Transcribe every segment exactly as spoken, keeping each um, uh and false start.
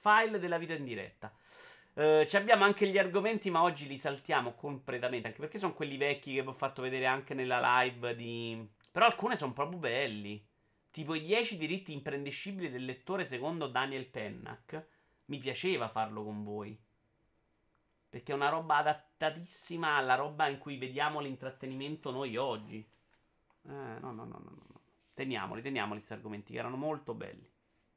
file della vita in diretta. Uh, ci abbiamo anche gli argomenti, ma oggi li saltiamo completamente. Anche perché sono quelli vecchi che vi ho fatto vedere anche nella live di. Però alcune sono proprio belli. Tipo i dieci diritti imprendiscibili del lettore secondo Daniel Pennack. Mi piaceva farlo con voi. Perché è una roba adattatissima alla roba in cui vediamo l'intrattenimento noi oggi. Eh, no, no, no, no, no. Teniamoli, teniamoli questi argomenti che erano molto belli.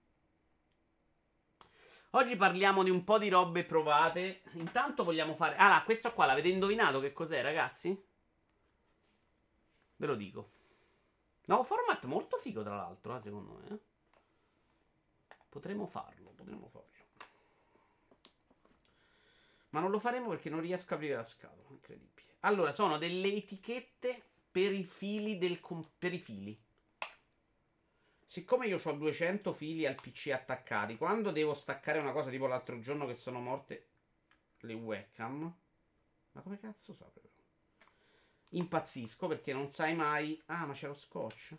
Oggi parliamo di un po' di robe provate. Intanto vogliamo fare. Ah, questo qua l'avete indovinato che cos'è, ragazzi? Ve lo dico. Nuovo format molto figo, tra l'altro, eh, secondo me. Potremmo farlo, potremmo farlo. Ma non lo faremo perché non riesco a aprire la scatola. Incredibile. Allora, sono delle etichette per i fili del com- per i fili. Siccome io ho duecento fili al P C attaccati, quando devo staccare una cosa tipo l'altro giorno che sono morte le webcam, ma come cazzo sapevo? Impazzisco perché non sai mai. Ah, ma c'è lo scotch.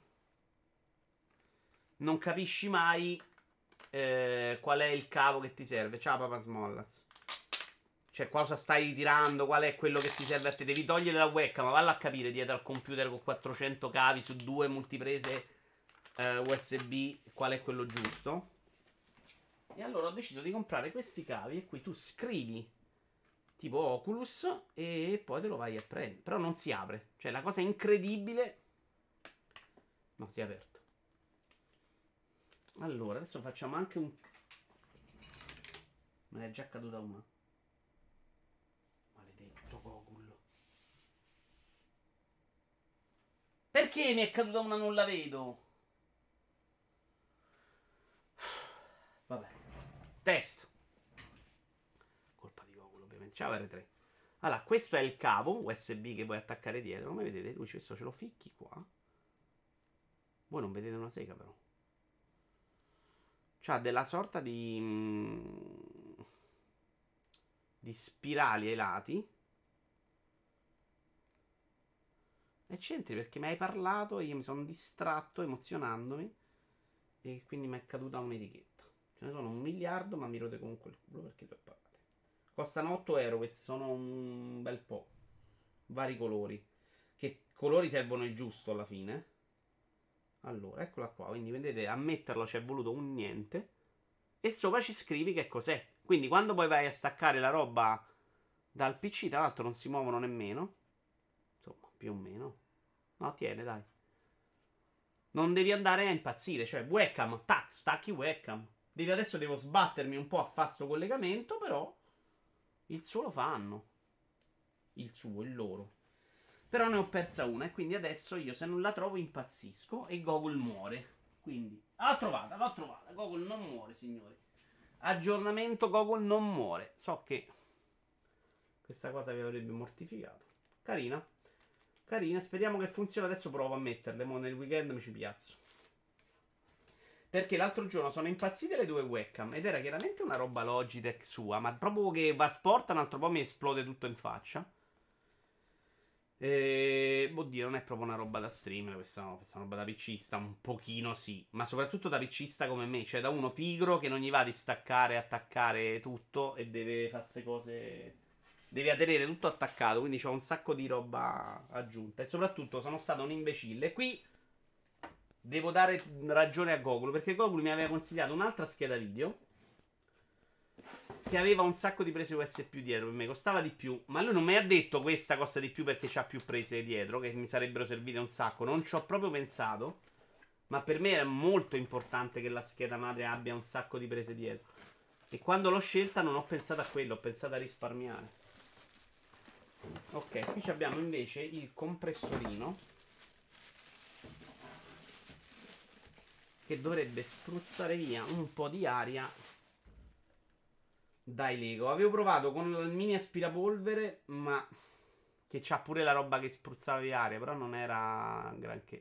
Non capisci mai eh, qual è il cavo che ti serve. Ciao Papa Smollas. Cioè, cosa stai tirando? Qual è quello che ti serve a te? Devi togliere la webcam, ma valla a capire dietro al computer con quattrocento cavi su due multiprese Uh, U S B, qual è quello giusto. E allora ho deciso di comprare questi cavi e qui tu scrivi tipo Oculus e poi te lo vai a prendere. Però non si apre. Cioè la cosa incredibile. No, si è aperto. Allora adesso facciamo anche un. Me ne è già caduta una. Maledetto Gogul. Perché mi è caduta una? Non la vedo. Vabbè. Test. Colpa di Google, ovviamente. Ciao R tre. Allora, questo è il cavo U S B che puoi attaccare dietro. Come vedete, lui questo ce lo ficchi qua. Voi non vedete una sega, però. C'ha della sorta di. Mm, di spirali ai lati. E c'entri perché mi hai parlato e io mi sono distratto emozionandomi. E quindi mi è caduta un'etichetta. Ce ne sono un miliardo, ma mi rode comunque il culo perché le ho pagate. Costano otto euro, questi sono un bel po'. Vari colori. Che colori servono il giusto alla fine. Allora, eccola qua. Quindi vedete, a metterlo ci è voluto un niente. E sopra ci scrivi che cos'è. Quindi quando poi vai a staccare la roba dal P C, tra l'altro non si muovono nemmeno. Insomma, più o meno. No, tiene, dai. Non devi andare a impazzire. Cioè, webcam, tac, stacchi webcam. Devi, adesso devo sbattermi un po' a fare sto collegamento, però il suo lo fanno. Il suo, il loro. Però ne ho persa una e quindi adesso io se non la trovo impazzisco e Google muore. Quindi, l'ho trovata, l'ho trovata. Google non muore, signori. Aggiornamento, Google non muore. So che questa cosa vi avrebbe mortificato. Carina. Carina, speriamo che funzioni. Adesso provo a metterle. Mo nel weekend mi ci piazzo. Perché l'altro giorno sono impazzite le due webcam ed era chiaramente una roba Logitech sua, ma proprio che va sporta, un altro po' mi esplode tutto in faccia. E. Oddio, non è proprio una roba da streamer, questa, no, questa è una roba da PCista, un pochino sì, ma soprattutto da PCista come me, cioè da uno pigro che non gli va di staccare, attaccare tutto e deve fare queste cose. Deve tenere tutto attaccato, quindi c'ho un sacco di roba aggiunta. E soprattutto sono stato un imbecille. E qui devo dare ragione a Google, perché Google mi aveva consigliato un'altra scheda video che aveva un sacco di prese U S B dietro, per me costava di più, ma lui non mi ha detto questa costa di più perché c'ha più prese dietro, che mi sarebbero servite un sacco. Non ci ho proprio pensato, ma per me era molto importante che la scheda madre abbia un sacco di prese dietro. E quando l'ho scelta non ho pensato a quello, ho pensato a risparmiare. Ok, qui abbiamo invece il compressorino che dovrebbe spruzzare via un po' di aria dai Lego. Avevo provato con il mini aspirapolvere, ma che c'ha pure la roba che spruzzava via aria, però non era granché.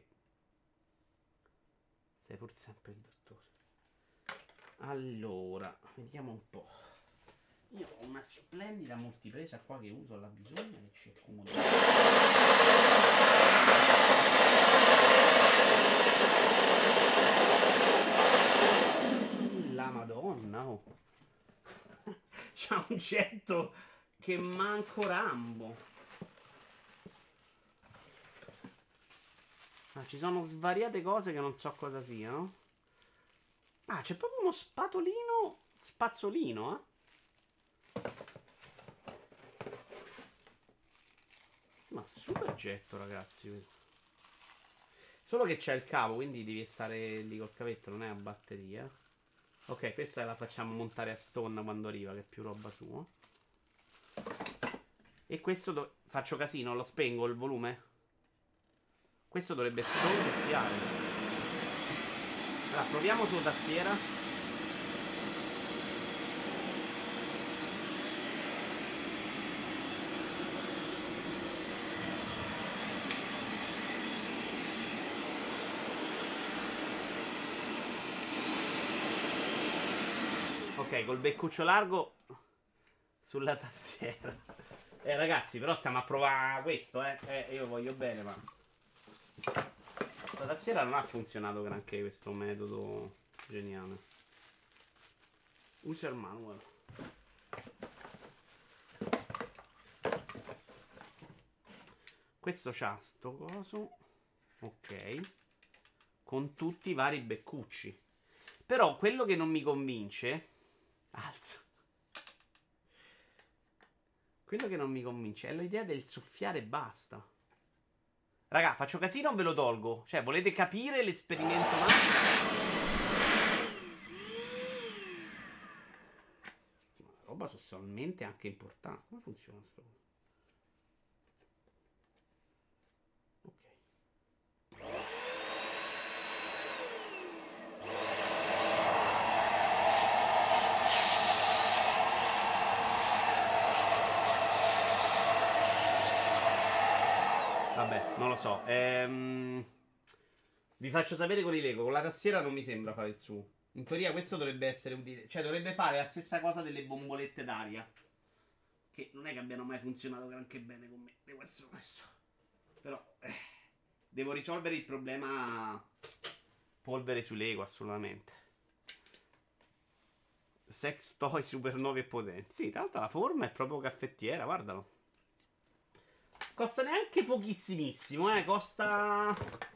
Sei pur sempre il dottore. Allora, vediamo un po'. Io ho una splendida multipresa qua che uso alla bisogna, che ci accomoda. La Madonna, oh. C'ha un getto che manco Rambo. Ah, ci sono svariate cose che non so cosa siano. Ah, c'è proprio uno spatolino spazzolino, eh. Ma super getto, ragazzi, questo. Solo che c'è il cavo, quindi devi stare lì col cavetto, non è a batteria. Ok, questa la facciamo montare a Stone quando arriva, che è più roba sua. E questo do- faccio casino, lo spengo il volume. Questo dovrebbe solo soffiare. Allora, proviamo su tastiera. Ok, col beccuccio largo sulla tastiera. Eh, ragazzi, però stiamo a provare questo, eh. Eh, io voglio bene, ma la tastiera non ha funzionato granché questo metodo geniale. User manual. Questo c'ha sto coso. Ok. Con tutti i vari beccucci. Però quello che non mi convince. Alza. Quello che non mi convince è l'idea del soffiare e basta. Raga, faccio casino o ve lo tolgo? Cioè, volete capire l'esperimento magico? Ma la roba sessualmente anche importante. Come funziona sto cosa? Vabbè, non lo so. Ehm, vi faccio sapere con i Lego. Con la tastiera non mi sembra fare il suo. In teoria questo dovrebbe essere utile. Cioè, dovrebbe fare la stessa cosa delle bombolette d'aria. Che non è che abbiano mai funzionato granché bene con me. Devo essere onesto. Però eh, devo risolvere il problema polvere su Lego, assolutamente. Sex toy supernovi e potenti. Sì, tra l'altro la forma è proprio caffettiera, guardalo. Costa neanche pochissimissimo, eh. Costa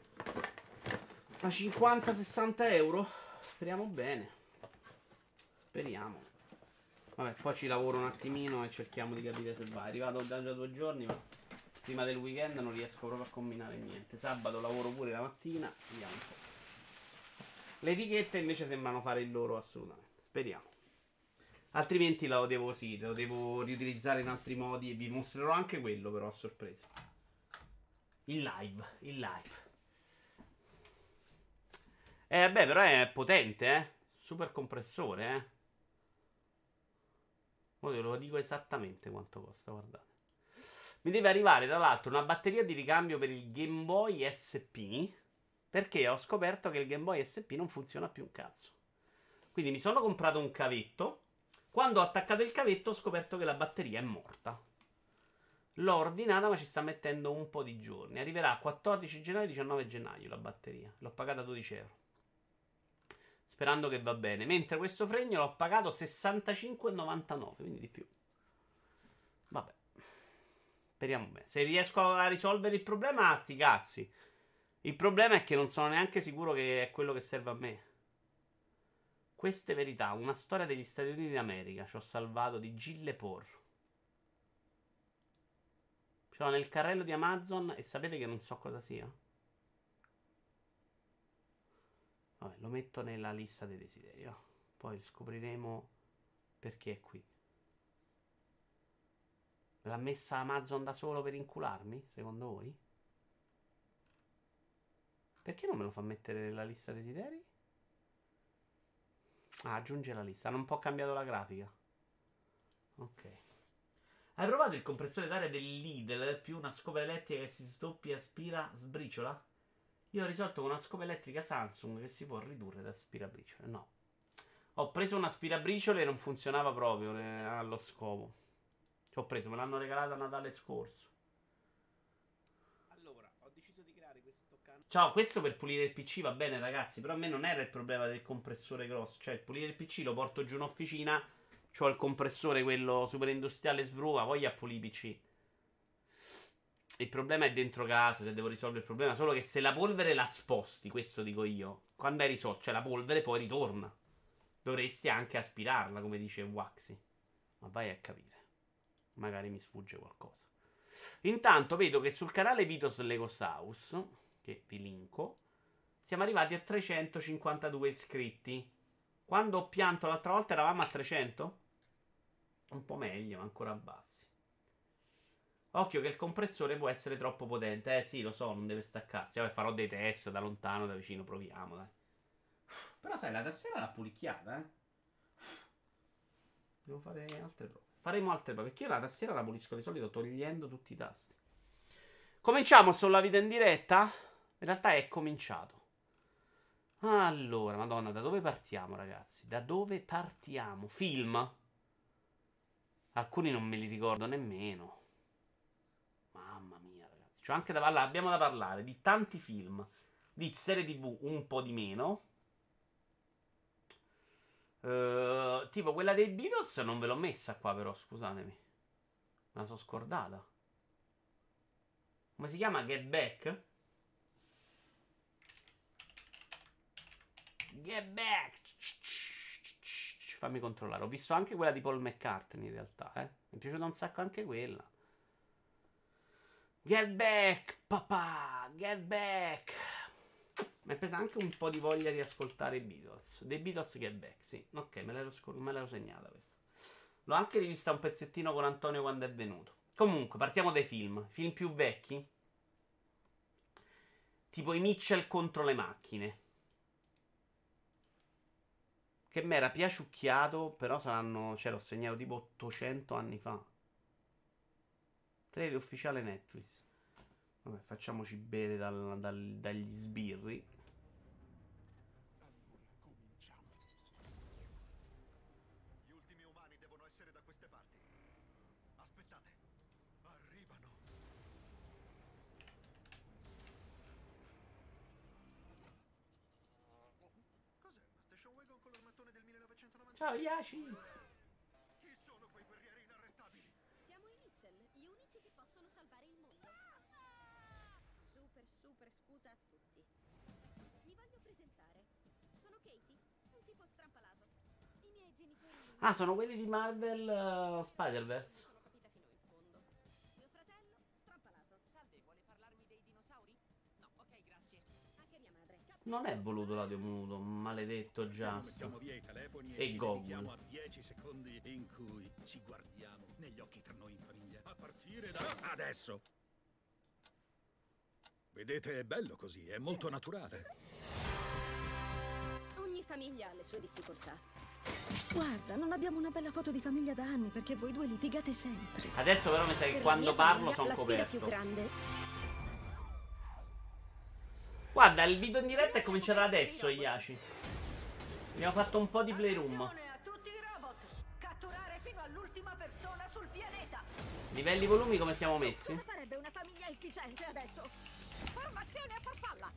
a cinquanta sessanta euro. Speriamo bene. Speriamo. Vabbè, poi ci lavoro un attimino e cerchiamo di capire se va. È arrivato già da due giorni, ma prima del weekend non riesco proprio a combinare niente. Sabato lavoro pure la mattina. Vediamo un po'. Le etichette invece sembrano fare il loro assolutamente. Speriamo. Altrimenti lo devo, sì, lo devo riutilizzare in altri modi e vi mostrerò anche quello però a sorpresa. In live, in live. Eh beh, però è potente, eh. Super compressore, eh. Ora ve lo dico esattamente quanto costa, guardate. Mi deve arrivare tra l'altro una batteria di ricambio per il Game Boy S P, perché ho scoperto che il Game Boy S P non funziona più un cazzo. Quindi mi sono comprato un cavetto. Quando ho attaccato il cavetto ho scoperto che la batteria è morta. L'ho ordinata ma ci sta mettendo un po' di giorni. Arriverà quattordici gennaio, diciannove gennaio la batteria. L'ho pagata dodici euro. Sperando che va bene. Mentre questo fregno l'ho pagato sessantacinque e novantanove, quindi di più. Vabbè. Speriamo bene. Se riesco a risolvere il problema, sti cazzi. Il problema è che non sono neanche sicuro che è quello che serve a me. Queste verità, una storia degli Stati Uniti d'America. Ci ho salvato di Gille Por. Ce l'ho nel carrello di Amazon e sapete che non so cosa sia? Vabbè, lo metto nella lista dei desideri. Oh. Poi scopriremo perché è qui. L'ha messa Amazon da solo per incularmi? Secondo voi? Perché non me lo fa mettere nella lista desideri? Ah, aggiunge la lista. Hanno un po' cambiato la grafica. Ok. Hai provato il compressore d'aria del Lidl più una scopa elettrica che si sdoppia, aspira, sbriciola? Io ho risolto con una scopa elettrica Samsung che si può ridurre da aspirabriciole. No. Ho preso un aspirabriciole e non funzionava proprio eh, allo scopo. Ci ho preso, me l'hanno regalato a Natale scorso. Allora, ho deciso di creare questo canale. Ciao, questo per pulire il P C va bene, ragazzi. Però a me non era il problema del compressore grosso. Cioè, il pulire il P C lo porto giù in officina C'ho il compressore, quello super industriale Svruva, poi ha pulito i P C. Il problema è dentro casa, cioè devo risolvere il problema. Solo che se la polvere la sposti, questo dico io, quando hai risolto, cioè la polvere poi ritorna. Dovresti anche aspirarla, come dice Waxy. Ma vai a capire. Magari mi sfugge qualcosa. Intanto vedo che sul canale Vitos Legosaurus, che vi linko, siamo arrivati a trecentocinquantadue iscritti. Quando ho pianto l'altra volta eravamo a trecento? Un po' meglio, ma ancora bassi. Occhio che il compressore può essere troppo potente. Eh sì, lo so, non deve staccarsi. Vabbè, farò dei test da lontano, da vicino, proviamo, dai. Però sai, la tastiera l'ha pulicchiata, eh. Devo fare altre prove. Faremo altre prove, perché io la tastiera la pulisco di solito togliendo tutti i tasti. Cominciamo sulla vita in diretta? In realtà è cominciato. Allora, madonna, da dove partiamo, ragazzi? Da dove partiamo? Film? Alcuni non me li ricordo nemmeno. Mamma mia, ragazzi. C'ho anche da parlare, abbiamo da parlare di tanti film, di serie tivù un po' di meno. Uh, tipo quella dei Beatles non ve l'ho messa qua, però, scusatemi. Me la sono scordata. Come si chiama? Get Back? Get Back. Fammi controllare. Ho visto anche quella di Paul McCartney, in realtà, eh. Mi è piaciuta un sacco anche quella. Get Back, papà. Get Back. Mi è presa anche un po' di voglia di ascoltare i Beatles. Dei Beatles Get Back, sì. Ok, me l'ero, scor- me l'ero segnata questa. L'ho anche rivista un pezzettino con Antonio quando è venuto. Comunque, partiamo dai film. Film più vecchi. Tipo i Mitchell contro le macchine. Che mi era piaciucchiato, però saranno... Cioè, l'ho segnato tipo ottocento anni fa. Trailer ufficiale Netflix. Vabbè, facciamoci bere dal, dal, dagli sbirri. Gli ultimi umani devono essere da queste parti. Aspettate. Arrivano. Cos'è? Una station wagon con l'armattone del millenovecentonovantanove? Ciao, Yashi! Chi sono quei guerrieri inarrestabili? Siamo i Mitchell, gli unici che possono salvare il mondo. Super, super scusa a tutti. Mi voglio presentare. Sono Katie, un tipo strampalato. I miei genitori... Ah, sono quelli di Marvel uh, Spider-Verse. Non sono capita fino in fondo. Mio fratello, strampalato. Salve, vuole parlarmi dei dinosauri? No, ok, grazie. Anche mia madre. Non è voluto l'audio muto, maledetto Just. Mettiamo via i telefoni E e ci Gogol. dedichiamo a dieci secondi in cui ci guardiamo negli occhi tra noi in famiglia. A partire da adesso. Vedete, è bello così, è molto naturale. Ogni famiglia ha le sue difficoltà. Guarda, non abbiamo una bella foto di famiglia da anni perché voi due litigate sempre. Adesso però mi sa che Per la quando mia parlo famiglia, sono la sfida più coperto. grande. Guarda, il video in diretta è cominciato adesso, Yashi. Abbiamo fatto un po' di playroom. Attenzione a tutti i robot! Catturare fino all'ultima persona sul pianeta! Livelli volumi come siamo messi? Cosa farebbe una famiglia efficiente adesso? Formazione a farfalla!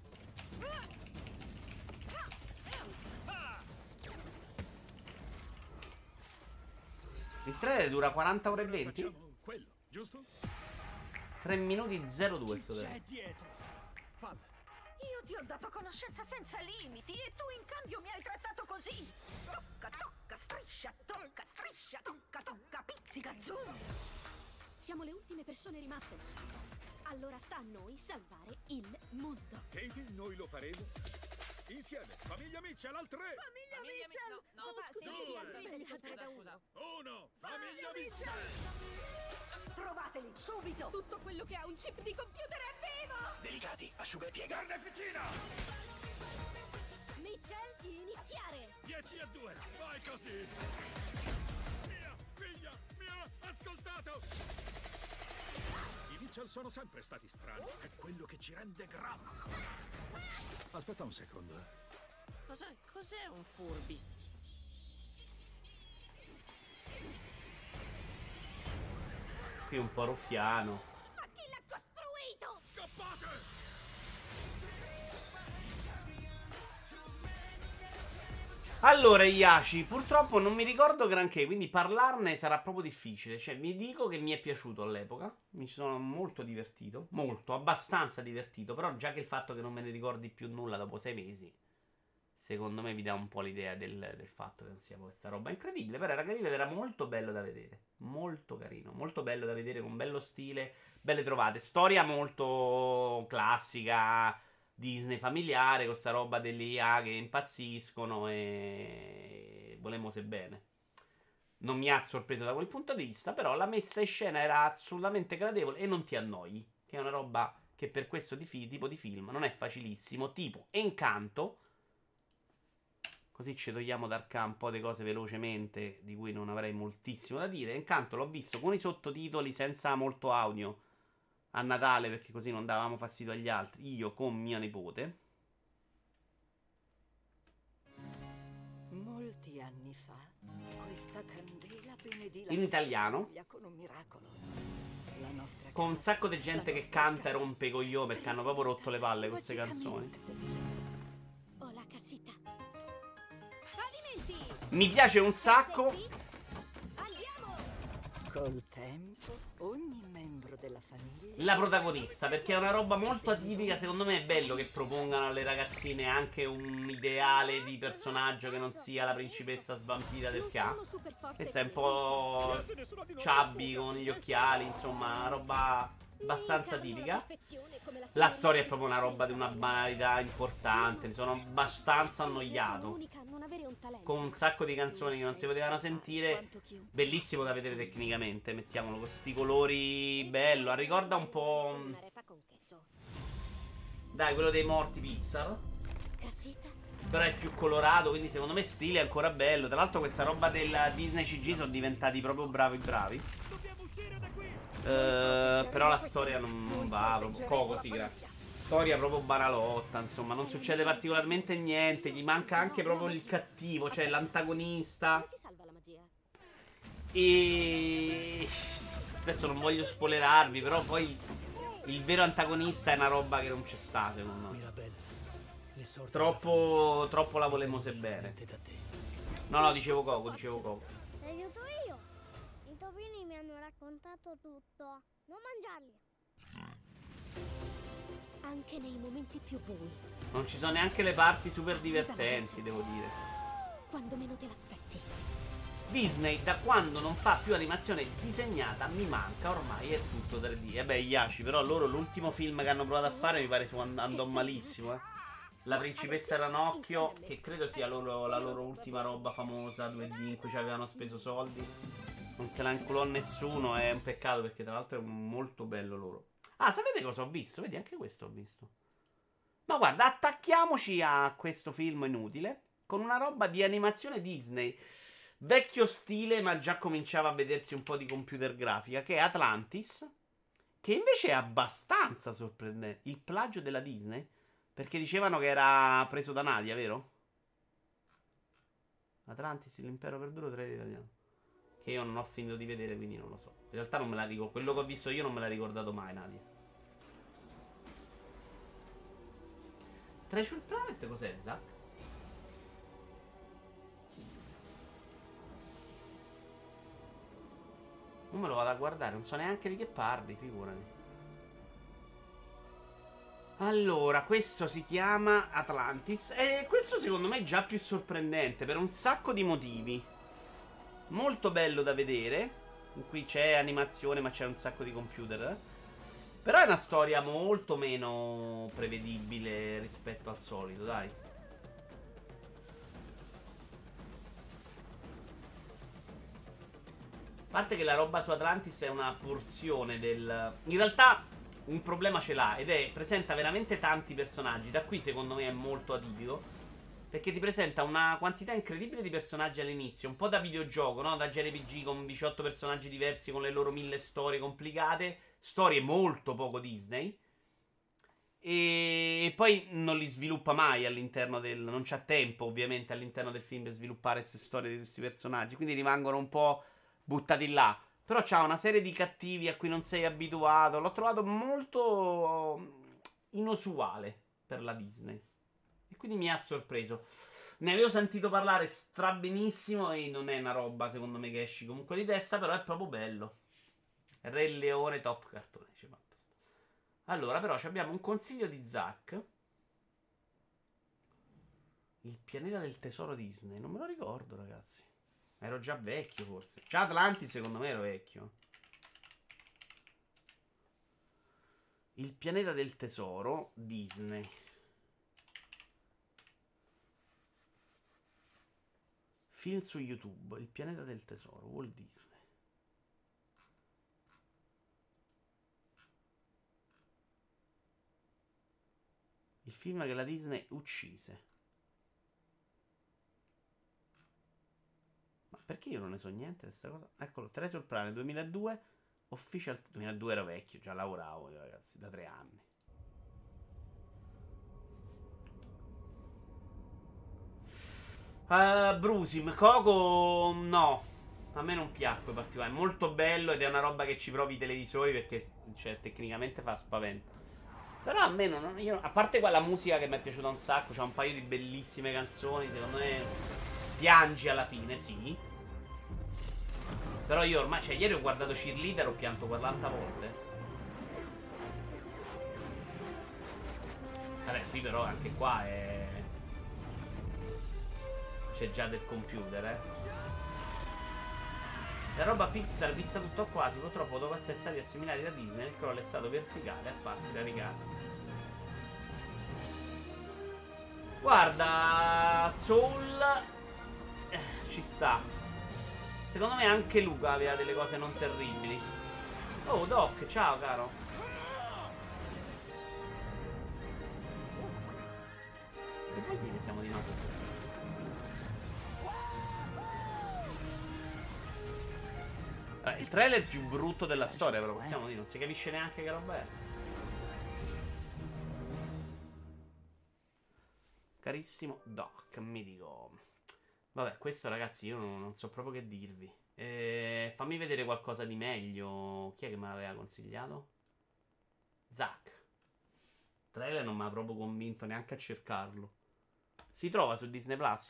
Il trailer dura quaranta ore e venti? Facciamo quello, giusto? tre minuti zero due sto C'è trailer. dietro. Palla. Io ti ho dato conoscenza senza limiti e tu in cambio mi hai trattato così! Tocca, tocca, striscia, tocca, striscia, tocca, tocca, pizzica, zoom! Siamo le ultime persone rimaste. Allora sta a noi salvare il mondo. Katie, noi lo faremo. Insieme, famiglia Mitchell al tre. Famiglia Famiglia Mitchell! Mi- no, Oh, no, scusi, due. ci ha svegliato tre da Scusa, uno. scusa. Uno, famiglia Mitchell. Trovateli, subito! Tutto quello che ha un chip di computer è vivo! Delicati, asciuga e piega. Carneficina! Mitchell, iniziare! dieci a due, vai così. Mia figlia mi ha ascoltato. I Mitchell sono sempre stati strani. È quello che ci rende grandi. Aspetta un secondo. Cos'è, cos'è un furby? Qui un po' ruffiano. Ma chi l'ha costruito? Scappate! Allora, Iaci, purtroppo non mi ricordo granché, quindi parlarne sarà proprio difficile. Cioè, vi dico che mi è piaciuto all'epoca. Mi ci sono molto divertito. Molto, abbastanza divertito. Però già che il fatto che non me ne ricordi più nulla dopo sei mesi, secondo me vi dà un po' l'idea del, del fatto che non sia questa roba incredibile. Però era carino ed era molto bello da vedere. Molto carino, molto bello da vedere, con bello stile, belle trovate. Storia molto classica, Disney familiare, con sta roba delle I A che impazziscono e volemo se bene. Non mi ha sorpreso da quel punto di vista, però la messa in scena era assolutamente gradevole e non ti annoi, che è una roba che per questo di fi- tipo di film non è facilissimo, tipo Encanto. Così ci togliamo dal campo di cose velocemente, di cui non avrei moltissimo da dire. Encanto l'ho visto con i sottotitoli senza molto audio a Natale, perché così non davamo fastidio agli altri. Io con mia nipote. Molti anni fa, questa candela benedì la In italiano. famiglia con un miracolo. La nostra Con un casa, sacco di gente la che nostra canta e casa, rompe i coglioni, perché hanno proprio rotto le palle con queste canzoni. Ho la casita. Fallimenti! Mi piace un sacco. Andiamo! Col tempo, ogni membro della famiglia La protagonista, perché è una roba molto atipica. Secondo me è bello che propongano alle ragazzine anche un ideale di personaggio che non sia la principessa svampita del ca. Questa è un po' chubby con gli occhiali, insomma, una roba abbastanza tipica. La storia è proprio una roba di una banalità importante. Mi sono abbastanza annoiato, con un sacco di canzoni che non si potevano sentire. Bellissimo da vedere tecnicamente, mettiamolo con sti colori, bello. Ricorda un po', dai, quello dei morti Pixar, però è più colorato, quindi secondo me stile è ancora bello. Tra l'altro questa roba della Disney C G sono diventati proprio bravi bravi. Uh, però la storia non, non va proprio. Coco, sì, grazie. Storia proprio banalotta, insomma, non succede particolarmente niente. Gli manca anche proprio il cattivo, cioè l'antagonista. E adesso non voglio spoilerarvi, però poi il vero antagonista è una roba che non c'è sta, secondo me. Troppo, troppo la volemo se bene. No, no, dicevo Coco, dicevo Coco. Aiuto io. I topini mi hanno raccontato tutto. Non mangiarli. Anche nei momenti più bui, Non ci sono neanche le parti super divertenti, devo dire. quando meno te l'aspetti. Disney, da quando non fa più animazione disegnata, mi manca, ormai è tutto tre D. E beh, Yashi, però loro l'ultimo film che hanno provato a fare mi pare fu and- andò malissimo, eh. La principessa Ranocchio, che credo sia loro, la loro ultima roba famosa due D in cui ci avevano speso soldi. Non se la inculò nessuno, è un peccato perché tra l'altro è molto bello loro. Ah, sapete cosa ho visto? Vedi, anche questo ho visto. Ma guarda, attacchiamoci a questo film inutile con una roba di animazione Disney. Vecchio stile, ma già cominciava a vedersi un po' di computer grafica, che è Atlantis, che invece è abbastanza sorprendente. Il plagio della Disney, perché dicevano che era preso da Nadia, vero? Atlantis, l'impero perduto, tre italiano. Che io non ho finito di vedere, quindi non lo so. In realtà non me la ricordo. Quello che ho visto io non me l'ha ricordato mai, Nadia. Treasure Planet cos'è, Zack? Non me lo vado a guardare, non so neanche di che parli, figurati. Allora, questo si chiama Atlantis. E questo secondo me è già più sorprendente per un sacco di motivi. Molto bello da vedere. In cui c'è animazione, ma c'è un sacco di computer. eh. Però è una storia molto meno prevedibile rispetto al solito, dai. A parte che la roba su Atlantis è una porzione del... In realtà un problema ce l'ha, ed è presenta veramente tanti personaggi. Da qui secondo me è molto atipico, perché ti presenta una quantità incredibile di personaggi all'inizio, un po' da videogioco, no? Da J R P G, con diciotto personaggi diversi, con le loro mille storie complicate. Storie molto poco Disney. E poi non li sviluppa mai all'interno del... Non c'ha tempo ovviamente all'interno del film per sviluppare queste storie di questi personaggi, quindi rimangono un po' buttati là. Però c'ha una serie di cattivi a cui non sei abituato. L'ho trovato molto inusuale per la Disney, e quindi mi ha sorpreso. Ne avevo sentito parlare strabenissimo e non è una roba, secondo me, che esci comunque di testa, però è proprio bello. Re Leone top cartone. Allora, però, abbiamo un consiglio di Zack. Il pianeta del tesoro Disney. Non me lo ricordo, ragazzi. Ero già vecchio, forse. Già Atlantis, secondo me, ero vecchio. Il pianeta del tesoro Disney. Film su YouTube. Il pianeta del tesoro Walt Disney. Il film che la Disney uccise. Ma perché io non ne so niente di questa cosa? Eccolo, Treasure Planet duemiladue. Official duemiladue ero vecchio, già lavoravo io, ragazzi, da tre anni. Uh, Brusim, Coco no. A me non piacque particolare. È molto bello ed è una roba che ci provi i televisori perché cioè, tecnicamente fa spavento. Però a me non, io, a parte quella musica che mi è piaciuta un sacco, c'ha un paio di bellissime canzoni, secondo me piangi alla fine, sì. Però io ormai, cioè ieri ho guardato Cheerleader, ho pianto quell'altra volta. Vabbè, qui però anche qua è... c'è già del computer, eh. La roba Pixar vista tutto o quasi, purtroppo dopo essere stati assimilati da Disney, il crollo è stato verticale a parte da ricasi. Guarda, Soul eh, ci sta. Secondo me anche Luca aveva delle cose non terribili. Oh, Doc, ciao caro. Che vuol dire siamo di notte stasera? Allora, il trailer più brutto della storia, però possiamo dire, non si capisce neanche che roba è. Carissimo Doc, mi dico. Vabbè, questo ragazzi io non, non so proprio che dirvi. Eh, fammi vedere qualcosa di meglio. Chi è che me l'aveva consigliato? Zack. Il trailer non mi ha proprio convinto neanche a cercarlo. Si trova su Disney Plus?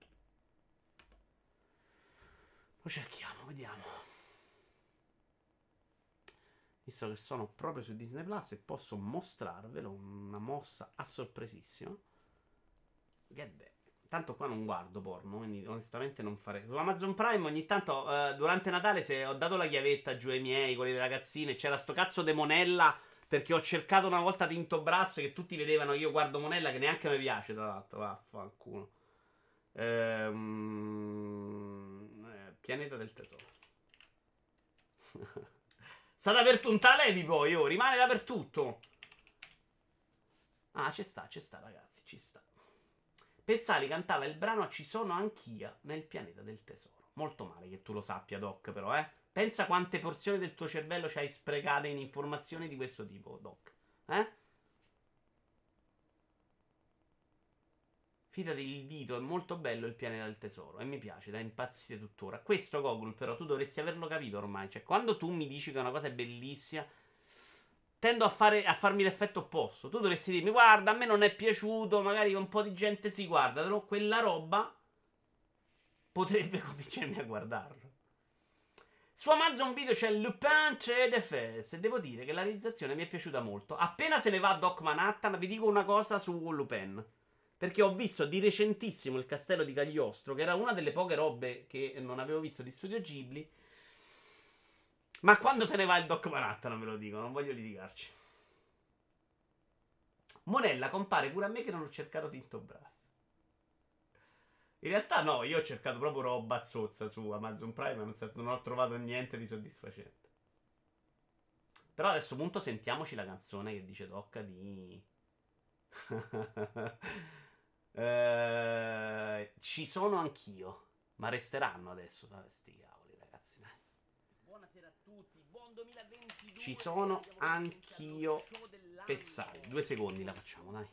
Lo cerchiamo, vediamo. Visto che sono proprio su Disney Plus e posso mostrarvelo, una mossa a sorpresissima. Get back. Tanto qua non guardo porno, quindi onestamente non farei. Su Amazon Prime ogni tanto eh, durante Natale se ho dato la chiavetta giù ai miei, quelli delle ragazzine, c'era sto cazzo de Monella, perché ho cercato una volta Tinto Brass che tutti vedevano, io guardo Monella che neanche mi piace tra l'altro, vaffanculo. Ehm, eh, pianeta del tesoro. Sta dappertutto un talevi poi, oh, rimane dappertutto. Ah, ci sta, ci sta ragazzi, ci sta. Pezzali cantava il brano Ci sono anch'io nel pianeta del tesoro. Molto male che tu lo sappia, Doc, però, eh. Pensa quante porzioni del tuo cervello ci hai sprecate in informazioni di questo tipo, Doc. Eh? Fidati, il Vito è molto bello il pianeta del tesoro e mi piace, da impazzire tuttora. Questo Gogol però tu dovresti averlo capito ormai. Cioè, quando tu mi dici che una cosa è bellissima, tendo a, fare, a farmi l'effetto opposto. Tu dovresti dirmi, guarda, a me non è piaciuto, magari un po' di gente si guarda, però quella roba potrebbe convincermi a guardarlo. Su Amazon Video c'è Lupin tre D F S e devo dire che la realizzazione mi è piaciuta molto. Appena se ne va Doc Manhattan, vi dico una cosa su Lupin. Perché ho visto di recentissimo il Castello di Cagliostro, che era una delle poche robe che non avevo visto di Studio Ghibli. Ma quando se ne va il Doc Manhattan non me lo dico, non voglio litigarci. Monella compare pure a me che non ho cercato Tinto Brass. In realtà no, io ho cercato proprio roba zozza su Amazon Prime, ma non, non ho trovato niente di soddisfacente. Però adesso appunto sentiamoci la canzone che dice Doc di... eh, ci sono anch'io, ma resteranno adesso, sti cavoli ragazzi, dai. Buonasera a tutti, buon duemilaventidue. Ci sono anch'io, Pezzali. Due secondi la facciamo, dai.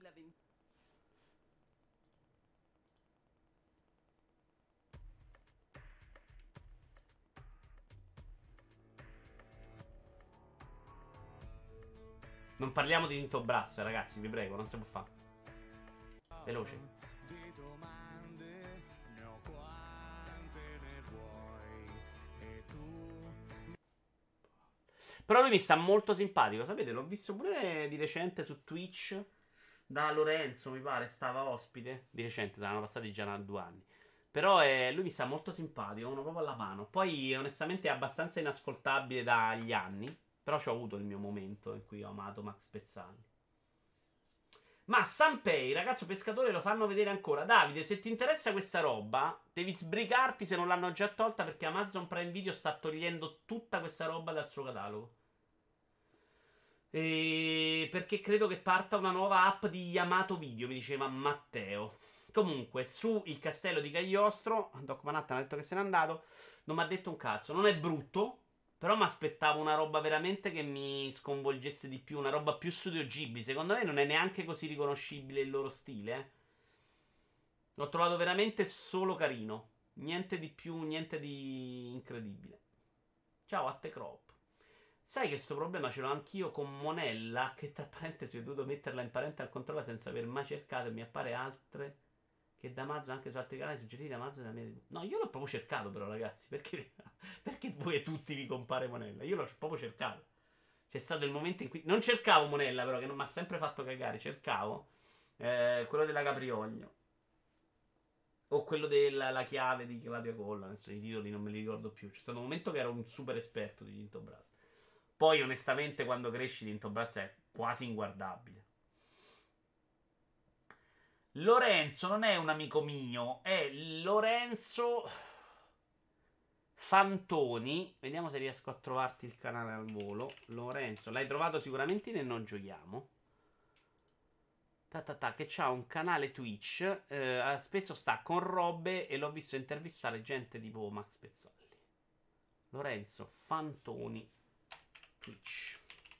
Non parliamo di Tinto Brass, ragazzi, vi prego, non si può fare. Veloce. Però lui mi sta molto simpatico, sapete? L'ho visto pure di recente su Twitch da Lorenzo, mi pare, stava ospite. Di recente, saranno passati già due anni. Però eh, lui mi sta molto simpatico, uno proprio alla mano. Poi onestamente è abbastanza inascoltabile dagli anni. Però ci ho avuto il mio momento in cui ho amato Max Pezzali. Ma Sanpei, ragazzo pescatore, lo fanno vedere ancora. Davide, se ti interessa questa roba, devi sbrigarti se non l'hanno già tolta, perché Amazon Prime Video sta togliendo tutta questa roba dal suo catalogo. E... perché credo che parta una nuova app di Yamato Video, mi diceva Matteo. Comunque, su Il Castello di Cagliostro, Doc Manhattan ha detto che se n'è andato, non mi ha detto un cazzo. Non è brutto, però mi aspettavo una roba veramente che mi sconvolgesse di più, una roba più Studio Ghibli. Secondo me non è neanche così riconoscibile il loro stile. Eh. L'ho trovato veramente solo carino. Niente di più, niente di incredibile. Ciao a te Crop. Sai che sto problema ce l'ho anch'io con Monella, che tra parentesi ho dovuto metterla in parental control senza aver mai cercato, e mi appare altre che da Amazon, anche su altri canali suggeriti da Amazon. Da me... No, io l'ho proprio cercato però, ragazzi, perché perché voi e tutti vi compare Monella? Io l'ho proprio cercato. C'è stato il momento in cui non cercavo Monella, però, che non mi ha sempre fatto cagare. Cercavo eh, quello della Caprioglio o quello della la chiave di Claudia Colla. Adesso i titoli non me li ricordo più. C'è stato un momento che ero un super esperto di Tinto Brass. Poi onestamente quando cresci Tinto Brass è quasi inguardabile. Lorenzo non è un amico mio, è Lorenzo Fantoni. Vediamo se riesco a trovarti il canale al volo. Lorenzo, l'hai trovato sicuramente nel Non Giochiamo. Ta ta ta, che c'ha un canale Twitch. Eh, spesso sta con robe e l'ho visto intervistare gente tipo Max Pezzali. Lorenzo Fantoni Twitch.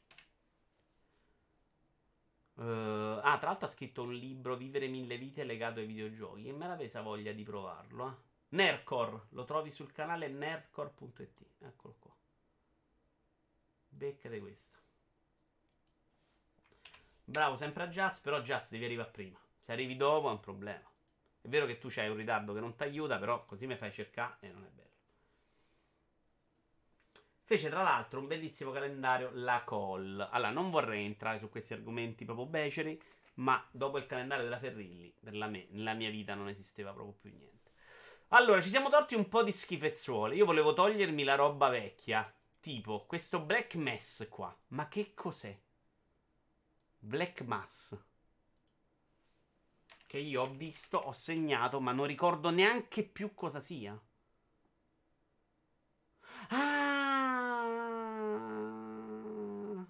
Uh, ah, tra l'altro ha scritto un libro, Vivere mille vite legato ai videogiochi, e me la pesa voglia di provarlo. Eh. Nerdcore, lo trovi sul canale nerdcore punto it. Eccolo qua. Beccate questo. Bravo sempre a Just, però Just devi arrivare prima. Se arrivi dopo è un problema. È vero che tu c'hai un ritardo che non ti aiuta, però così mi fai cercare e non è bello. Fece tra l'altro un bellissimo calendario la Call. Allora, non vorrei entrare su questi argomenti proprio beceri, ma dopo il calendario della Ferrilli, per la me, nella mia vita non esisteva proprio più niente. Allora, ci siamo tolti un po' di schifezzuole. Io volevo togliermi la roba vecchia, tipo questo Black Mass qua. Ma che cos'è? Black Mass. Che io ho visto, ho segnato, ma non ricordo neanche più cosa sia. Ah!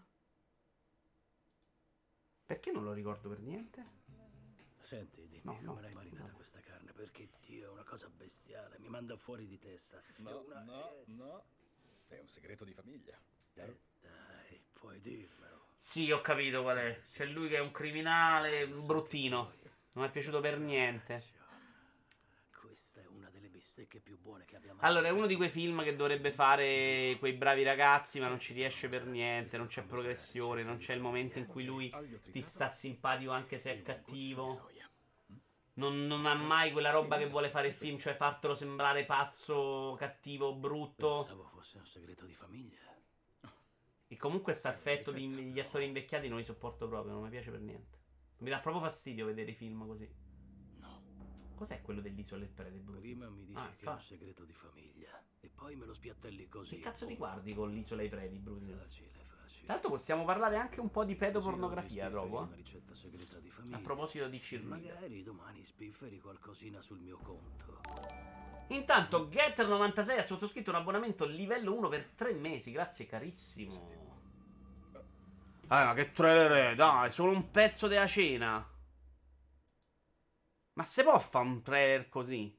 Perché non lo ricordo per niente? Senti, dimmi, no, come no, l'hai marinata no. questa carne? Perché Dio è una cosa bestiale, mi manda fuori di testa. No, è una... no, è... no. È un segreto di famiglia. Chiaro? Eh, dai, puoi dirmelo. Sì, ho capito qual è. C'è lui che è un criminale, un bruttino. Non mi è piaciuto per niente. Questa è una delle bistecche più buone che abbiamo mai Allora, è uno di quei film che dovrebbe fare quei bravi ragazzi, ma non ci riesce per niente, non c'è progressione, non c'è il momento in cui lui ti sta simpatico anche se è cattivo. Non, non ha mai quella roba che vuole fare il film, cioè fartelo sembrare pazzo, cattivo, brutto. Pensavo fosse un segreto di famiglia. E comunque questo affetto degli attori invecchiati non li sopporto proprio, non mi piace per niente. Mi dà proprio fastidio vedere i film così. No. Cos'è quello dell'isola del prete, Bruce? Prima mi dici Ah, che è un infatti. segreto di famiglia e poi me lo spiattelli così. Che cazzo ti guardi con l'isola ai preti, Bruce? Facile, facile. Tra l'altro possiamo parlare anche un po' di pedopornografia Così dopo, una eh? ricetta segreta di famiglia. A proposito di E cheerleader. magari domani spifferi qualcosina sul mio conto. Intanto Getter novantasei ha sottoscritto un abbonamento livello uno per tre mesi. Grazie carissimo. Ah, ma che trailer è? Dai, solo un pezzo della cena. Ma se può fare un trailer così?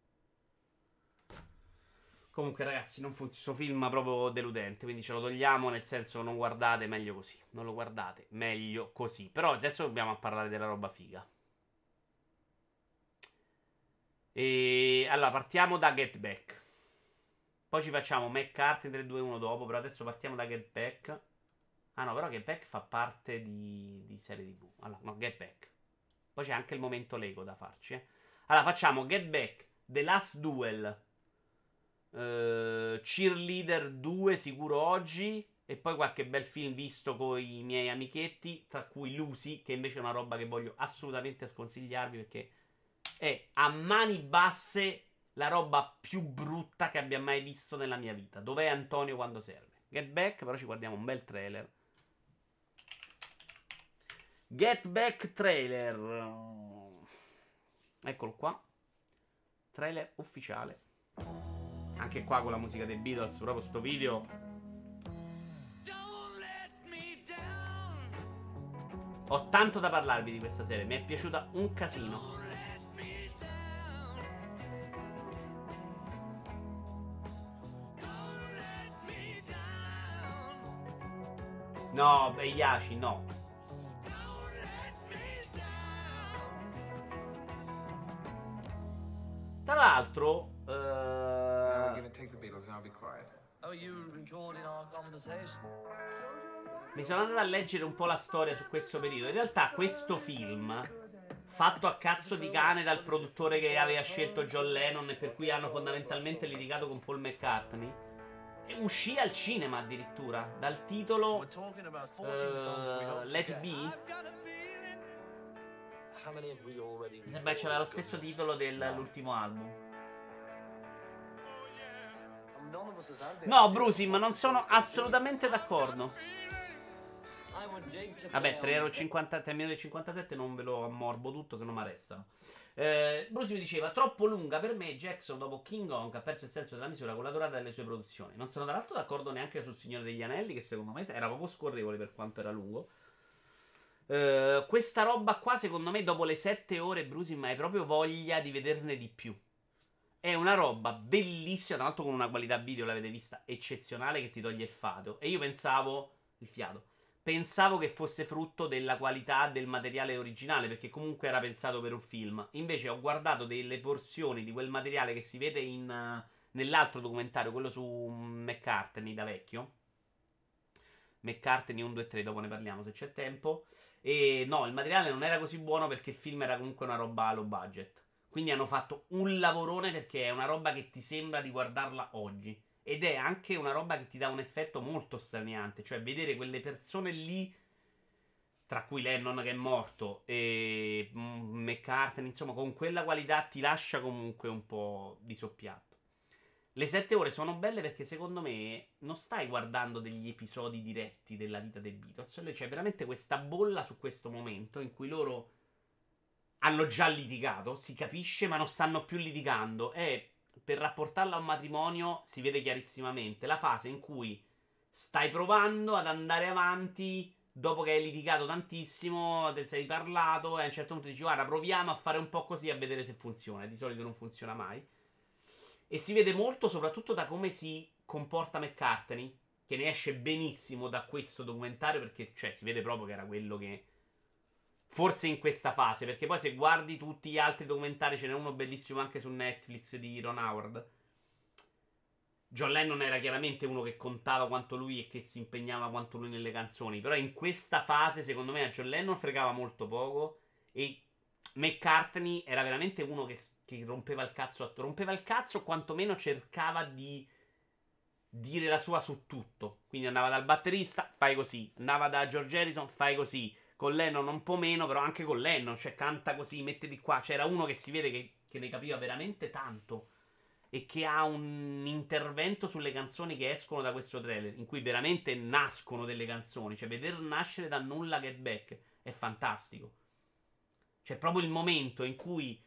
Comunque ragazzi, non funziona. Questo film proprio deludente, quindi ce lo togliamo, nel senso non guardate, meglio così. Non lo guardate, meglio così. Però adesso dobbiamo parlare della roba figa. E allora partiamo da Get Back. Poi ci facciamo McCarthy tre due uno dopo, però adesso partiamo da Get Back. Ah no, però Get Back fa parte di, di serie tivù. Allora, no, Get Back. Poi c'è anche il momento Lego da farci, eh. Allora, facciamo Get Back, The Last Duel, uh, Cheerleader due sicuro oggi, e poi qualche bel film visto con i miei amichetti, tra cui Lucy, che invece è una roba che voglio assolutamente sconsigliarvi perché è a mani basse la roba più brutta che abbia mai visto nella mia vita. Dov'è Antonio quando serve? Get Back, però ci guardiamo un bel trailer. Get Back trailer. Eccolo qua. Trailer ufficiale. Anche qua con la musica dei Beatles, proprio sto video. Ho tanto da parlarvi di questa serie, mi è piaciuta un casino. No, Iaci, no. Tra l'altro, uh... mi sono andato a leggere un po' la storia su questo periodo. In realtà questo film, fatto a cazzo di cane dal produttore che aveva scelto John Lennon e per cui hanno fondamentalmente litigato con Paul McCartney, uscì al cinema addirittura dal titolo uh, Let It Be. Eh beh, c'aveva lo stesso titolo dell'ultimo album. No, Brusim, non sono assolutamente d'accordo. Vabbè, tre euro e cinquanta, minuti e cinquantasette non ve lo ammorbo tutto, se no mi arrestano. Eh, Bruce mi diceva: troppo lunga per me. Jackson dopo King Kong ha perso il senso della misura con la durata delle sue produzioni. Non sono tra l'altro d'accordo neanche sul Signore degli Anelli, che secondo me era proprio scorrevole per quanto era lungo. eh, Questa roba qua secondo me dopo le sette ore Bruce hai proprio voglia di vederne di più. È una roba bellissima, tra l'altro con una qualità video, l'avete vista, eccezionale, che ti toglie il fiato. E io pensavo il fiato Pensavo che fosse frutto della qualità del materiale originale, perché comunque era pensato per un film. Invece ho guardato delle porzioni di quel materiale che si vede in, uh, nell'altro documentario, quello su McCartney da vecchio. McCartney uno, due, tre, dopo ne parliamo se c'è tempo. E no, il materiale non era così buono perché il film era comunque una roba low budget. Quindi hanno fatto un lavorone, perché è una roba che ti sembra di guardarla oggi. Ed è anche una roba che ti dà un effetto molto straniante. Cioè vedere quelle persone lì, tra cui Lennon che è morto e McCartney, insomma, con quella qualità ti lascia comunque un po' di soppiatto. Le sette ore sono belle perché secondo me non stai guardando degli episodi diretti della vita dei Beatles. C'è veramente questa bolla su questo momento in cui loro hanno già litigato, si capisce, ma non stanno più litigando. È... per rapportarla a un matrimonio si vede chiarissimamente la fase in cui stai provando ad andare avanti dopo che hai litigato tantissimo, te sei parlato e a un certo punto dici guarda, proviamo a fare un po' così a vedere se funziona. Di solito non funziona mai. E si vede molto soprattutto da come si comporta McCartney, che ne esce benissimo da questo documentario, perché cioè si vede proprio che era quello che... forse in questa fase, perché poi se guardi tutti gli altri documentari, ce n'è uno bellissimo anche su Netflix di Ron Howard. John Lennon era chiaramente uno che contava quanto lui e che si impegnava quanto lui nelle canzoni, però in questa fase secondo me a John Lennon fregava molto poco e McCartney era veramente uno che, che rompeva il cazzo a rompeva il cazzo o quantomeno cercava di dire la sua su tutto. Quindi andava dal batterista, fai così, andava da George Harrison, fai così. Con Lennon un po' meno, però anche con Lennon, cioè canta così, mette di qua. C'era uno che si vede che, che ne capiva veramente tanto e che ha un intervento sulle canzoni che escono da questo trailer, in cui veramente nascono delle canzoni. Cioè veder nascere dal nulla Get Back è fantastico. C'è proprio il momento in cui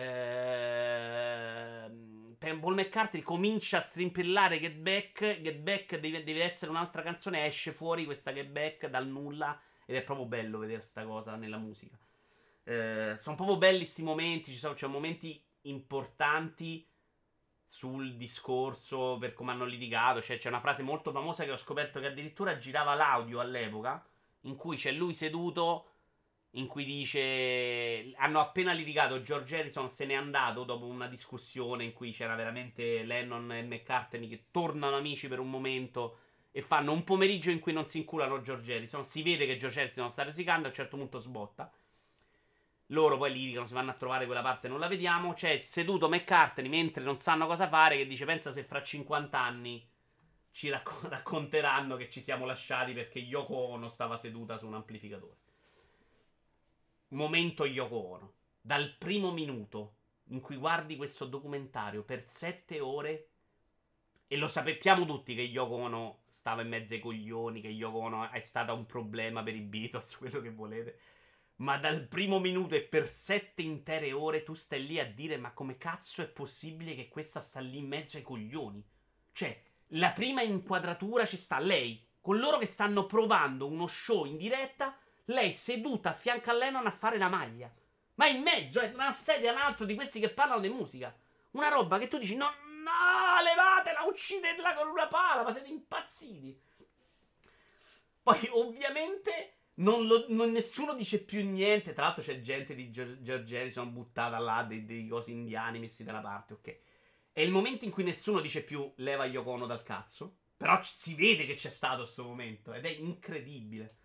eh, Paul McCartney comincia a strimpellare Get Back. Get Back deve, deve essere un'altra canzone, esce fuori questa Get Back dal nulla. Ed è proprio bello vedere sta cosa nella musica. Eh, sono proprio belli sti momenti. Ci sono, c'è momenti importanti sul discorso per come hanno litigato. Cioè, c'è una frase molto famosa che ho scoperto che addirittura girava l'audio all'epoca, in cui c'è lui seduto, in cui dice: hanno appena litigato, George Harrison se n'è andato dopo una discussione in cui c'era veramente Lennon e McCartney che tornano amici per un momento e fanno un pomeriggio in cui non si inculano George Harrison. Si vede che George Harrison sta risicando, a un certo punto sbotta. Loro poi litigano, si vanno a trovare, quella parte non la vediamo. C'è seduto McCartney mentre non sanno cosa fare, che dice: pensa se fra cinquanta anni ci racco- racconteranno che ci siamo lasciati perché Yoko Ono stava seduta su un amplificatore. Momento Yoko Ono. Dal primo minuto in cui guardi questo documentario per sette ore, e lo sappiamo tutti che Yoko Ono stava in mezzo ai coglioni, che Yoko Ono è stata un problema per i Beatles, quello che volete, ma dal primo minuto e per sette intere ore tu stai lì a dire: ma come cazzo è possibile che questa sta lì in mezzo ai coglioni? Cioè, la prima inquadratura ci sta lei, con loro che stanno provando uno show in diretta, lei seduta a fianco a Lennon a fare la maglia. Ma in mezzo, è eh, una sedia un altro di questi che parlano di musica. Una roba che tu dici: no, no, levatela, uccidetela con una pala, ma siete impazziti. Poi, ovviamente, non lo, non, nessuno dice più niente. Tra l'altro c'è gente di George Harrison buttata là, dei, dei cosi indiani messi da una parte, ok. È il momento in cui nessuno dice più leva Yoko Ono dal cazzo. Però c- si vede che c'è stato questo momento, ed è incredibile.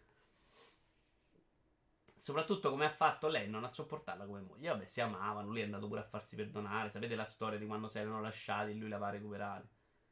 Soprattutto come ha fatto lei non a sopportarla come moglie. Vabbè, si amavano, lui è andato pure a farsi perdonare. Sapete la storia di quando si erano lasciati e lui la va a recuperare.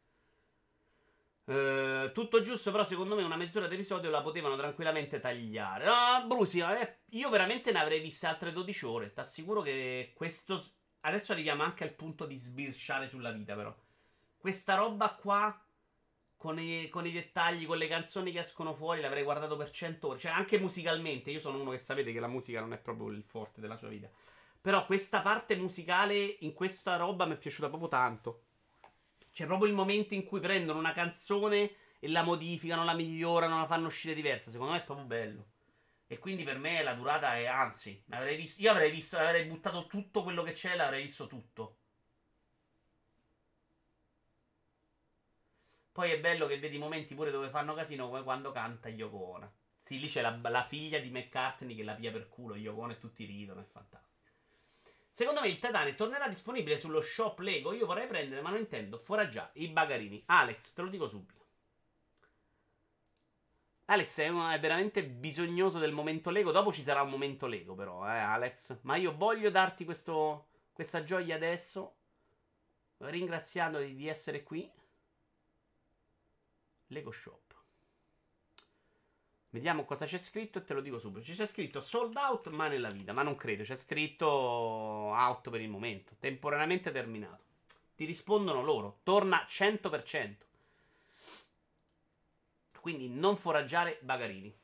Uh, tutto giusto, però secondo me una mezz'ora d'episodio la potevano tranquillamente tagliare. No, Brusi, eh, io veramente ne avrei viste altre dodici ore. T'assicuro che questo... Adesso arriviamo anche al punto di sbirciare sulla vita, però. Questa roba qua... Con i, con i dettagli, con le canzoni che escono fuori, l'avrei guardato per cento ore. Cioè, anche musicalmente. Io sono uno che sapete che la musica non è proprio il forte della sua vita. Però questa parte musicale in questa roba mi è piaciuta proprio tanto. C'è proprio il momento in cui prendono una canzone e la modificano, la migliorano, la fanno uscire diversa. Secondo me è proprio bello. E quindi per me la durata è, anzi, avrei visto, io avrei visto, avrei buttato tutto quello che c'è, l'avrei visto tutto. Poi è bello che vedi momenti pure dove fanno casino, come quando canta Yoko Ono. Sì, lì c'è la, la figlia di McCartney che la pia per culo Yoko Ono e tutti ridono, è fantastico. Secondo me il Titanic tornerà disponibile sullo shop Lego. Io vorrei prendere, ma non intendo foraggiare i bagarini. Alex, te lo dico subito. Alex è, uno, è veramente bisognoso del momento Lego. Dopo ci sarà un momento Lego, però, eh, Alex. Ma io voglio darti questo, questa gioia adesso, ringraziandoti di essere qui. Lego Shop. Vediamo cosa c'è scritto e te lo dico subito. C'è scritto sold out ma nella vita. Ma non credo. C'è scritto out per il momento. Temporaneamente terminato. Ti rispondono loro. Torna cento per cento. Quindi non foraggiare bagarini.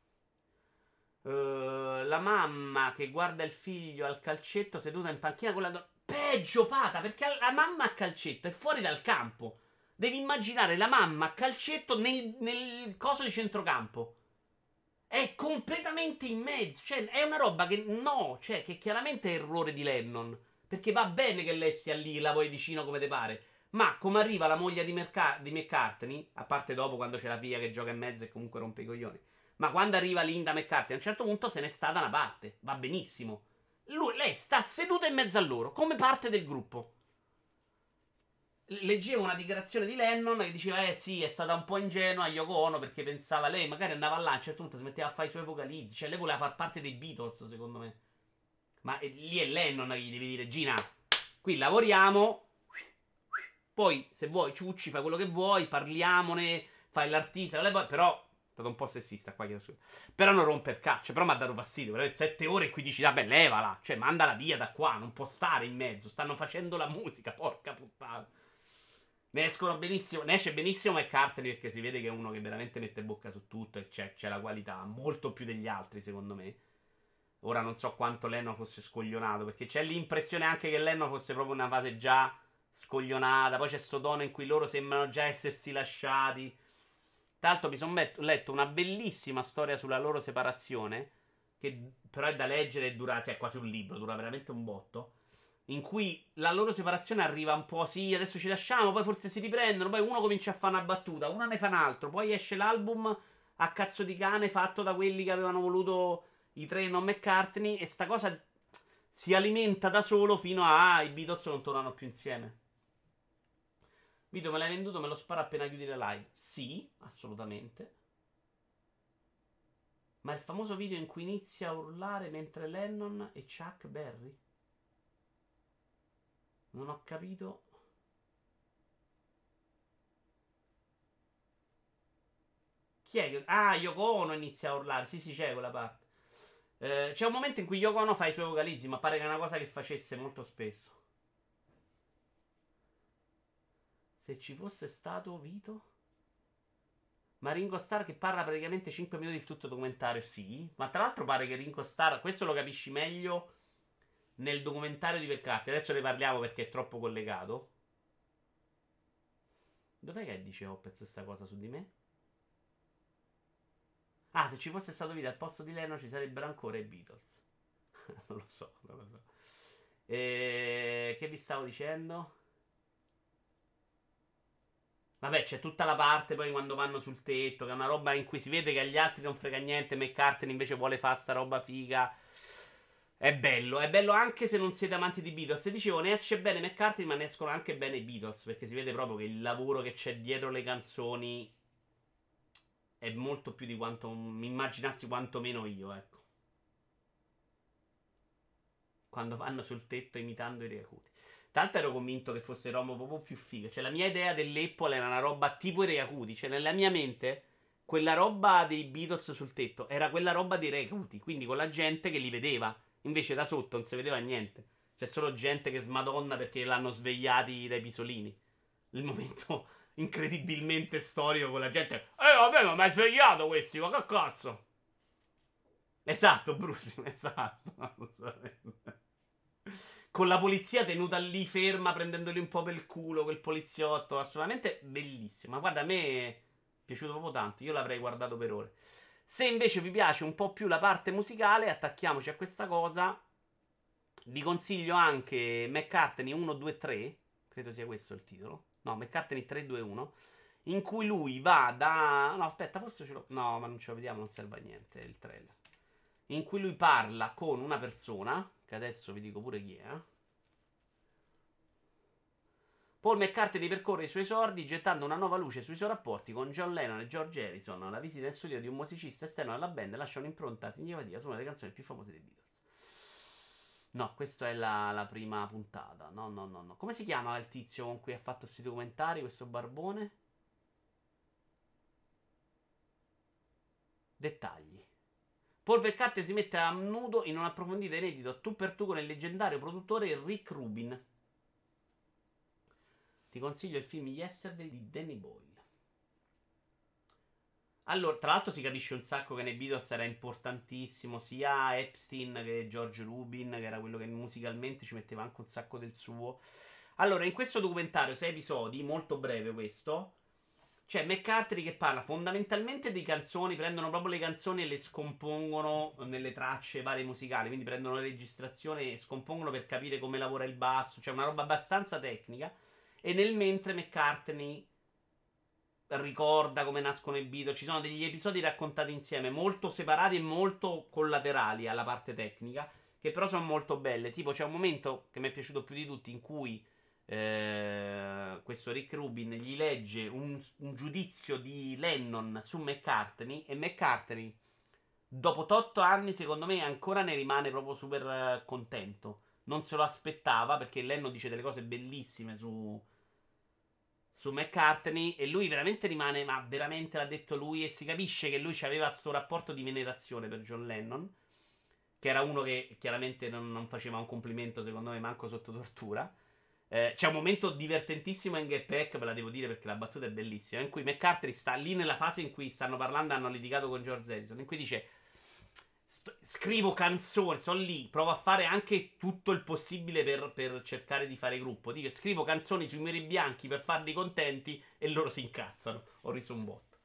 Uh, la mamma che guarda il figlio al calcetto seduta in panchina con la donna. Peggio pata, perché la mamma a calcetto è fuori dal campo. Devi immaginare la mamma a calcetto nel, nel coso di centrocampo. È completamente in mezzo. Cioè, è una roba che no, cioè, che chiaramente è errore di Lennon. Perché va bene che lei sia lì, la vuoi vicino come te pare. Ma come arriva la moglie di, Merca- di McCartney, a parte dopo quando c'è la figlia che gioca in mezzo e comunque rompe i coglioni. Ma quando arriva Linda McCartney, a un certo punto se n'è stata una parte. Va benissimo. Lui, lei sta seduta in mezzo a loro, come parte del gruppo. Leggevo una dichiarazione di Lennon che diceva: eh sì, è stata un po' ingenua Yoko Ono perché pensava, lei magari andava là, a un certo punto si metteva a fare i suoi vocalizzi. Cioè lei voleva far parte dei Beatles, secondo me. Ma eh, lì è Lennon che gli devi dire: Gina, qui lavoriamo, poi se vuoi ciucci, fai quello che vuoi, parliamone, fai l'artista, però è stato un po' sessista qua, però non romper caccia. Però mi ha dato fastidio, veramente sette ore e qui dici vabbè levala, cioè mandala via da qua, non può stare in mezzo, stanno facendo la musica, porca puttana. Ne escono benissimo, ne esce benissimo McCartney perché si vede che è uno che veramente mette bocca su tutto e c'è, c'è la qualità, molto più degli altri secondo me. Ora non so quanto Lennon fosse scoglionato, perché c'è l'impressione anche che Lennon fosse proprio una fase già scoglionata. Poi c'è sto tono in cui loro sembrano già essersi lasciati. Tra l'altro mi sono met- letto una bellissima storia sulla loro separazione, che però è da leggere e dura, cioè quasi un libro, dura veramente un botto, in cui la loro separazione arriva un po', sì, adesso ci lasciamo, poi forse si riprendono, poi uno comincia a fare una battuta, una ne fa un altro, poi esce l'album a cazzo di cane fatto da quelli che avevano voluto i tre non McCartney, e sta cosa si alimenta da solo fino a i Beatles non tornano più insieme. Vito, me l'hai venduto, me lo sparo appena chiudi la live? Sì, assolutamente. Ma il famoso video in cui inizia a urlare mentre Lennon e Chuck Berry? Non ho capito. chi è che... Ah, Yoko Ono inizia a urlare. Sì, sì, c'è quella parte. Eh, c'è un momento in cui Yoko Ono fa i suoi vocalizzi, ma pare che è una cosa che facesse molto spesso. Se ci fosse stato Vito? Ma Ringo Starr che parla praticamente cinque minuti il tutto documentario, sì. Ma tra l'altro pare che Ringo Starr, questo lo capisci meglio nel documentario di McCartney. Adesso ne parliamo perché è troppo collegato. Dov'è che dice Opez questa cosa su di me? Ah, se ci fosse stato Vito al posto di Lennon ci sarebbero ancora i Beatles. Non lo so, non lo so. E... Che vi stavo dicendo? Vabbè, c'è tutta la parte poi quando vanno sul tetto, che è una roba in cui si vede che agli altri non frega niente, McCartney invece vuole fare sta roba figa. È bello, è bello anche se non siete amanti di Beatles. E dicevo, ne esce bene McCartney, ma ne escono anche bene i Beatles, perché si vede proprio che il lavoro che c'è dietro le canzoni è molto più di quanto mi immaginassi, quantomeno io, ecco. Quando vanno sul tetto imitando i Reacuti. Tra l'altro ero convinto che fosse roba proprio più figa. Cioè la mia idea dell'Apple era una roba tipo i Reacuti. Cioè nella mia mente quella roba dei Beatles sul tetto era quella roba dei Reacuti. Quindi con la gente che li vedeva. Invece da sotto non si vedeva niente. C'è solo gente che smadonna perché l'hanno svegliati dai pisolini. Il momento incredibilmente storico con la gente. Eh vabbè, ma mi hai svegliato questi, ma che cazzo? Esatto, Bruce, esatto. Con la polizia tenuta lì ferma, prendendoli un po' per il culo, quel poliziotto, assolutamente bellissimo. Ma guarda, a me è piaciuto proprio tanto, io l'avrei guardato per ore. Se invece vi piace un po' più la parte musicale, attacchiamoci a questa cosa. Vi consiglio anche McCartney uno due tre, credo sia questo il titolo. No, McCartney tre due uno, in cui lui va da... No, aspetta, forse ce l'ho... No, ma non ce lo vediamo, non serve a niente il trailer. In cui lui parla con una persona, che adesso vi dico pure chi è. Paul McCartney ripercorre i suoi esordi gettando una nuova luce sui suoi rapporti con John Lennon e George Harrison. La visita in studio di un musicista esterno alla band lascia un'impronta significativa su una delle canzoni più famose dei Beatles. No, questa è la, la prima puntata. No, no, no, no. Come si chiama il tizio con cui ha fatto questi documentari, questo barbone? Dettagli. Paul McCartney si mette a nudo in un approfondito e inedito tu per tu con il leggendario produttore Rick Rubin. Ti consiglio il film Yesterday di Danny Boyle. Allora, tra l'altro si capisce un sacco che nei Beatles era importantissimo sia Epstein che George Rubin, che era quello che musicalmente ci metteva anche un sacco del suo. Allora, in questo documentario, sei episodi, molto breve questo, c'è McCartney che parla fondamentalmente di canzoni, prendono proprio le canzoni e le scompongono nelle tracce varie musicali, quindi prendono le registrazioni e scompongono per capire come lavora il basso, cioè una roba abbastanza tecnica. E nel mentre McCartney ricorda come nascono i Beatles. Ci sono degli episodi raccontati insieme, molto separati e molto collaterali alla parte tecnica, che però sono molto belle. Tipo c'è un momento che mi è piaciuto più di tutti in cui eh, questo Rick Rubin gli legge un, un giudizio di Lennon su McCartney, e McCartney dopo otto anni secondo me ancora ne rimane proprio super eh, contento. Non se lo aspettava, perché Lennon dice delle cose bellissime su su McCartney e lui veramente rimane, ma veramente l'ha detto lui, e si capisce che lui aveva sto rapporto di venerazione per John Lennon, che era uno che chiaramente non, non faceva un complimento secondo me manco sotto tortura. Eh, c'è un momento divertentissimo in Get Back, ve la devo dire perché la battuta è bellissima, in cui McCartney sta lì nella fase in cui stanno parlando, hanno litigato con George Harrison, in cui dice scrivo canzoni, sono lì, provo a fare anche tutto il possibile per, per cercare di fare gruppo. Dico, scrivo canzoni sui Meri Bianchi per farli contenti e loro si incazzano. Ho riso un botto.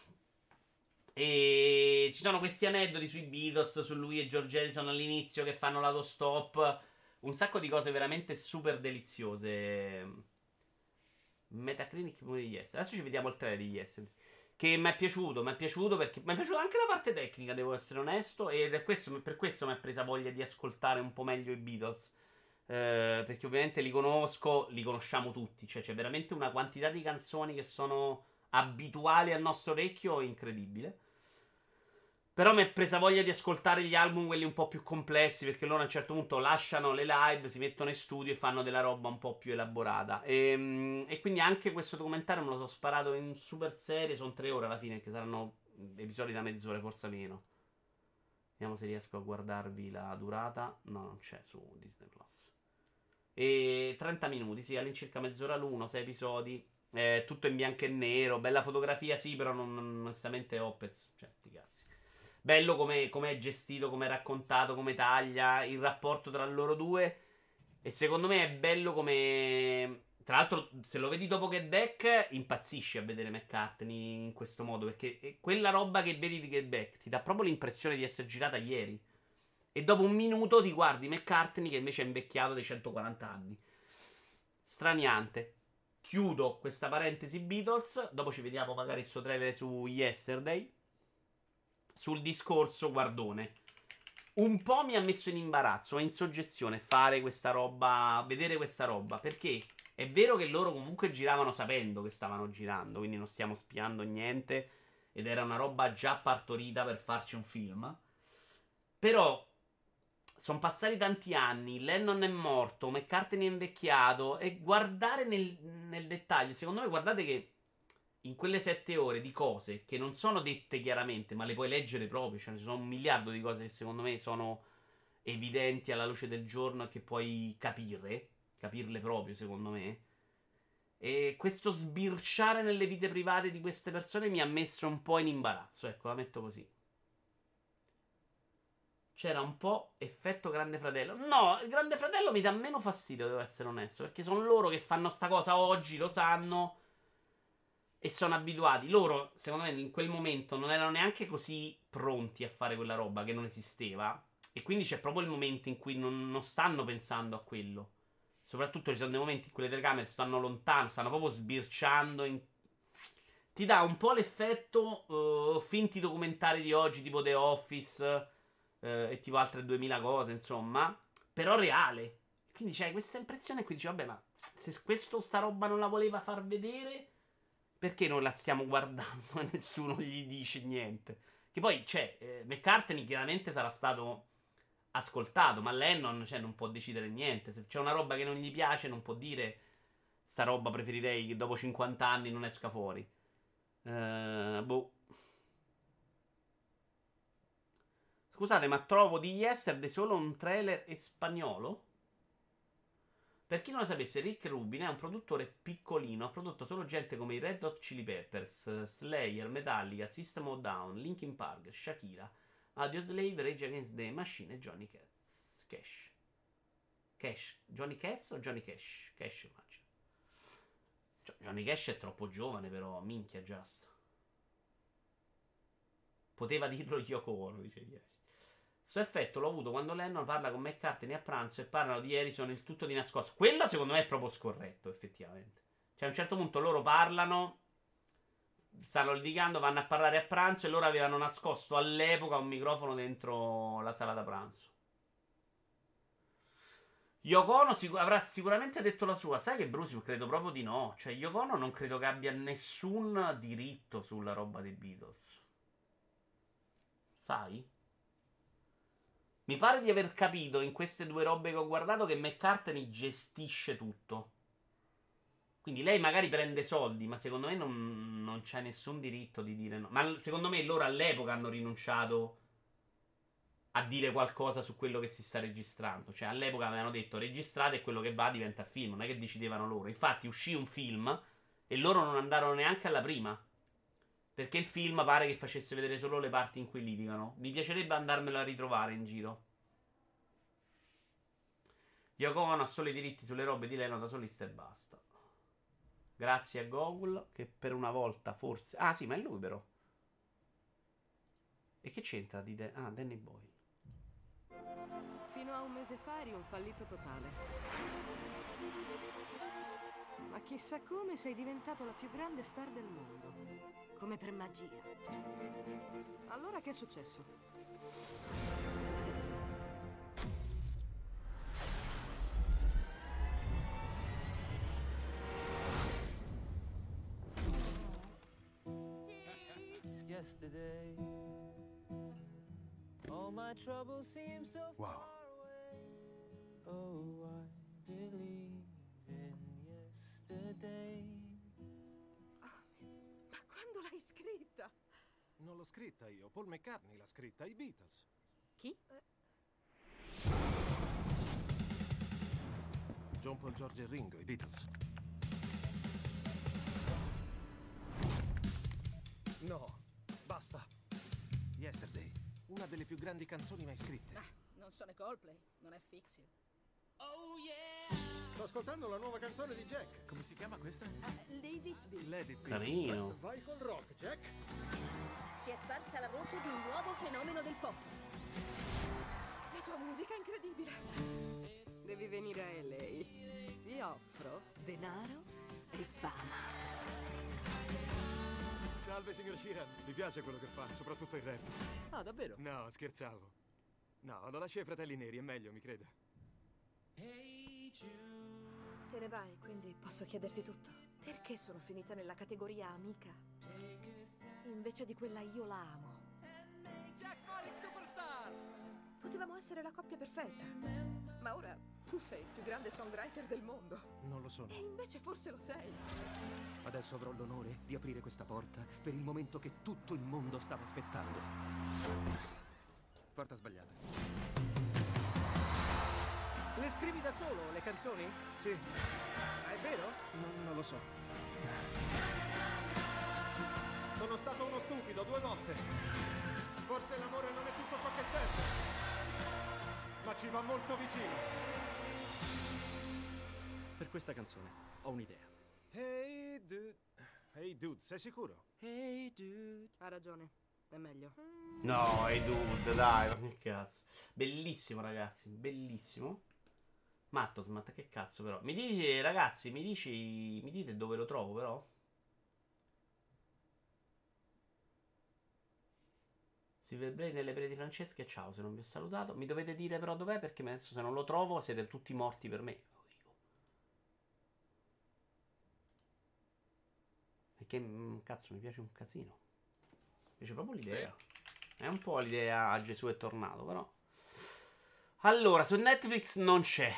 E ci sono questi aneddoti sui Beatles, su lui e George Harrison all'inizio che fanno l'autostop. Un sacco di cose veramente super deliziose. Metaclinic di Yes. Adesso ci vediamo il trailer di Yes. Che mi è piaciuto, mi è piaciuto perché mi è piaciuta anche la parte tecnica, devo essere onesto, ed è questo, per questo mi è presa voglia di ascoltare un po' meglio i Beatles, eh, perché ovviamente li conosco, li conosciamo tutti, cioè c'è veramente una quantità di canzoni che sono abituali al nostro orecchio incredibile. Però mi è presa voglia di ascoltare gli album, quelli un po' più complessi, perché loro a un certo punto lasciano le live, si mettono in studio e fanno della roba un po' più elaborata. E, e quindi anche questo documentario me lo sono sparato in super serie, sono tre ore alla fine, che saranno episodi da mezz'ora, forse meno. Vediamo se riesco a guardarvi la durata. No, non c'è su Disney Plus. E trenta minuti, sì, all'incirca mezz'ora l'uno, sei episodi. Eh, tutto in bianco e nero, bella fotografia, sì, però non, non onestamente Opez, cioè, ti cazzi. Bello come è gestito, come è raccontato, come taglia, il rapporto tra loro due. E secondo me è bello come... Tra l'altro, se lo vedi dopo Get Back, impazzisci a vedere McCartney in questo modo, perché quella roba che vedi di Get Back ti dà proprio l'impressione di essere girata ieri. E dopo un minuto ti guardi McCartney che invece è invecchiato dei centoquaranta anni. Straniante. Chiudo questa parentesi Beatles. Dopo ci vediamo magari il suo trailer su Yesterday. Sul discorso guardone. Un po' mi ha messo in imbarazzo e in soggezione fare questa roba, vedere questa roba, perché è vero che loro comunque giravano sapendo che stavano girando, quindi non stiamo spiando niente ed era una roba già partorita per farci un film. Però sono passati tanti anni, Lennon è morto, McCartney è invecchiato e guardare nel, nel dettaglio, secondo me guardate che in quelle sette ore di cose che non sono dette chiaramente, ma le puoi leggere proprio, cioè ci sono un miliardo di cose che secondo me sono evidenti alla luce del giorno e che puoi capire, capirle proprio secondo me. E questo sbirciare nelle vite private di queste persone mi ha messo un po' in imbarazzo, ecco, la metto così. C'era un po' effetto Grande Fratello. No, il Grande Fratello mi dà meno fastidio, devo essere onesto, perché sono loro che fanno sta cosa oggi, lo sanno e sono abituati. Loro, secondo me, in quel momento non erano neanche così pronti a fare quella roba che non esisteva. E quindi c'è proprio il momento in cui non, non stanno pensando a quello. Soprattutto ci sono dei momenti in cui le telecamere stanno lontano, stanno proprio sbirciando. In... Ti dà un po' l'effetto uh, finti documentari di oggi, tipo The Office uh, e tipo altre duemila cose, insomma. Però reale. Quindi c'hai questa impressione e qui dici, vabbè, ma se questo sta roba non la voleva far vedere, perché non la stiamo guardando e nessuno gli dice niente? Che poi, cioè, eh, McCartney chiaramente sarà stato ascoltato, ma Lennon, cioè, non può decidere niente. Se c'è una roba che non gli piace, non può dire sta roba preferirei che dopo cinquanta anni non esca fuori. Uh, boh. Scusate, ma trovo di Yesterday solo un trailer in spagnolo? Per chi non lo sapesse, Rick Rubin è un produttore piccolino, ha prodotto solo gente come i Red Hot Chili Peppers, Slayer, Metallica, System of a Down, Linkin Park, Shakira, Audioslave, Rage Against the Machine e Johnny Cash. Cash. Cash. Johnny Cash o Johnny Cash? Cash, immagino. Johnny Cash è troppo giovane, però, minchia, just. Poteva dirlo Yoko Ono, dice ieri. Questo effetto l'ho avuto quando Lennon parla con McCartney a pranzo e parlano di Harrison il tutto di nascosto. Quello secondo me è proprio scorretto, effettivamente. Cioè a un certo punto loro parlano, stanno litigando, vanno a parlare a pranzo e loro avevano nascosto all'epoca un microfono dentro la sala da pranzo. Yoko Ono sicur- avrà sicuramente detto la sua. Sai che Bruce, credo proprio di no. Cioè Yoko Ono non credo che abbia nessun diritto sulla roba dei Beatles. Sai? Mi pare di aver capito in queste due robe che ho guardato che McCartney gestisce tutto. Quindi lei magari prende soldi, ma secondo me non, non c'è nessun diritto di dire no. Ma secondo me loro all'epoca hanno rinunciato a dire qualcosa su quello che si sta registrando. Cioè all'epoca avevano detto registrate e quello che va diventa film. Non è che decidevano loro. Infatti uscì un film e loro non andarono neanche alla prima. Perché il film pare che facesse vedere solo le parti in cui litigano. Mi piacerebbe andarmelo a ritrovare in giro. Yoko Ono ha solo i diritti sulle robe di Lennon da solista e basta. Grazie a Google che per una volta forse... Ah sì, ma è lui però. E che c'entra di... De... Ah, Danny Boyle. Fino a un mese fa eri un fallito totale. Ma chissà come sei diventato la più grande star del mondo. Come per magia. Allora che è successo? Yesterday, all my troubles seem so far away. Oh, I believe in yesterday. Ma quando l'hai scritta? Non l'ho scritta io, Paul McCartney l'ha scritta, i Beatles. Chi? John Paul, George e Ringo, i Beatles. No, basta. Yesterday, una delle più grandi canzoni mai scritte. Ah, non sono i Coldplay, non è Fix You. Oh yeah! Sto ascoltando la nuova canzone di Jack. Come si chiama questa? Uh, Leave It Be. Let It Be. Carino. Vai col rock, Jack. Si è sparsa la voce di un nuovo fenomeno del pop. La tua musica è incredibile. Devi venire a L A. Ti offro denaro e fama. Salve, signor Sheeran. Mi piace quello che fa, soprattutto il rap. Ah, davvero? No, scherzavo. No, lo lascio ai fratelli neri, è meglio, mi creda. Te ne vai, quindi posso chiederti tutto. Perché sono finita nella categoria amica? Invece di quella io la amo. Jack Pollock Superstar! Potevamo essere la coppia perfetta. Ma ora tu sei il più grande songwriter del mondo. Non lo sono. E invece forse lo sei. Adesso avrò l'onore di aprire questa porta per il momento che tutto il mondo stava aspettando. Porta sbagliata. Le scrivi da solo, le canzoni? Sì. È vero? Non, non lo so. Sono stato uno stupido due volte. Forse l'amore non è tutto ciò che serve, ma ci va molto vicino. Per questa canzone ho un'idea. Hey dude. Hey dude, sei sicuro? Hey dude. Ha ragione, è meglio. No, hey dude, dai, ma che cazzo. Bellissimo, ragazzi, bellissimo. Mattosmat, che cazzo però. Mi dici, ragazzi, mi dici, mi dite dove lo trovo però? Silverblade nelle pere di Francesca e ciao, se non vi ho salutato. Mi dovete dire però dov'è, perché adesso se non lo trovo siete tutti morti per me. Lo dico. Perché, mh, cazzo, mi piace un casino. Mi piace proprio l'idea. È un po' l'idea a Gesù è tornato, però. Allora, su Netflix non c'è.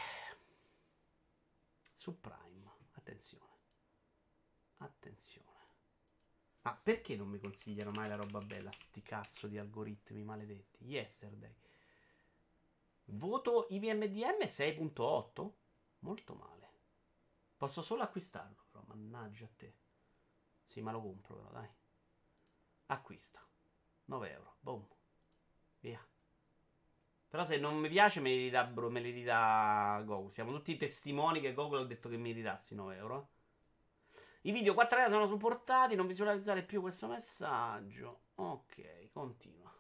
Su Prime, attenzione. Attenzione. Ma perché non mi consigliano mai la roba bella? Sti cazzo di algoritmi maledetti. Yesterday. Voto I B M D M sei virgola otto? Molto male. Posso solo acquistarlo, però. Mannaggia a te. Sì, ma lo compro, però, dai. Acquista. nove euro. Boom. Via. Però se non mi piace me li ridà, bro, me li ridà Google. Siamo tutti testimoni che Google ha detto che mi ridassi nove euro. I video quattro K sono supportati. Non visualizzare più questo messaggio. Ok, continua.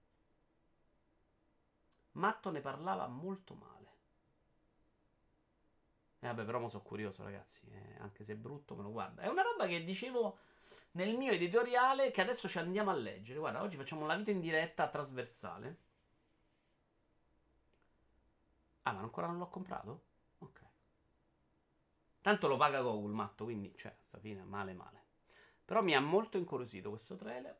Matto ne parlava molto male. E eh, vabbè, però mo sono curioso, ragazzi. Eh, anche se è brutto, me lo guarda. È una roba che dicevo nel mio editoriale, che adesso ci andiamo a leggere. Guarda, oggi facciamo la vita in diretta trasversale. Ah, ma ancora non l'ho comprato? Ok. Tanto lo paga Google, matto, quindi, cioè, sta fine, male male. Però mi ha molto incuriosito questo trailer.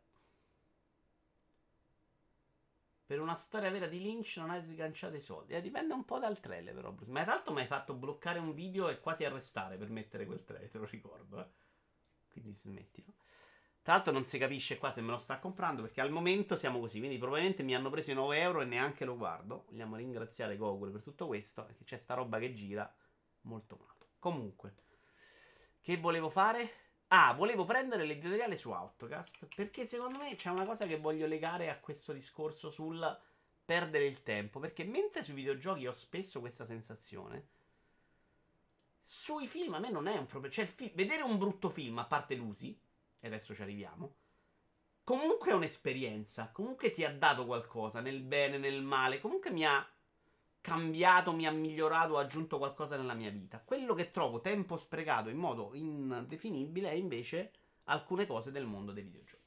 Per una storia vera di Lynch non hai sganciato i soldi. Eh, dipende un po' dal trailer, però, Bruce. Ma tra l'altro mi hai fatto bloccare un video e quasi arrestare per mettere quel trailer, te lo ricordo, eh. Quindi smettilo. Tra l'altro non si capisce qua se me lo sta comprando, perché al momento siamo così, quindi probabilmente mi hanno preso i nove euro e neanche lo guardo. Vogliamo ringraziare Google per tutto questo, perché c'è sta roba che gira molto male. Comunque, che volevo fare? Ah, volevo prendere l'editoriale su Outcast, perché secondo me c'è una cosa che voglio legare a questo discorso sul perdere il tempo, perché mentre sui videogiochi ho spesso questa sensazione, sui film a me non è un problema. Cioè, il fi- vedere un brutto film, a parte l'usi, e adesso ci arriviamo, comunque è un'esperienza, comunque ti ha dato qualcosa, nel bene, nel male, comunque mi ha cambiato, mi ha migliorato, ha aggiunto qualcosa nella mia vita. Quello che trovo tempo sprecato in modo indefinibile è invece alcune cose del mondo dei videogiochi.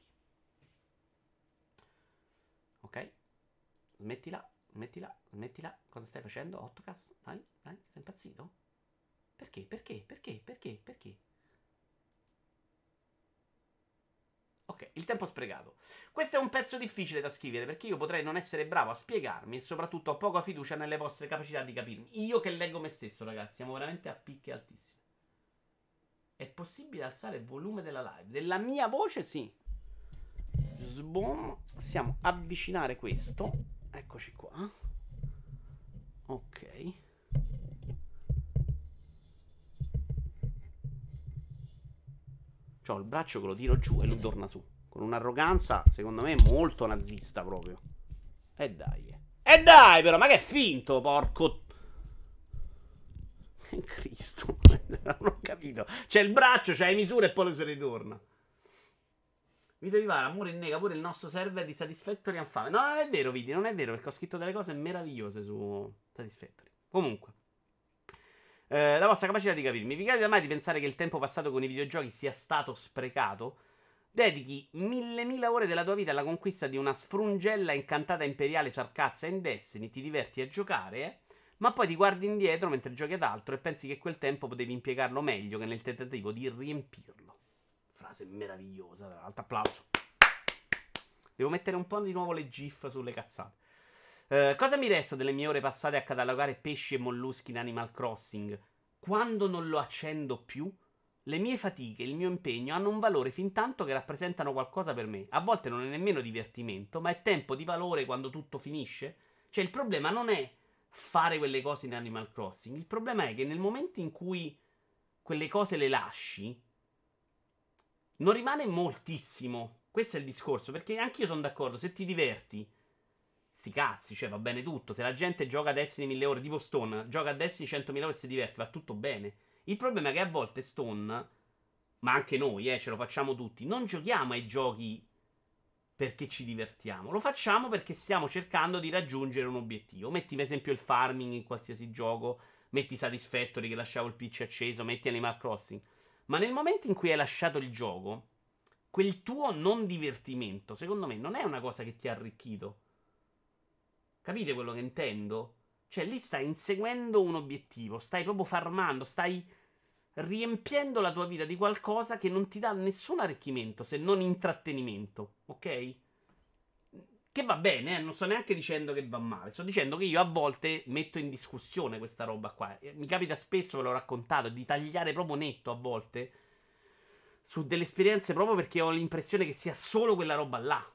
Ok? Smettila, smettila, smettila. Cosa stai facendo? Outcast? Dai, dai, sei impazzito? Perché? Perché? Perché? Perché? Perché? Ok, il tempo sprecato. Questo è un pezzo difficile da scrivere, perché io potrei non essere bravo a spiegarmi e soprattutto ho poca fiducia nelle vostre capacità di capirmi. Io che leggo me stesso, ragazzi, siamo veramente a picche altissime. È possibile alzare il volume della live? Della mia voce, sì. Sboom. Possiamo avvicinare questo. Eccoci qua. Ok. C'ho il braccio che lo tiro giù e lui torna su. Con un'arroganza, secondo me, molto nazista proprio. E dai. E dai, però, ma che è finto, porco... Cristo. Non ho capito. C'è il braccio, c'hai le misure e poi lo si ritorna. Vito Ivara, amore e nega pure il nostro server di Satisfactory Unfame. No, non è vero, Vidi, non è vero, perché ho scritto delle cose meravigliose su Satisfactory. Comunque. Eh, la vostra capacità di capirmi. Vi capita mai di pensare che il tempo passato con i videogiochi sia stato sprecato? Dedichi mille mila ore della tua vita alla conquista di una sfrungella incantata imperiale sarcazza in Destiny, ti diverti a giocare, eh? Ma poi ti guardi indietro mentre giochi ad altro e pensi che quel tempo potevi impiegarlo meglio che nel tentativo di riempirlo. Frase meravigliosa, tra l'altro, applauso. Devo mettere un po' di nuovo le gif sulle cazzate. Uh, cosa mi resta delle mie ore passate a catalogare pesci e molluschi in Animal Crossing? Quando non lo accendo più, le mie fatiche e il mio impegno hanno un valore fin tanto che rappresentano qualcosa per me. A volte non è nemmeno divertimento, ma è tempo di valore quando tutto finisce. Cioè, il problema non è fare quelle cose in Animal Crossing. Il problema è che nel momento in cui quelle cose le lasci, non rimane moltissimo. Questo è il discorso, perché anch'io sono d'accordo, se ti diverti, sti cazzi, cioè va bene tutto. Se la gente gioca a Destiny mille ore, tipo Stone, gioca a Destiny centomila ore e si diverte, va tutto bene. Il problema è che a volte Stone, ma anche noi, eh, ce lo facciamo tutti, non giochiamo ai giochi perché ci divertiamo, lo facciamo perché stiamo cercando di raggiungere un obiettivo. Metti per esempio il farming in qualsiasi gioco, metti Satisfactory che lasciavo il P C acceso, metti Animal Crossing. Ma nel momento in cui hai lasciato il gioco, quel tuo non divertimento, secondo me, non è una cosa che ti ha arricchito. Capite quello che intendo? Cioè, lì stai inseguendo un obiettivo, stai proprio farmando, stai riempiendo la tua vita di qualcosa che non ti dà nessun arricchimento, se non intrattenimento, ok? Che va bene, eh? Non sto neanche dicendo che va male, sto dicendo che io a volte metto in discussione questa roba qua. Mi capita spesso, ve l'ho raccontato, di tagliare proprio netto a volte su delle esperienze proprio perché ho l'impressione che sia solo quella roba là.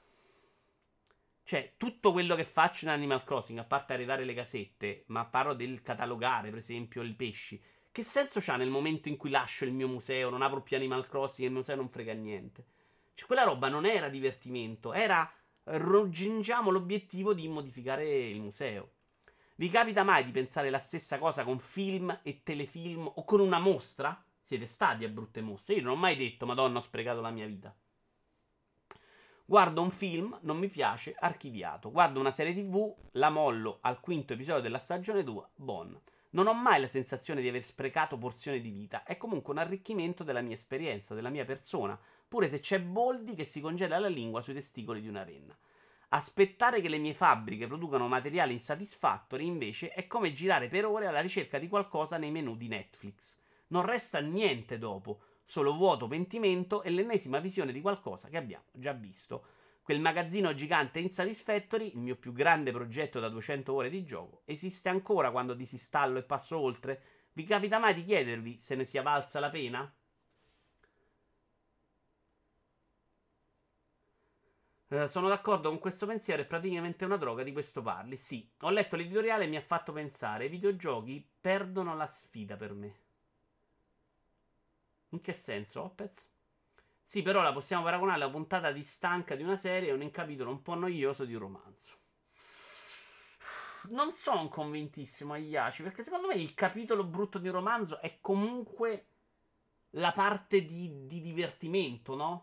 Cioè, tutto quello che faccio in Animal Crossing, a parte arredare le casette, ma parlo del catalogare, per esempio, i pesci, che senso c'ha nel momento in cui lascio il mio museo, non apro più Animal Crossing e il museo non frega niente? Cioè, quella roba non era divertimento, era raggiungiamo l'obiettivo di modificare il museo. Vi capita mai di pensare la stessa cosa con film e telefilm o con una mostra? Siete stati a brutte mostre? Io non ho mai detto, Madonna, ho sprecato la mia vita. Guardo un film, non mi piace, archiviato. Guardo una serie tv, la mollo al quinto episodio della stagione due, bon. Non ho mai la sensazione di aver sprecato porzioni di vita. È comunque un arricchimento della mia esperienza, della mia persona, pure se c'è Boldi che si congela la lingua sui testicoli di una renna. Aspettare che le mie fabbriche producano materiali insatisfattori, invece, è come girare per ore alla ricerca di qualcosa nei menu di Netflix. Non resta niente dopo, solo vuoto, pentimento e l'ennesima visione di qualcosa che abbiamo già visto. Quel magazzino gigante Insatisfactory, il mio più grande progetto da duecento ore di gioco, esiste ancora quando disinstallo e passo oltre? Vi capita mai di chiedervi se ne sia valsa la pena? Uh, sono d'accordo con questo pensiero, è praticamente una droga, di questo parli. Sì, ho letto l'editoriale e mi ha fatto pensare, i videogiochi perdono la sfida per me. In che senso, Opez? Sì, però la possiamo paragonare alla puntata di stanca di una serie e un capitolo un po' noioso di un romanzo. Non sono convintissimo, Aiaci, perché secondo me il capitolo brutto di un romanzo è comunque la parte di, di divertimento, no?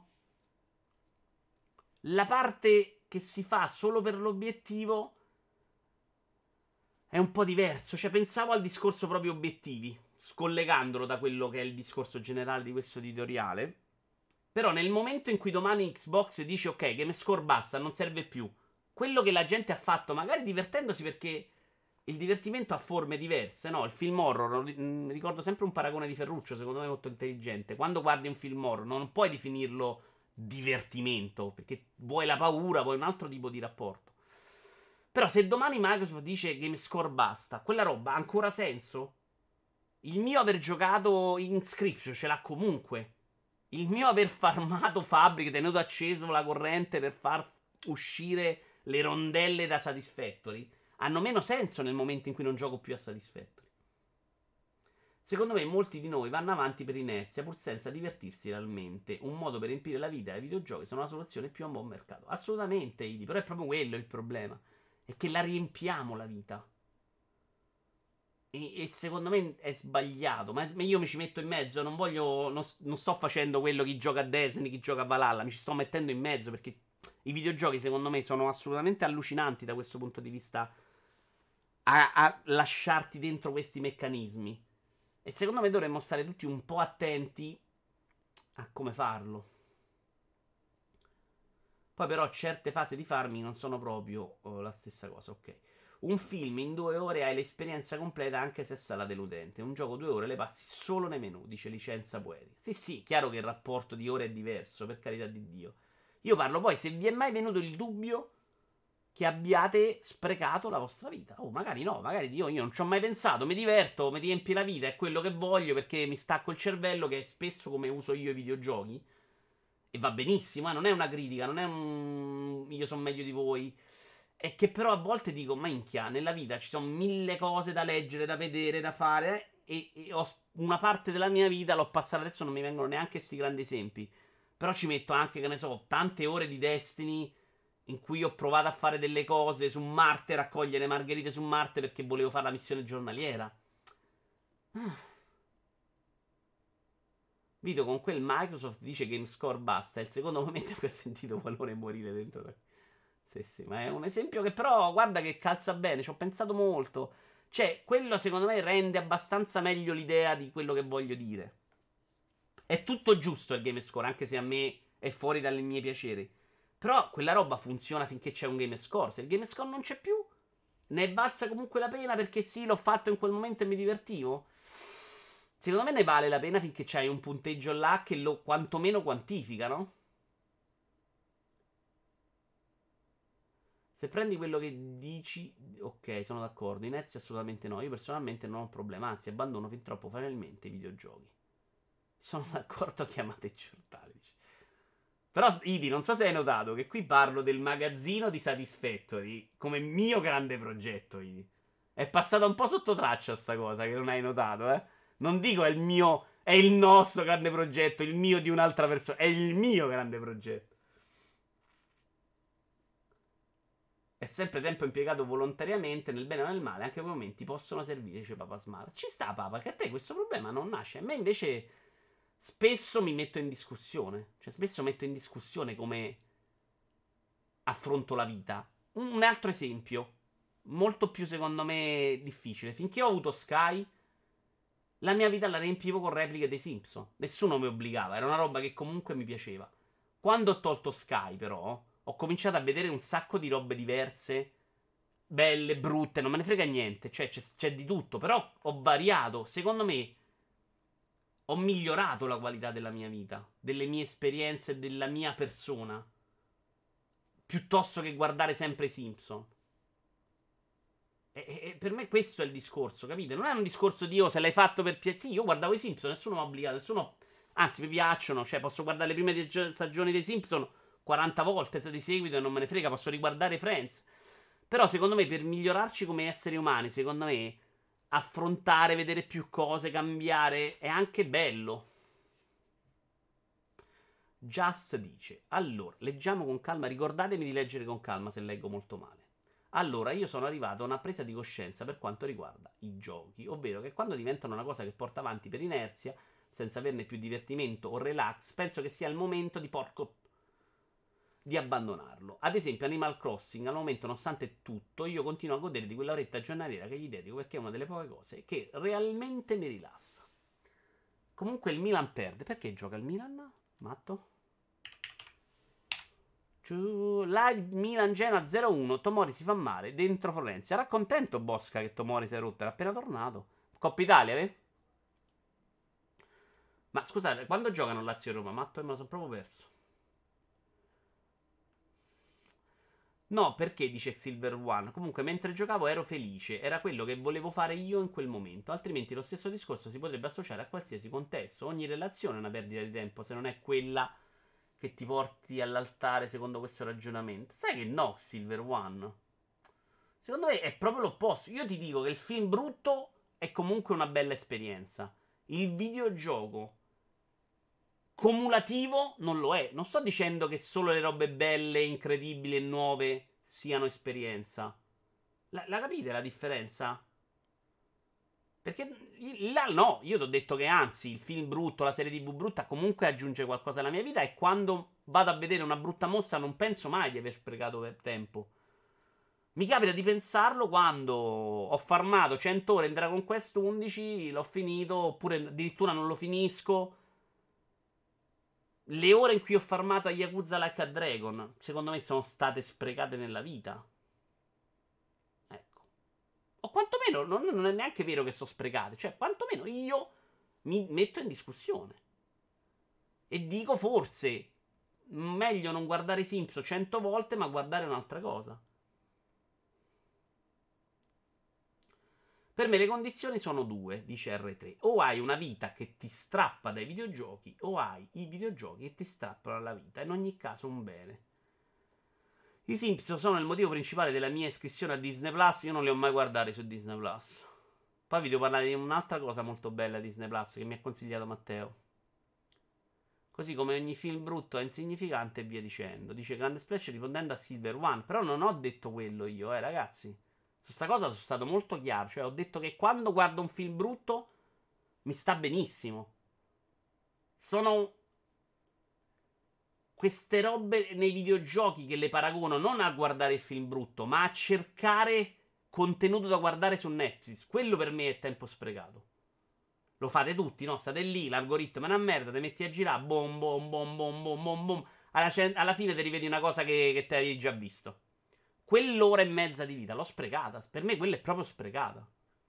La parte che si fa solo per l'obiettivo è un po' diverso. Cioè, pensavo al discorso proprio obiettivi, scollegandolo da quello che è il discorso generale di questo editoriale. Però nel momento in cui domani Xbox dice ok, game score basta, non serve più, quello che la gente ha fatto, magari divertendosi, perché il divertimento ha forme diverse, no? Il film horror, mh, ricordo sempre un paragone di Ferruccio, secondo me molto intelligente. Quando guardi un film horror non puoi definirlo divertimento, perché vuoi la paura, vuoi un altro tipo di rapporto. Però se domani Microsoft dice game score basta, quella roba ha ancora senso? Il mio aver giocato Inscription ce l'ha comunque. Il mio aver farmato fabbriche, tenuto acceso la corrente per far uscire le rondelle da Satisfactory hanno meno senso nel momento in cui non gioco più a Satisfactory. Secondo me molti di noi vanno avanti per inerzia pur senza divertirsi realmente. Un modo per riempire la vita ai videogiochi sono la soluzione più a buon mercato. Assolutamente, Idi, però è proprio quello il problema. È che la riempiamo la vita. E, e secondo me è sbagliato. Ma io mi ci metto in mezzo. Non voglio. Non, non sto facendo quello chi gioca a Destiny, chi gioca a Valhalla. Mi ci sto mettendo in mezzo perché i videogiochi secondo me sono assolutamente allucinanti da questo punto di vista. A, a lasciarti dentro questi meccanismi. E secondo me dovremmo stare tutti un po' attenti a come farlo. Poi però certe fasi di farming non sono proprio oh, la stessa cosa, ok. Un film in due ore hai l'esperienza completa anche se sarà deludente. Un gioco due ore le passi solo nei menu, dice Licenza Poetica. Sì, sì, chiaro che il rapporto di ore è diverso, per carità di Dio. Io parlo poi, se vi è mai venuto il dubbio che abbiate sprecato la vostra vita. Oh, magari no, magari io, io non ci ho mai pensato, mi diverto, mi riempie la vita, è quello che voglio perché mi stacco il cervello, che è spesso come uso io i videogiochi. E va benissimo, eh, non è una critica, non è un io sono meglio di voi. È che però a volte dico, minchia, nella vita ci sono mille cose da leggere, da vedere, da fare, eh, e, e ho una parte della mia vita l'ho passata, adesso non mi vengono neanche questi grandi esempi. Però ci metto anche, che ne so, tante ore di Destiny in cui ho provato a fare delle cose su Marte, raccogliere margherite su Marte perché volevo fare la missione giornaliera. Ah. Vito, con quel Microsoft dice GameScore basta. È il secondo momento in cui ho sentito valore morire dentro. Sì, sì, ma è un esempio che però, guarda che calza bene, ci ho pensato molto. Cioè, quello secondo me rende abbastanza meglio l'idea di quello che voglio dire. È tutto giusto il GameScore, anche se a me è fuori dalle mie piaceri. Però quella roba funziona finché c'è un game score. Se il game score non c'è più, ne è valsa comunque la pena perché sì, l'ho fatto in quel momento e mi divertivo. Secondo me ne vale la pena finché c'hai un punteggio là che lo quantomeno quantifica, no? Se prendi quello che dici, ok, sono d'accordo. Inerzia assolutamente no. Io personalmente non ho problema, anzi abbandono fin troppo facilmente i videogiochi. Sono d'accordo a chiamate giornali. Però, Idi, non so se hai notato che qui parlo del magazzino di Satisfactory come mio grande progetto, Idi. È passata un po' sotto traccia sta cosa, che non hai notato, eh? Non dico è il mio, è il nostro grande progetto, il mio di un'altra persona. È il mio grande progetto. È sempre tempo impiegato volontariamente, nel bene o nel male, anche quei momenti possono servire, dice Papa Smart. Ci sta, Papa, che a te questo problema non nasce. A me invece spesso mi metto in discussione. Cioè, spesso metto in discussione come affronto la vita. Un altro esempio, molto più secondo me difficile. Finché ho avuto Sky, la mia vita la riempivo con repliche dei Simpson. Nessuno mi obbligava, era una roba che comunque mi piaceva. Quando ho tolto Sky, però, ho cominciato a vedere un sacco di robe diverse, belle, brutte, non me ne frega niente. Cioè, c'è, c'è di tutto, però ho variato. Secondo me ho migliorato la qualità della mia vita, delle mie esperienze e della mia persona, piuttosto che guardare sempre i Simpson. E, e, e per me questo è il discorso, capite? Non è un discorso di io, se l'hai fatto per piacere. Sì, io guardavo i Simpson, nessuno mi ha obbligato, nessuno. Anzi, mi piacciono, cioè posso guardare le prime die- stagioni dei Simpson quaranta volte se di seguito e non me ne frega, posso riguardare Friends. Però secondo me per migliorarci come esseri umani, secondo me affrontare, vedere più cose, cambiare è anche bello. Just dice: allora, leggiamo con calma, ricordatemi di leggere con calma se leggo molto male. Allora, io sono arrivato a una presa di coscienza per quanto riguarda i giochi, ovvero che quando diventano una cosa che porta avanti per inerzia, senza averne più divertimento o relax, penso che sia il momento di porco di abbandonarlo. Ad esempio Animal Crossing, al momento nonostante tutto, io continuo a godere di quella oretta giornaliera che gli dedico perché è una delle poche cose che realmente mi rilassa. Comunque il Milan perde. Perché gioca il Milan? Matto? Live Milan Genoa zero uno. Tomori si fa male dentro Florenza. Era contento Bosca che Tomori si è rotto, era appena tornato. Coppa Italia, eh? Ma scusate, quando giocano Lazio e Roma? Matto, me lo sono proprio perso. No, perché dice Silver One? Comunque, mentre giocavo ero felice. Era quello che volevo fare io in quel momento. Altrimenti lo stesso discorso si potrebbe associare a qualsiasi contesto. Ogni relazione è una perdita di tempo, se non è quella che ti porti all'altare secondo questo ragionamento. Sai che no, Silver One? Secondo me è proprio l'opposto. Io ti dico che il film brutto è comunque una bella esperienza. Il videogioco cumulativo non lo è. Non sto dicendo che solo le robe belle, incredibili e nuove siano esperienza. La, la capite la differenza? Perché là no, io ti ho detto che anzi il film brutto, la serie tv brutta comunque aggiunge qualcosa alla mia vita, e quando vado a vedere una brutta mostra non penso mai di aver sprecato per tempo. Mi capita di pensarlo quando ho farmato cento ore in Dragon Quest undici, l'ho finito, oppure addirittura non lo finisco. Le ore in cui ho farmato a Yakuza Like a Dragon, secondo me sono state sprecate nella vita. Ecco. O quantomeno non, non è neanche vero che sono sprecate. Cioè, quantomeno io mi metto in discussione. E dico forse, meglio non guardare i Simpson cento volte, ma guardare un'altra cosa. Per me le condizioni sono due, dice erre tre. O hai una vita che ti strappa dai videogiochi, o hai i videogiochi che ti strappano dalla vita. In ogni caso un bene. I Simpson sono il motivo principale della mia iscrizione a Disney Plus. Io non li ho mai guardati su Disney Plus. Poi vi devo parlare di un'altra cosa molto bella di Disney Plus che mi ha consigliato Matteo. Così come ogni film brutto è insignificante e via dicendo. Dice Grande Splash rispondendo a Silver One. Però non ho detto quello io, eh ragazzi. Su sta cosa sono stato molto chiaro. Cioè ho detto che quando guardo un film brutto mi sta benissimo. Sono queste robe nei videogiochi che le paragono non a guardare il film brutto, ma a cercare contenuto da guardare su Netflix. Quello per me è tempo sprecato. Lo fate tutti, no? State lì, l'algoritmo è una merda, ti metti a girare, bom bom bom bom bom bom bom. Alla, alla fine ti rivedi una cosa che, che ti avevi già visto. Quell'ora e mezza di vita l'ho sprecata. Per me quella è proprio sprecata.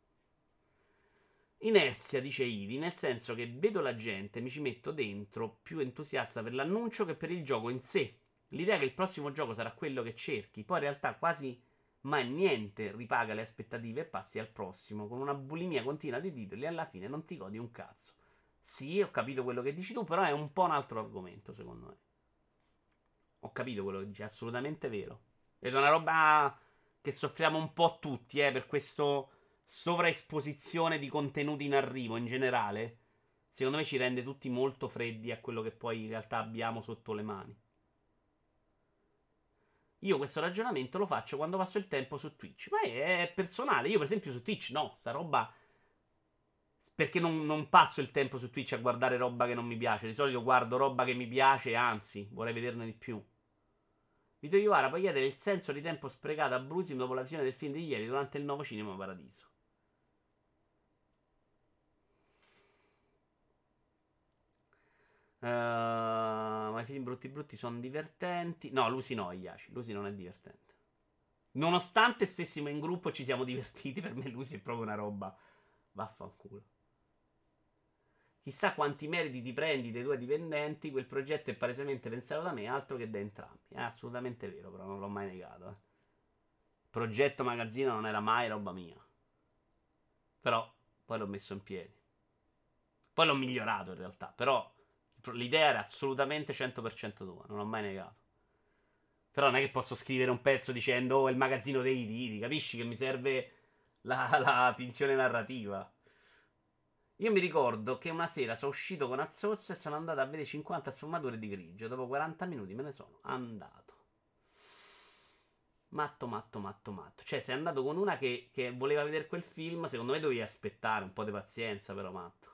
Inerzia, dice Idi, nel senso che vedo la gente, mi ci metto dentro più entusiasta per l'annuncio che per il gioco in sé. L'idea che il prossimo gioco sarà quello che cerchi, poi in realtà quasi mai niente ripaga le aspettative e passi al prossimo, con una bulimia continua di titoli e alla fine non ti godi un cazzo. Sì, ho capito quello che dici tu, però è un po' un altro argomento, secondo me. Ho capito quello che dici, è assolutamente vero. Ed è una roba che soffriamo un po' tutti, eh, per questo sovraesposizione di contenuti in arrivo in generale. Secondo me ci rende tutti molto freddi a quello che poi in realtà abbiamo sotto le mani. Io questo ragionamento lo faccio quando passo il tempo su Twitch, ma è personale. Io per esempio su Twitch no, sta roba... Perché non, non passo il tempo su Twitch a guardare roba che non mi piace. Di solito guardo roba che mi piace, anzi, vorrei vederne di più. Vito Iovara, puoi chiedere il senso di tempo sprecato a Brusim dopo la visione del film di ieri durante il nuovo Cinema Paradiso. Uh, ma i film brutti brutti sono divertenti. No, Lucy no, Iaci. Lucy non è divertente. Nonostante stessimo in gruppo e ci siamo divertiti, per me Lucy è proprio una roba. Vaffanculo. Chissà quanti meriti ti prendi dei tuoi dipendenti. Quel progetto è palesemente pensato da me, altro che da entrambi. È assolutamente vero, però non l'ho mai negato. Eh. Progetto magazzino non era mai roba mia. Però poi l'ho messo in piedi. Poi l'ho migliorato in realtà. Però l'idea era assolutamente cento per cento tua. Non l'ho mai negato. Però non è che posso scrivere un pezzo dicendo oh, il magazzino dei diti. Capisci che mi serve la, la finzione narrativa. Io mi ricordo che una sera sono uscito con Azzozza e sono andato a vedere cinquanta sfumature di grigio. Dopo quaranta minuti me ne sono andato. Matto, matto, matto, matto. Cioè, sei andato con una che, che voleva vedere quel film. Secondo me dovevi aspettare un po' di pazienza, però, matto.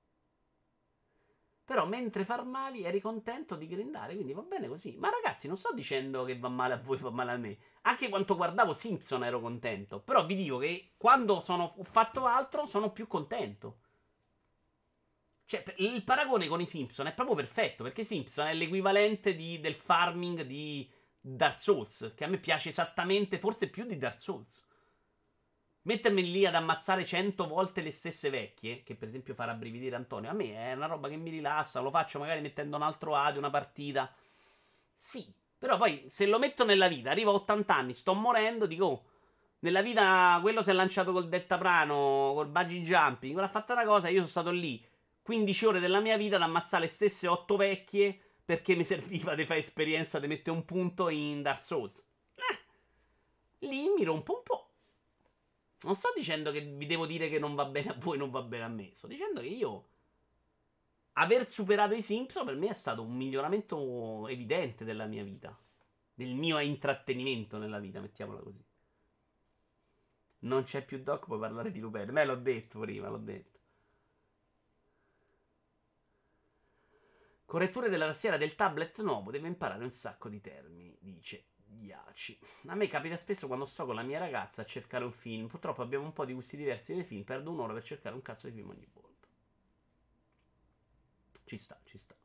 Però mentre farmavi eri contento di grindare, quindi va bene così. Ma ragazzi, non sto dicendo che va male a voi, va male a me. Anche quando guardavo Simpson ero contento. Però vi dico che quando sono, ho fatto altro sono più contento. Cioè, il paragone con i Simpson è proprio perfetto, perché Simpson è l'equivalente di, del farming di Dark Souls, che a me piace esattamente, forse più di Dark Souls. Mettermi lì ad ammazzare cento volte le stesse vecchie, che per esempio fa rabbrividire Antonio, a me è una roba che mi rilassa, lo faccio magari mettendo un altro audio, una partita. Sì, Però poi, se lo metto nella vita, arrivo a ottanta anni, sto morendo, dico, oh, nella vita quello si è lanciato col deltaplano, col bungee jumping, quello ha fatto una cosa, io sono stato lì quindici ore della mia vita ad ammazzare le stesse otto vecchie perché mi serviva di fare esperienza di mettere un punto in Dark Souls. Eh, lì mi rompo un po'. Non sto dicendo che vi devo dire che non va bene a voi, non va bene a me. Sto dicendo che io aver superato i Simpson per me è stato un miglioramento evidente della mia vita. Del mio intrattenimento nella vita, mettiamola così. Non c'è più Doc, puoi parlare di Lupin. Me l'ho detto prima, l'ho detto. Corretture della tastiera del tablet nuovo, deve imparare un sacco di termini, dice Yaci. A me capita spesso quando sto con la mia ragazza a cercare un film. Purtroppo abbiamo un po' di gusti diversi dei film, perdo un'ora per cercare un cazzo di film ogni volta. Ci sta, ci sta.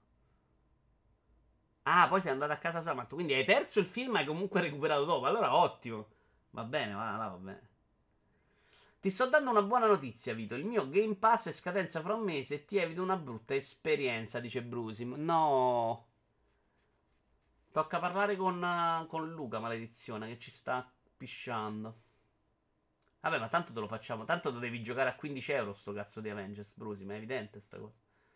Ah, poi sei andato a casa sua, Matto. Quindi hai perso il film e hai comunque recuperato dopo. Allora ottimo. Va bene, va, va, va bene. Ti sto dando una buona notizia, Vito. Il mio Game Pass è scadenza fra un mese e ti evito una brutta esperienza, dice Brusim. No. Tocca parlare con, uh, con Luca, maledizione, che ci sta pisciando. Vabbè, ma tanto te lo facciamo. Tanto lo devi giocare a quindici euro sto cazzo di Avengers, Brusim. È evidente sta cosa.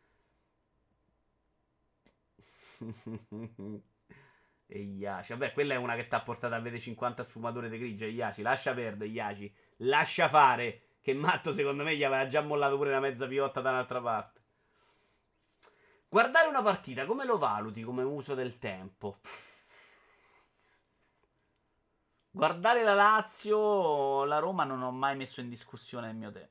E Iaci. Vabbè, quella è una che ti ha portato a vedere cinquanta sfumature di grigia. Iaci, lascia perdere, Iaci. Lascia fare. Che Matto secondo me gli aveva già mollato pure una mezza piotta da un'altra parte. Guardare una partita, come lo valuti come uso del tempo? Guardare la Lazio, la Roma non ho mai messo in discussione il mio tempo.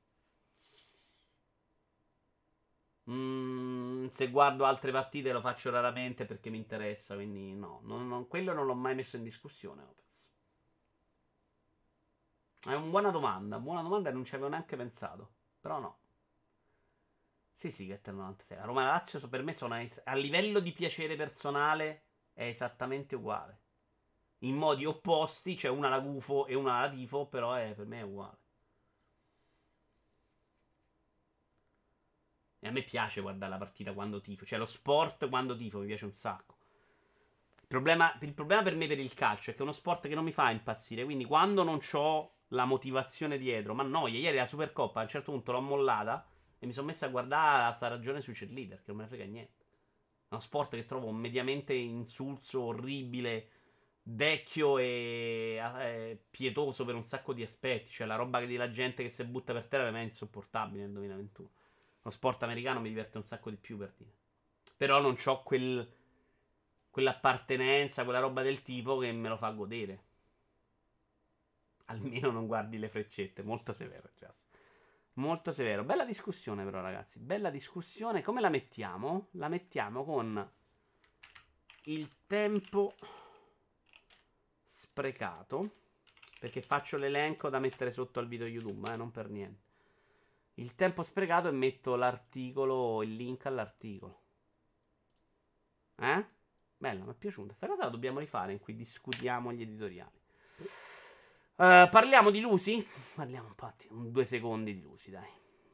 Mm, se guardo altre partite lo faccio raramente perché mi interessa, quindi no, non, non, quello non l'ho mai messo in discussione, Opez. È una buona domanda, buona domanda e non ci avevo neanche pensato, però no. Sì, sì, che è novantasei. La Roma e la Lazio per me sono a livello di piacere personale è esattamente uguale. In modi opposti, cioè una la gufo e una la tifo, però è, per me è uguale. E a me piace guardare la partita quando tifo, cioè lo sport quando tifo mi piace un sacco. Il problema, il problema per me per il calcio è che è uno sport che non mi fa impazzire, quindi quando non ho la motivazione dietro, ma noia, ieri la Supercoppa a un certo punto l'ho mollata e mi sono messo a guardare sta ragione sui cheerleader, che non me ne frega niente. È uno sport che trovo mediamente insulso, orribile, vecchio e eh, pietoso per un sacco di aspetti, cioè la roba della gente che si butta per terra per me è insopportabile nel duemilaventuno. Lo sport americano mi diverte un sacco di più, per dire. Però non c'ho quel, quell'appartenenza, quella roba del tipo che me lo fa godere. Almeno non guardi le freccette. Molto severo, Just. Molto severo. Bella discussione però, ragazzi. Bella discussione. Come la mettiamo? La mettiamo con il tempo sprecato. Perché faccio l'elenco da mettere sotto al video YouTube, eh, non per niente. Il tempo sprecato e metto l'articolo, il link all'articolo. Eh? Bella, mi è piaciuta. Questa cosa la dobbiamo rifare in cui discutiamo gli editoriali. Uh, parliamo di Lucy? Parliamo un po', un due secondi di Lucy, dai.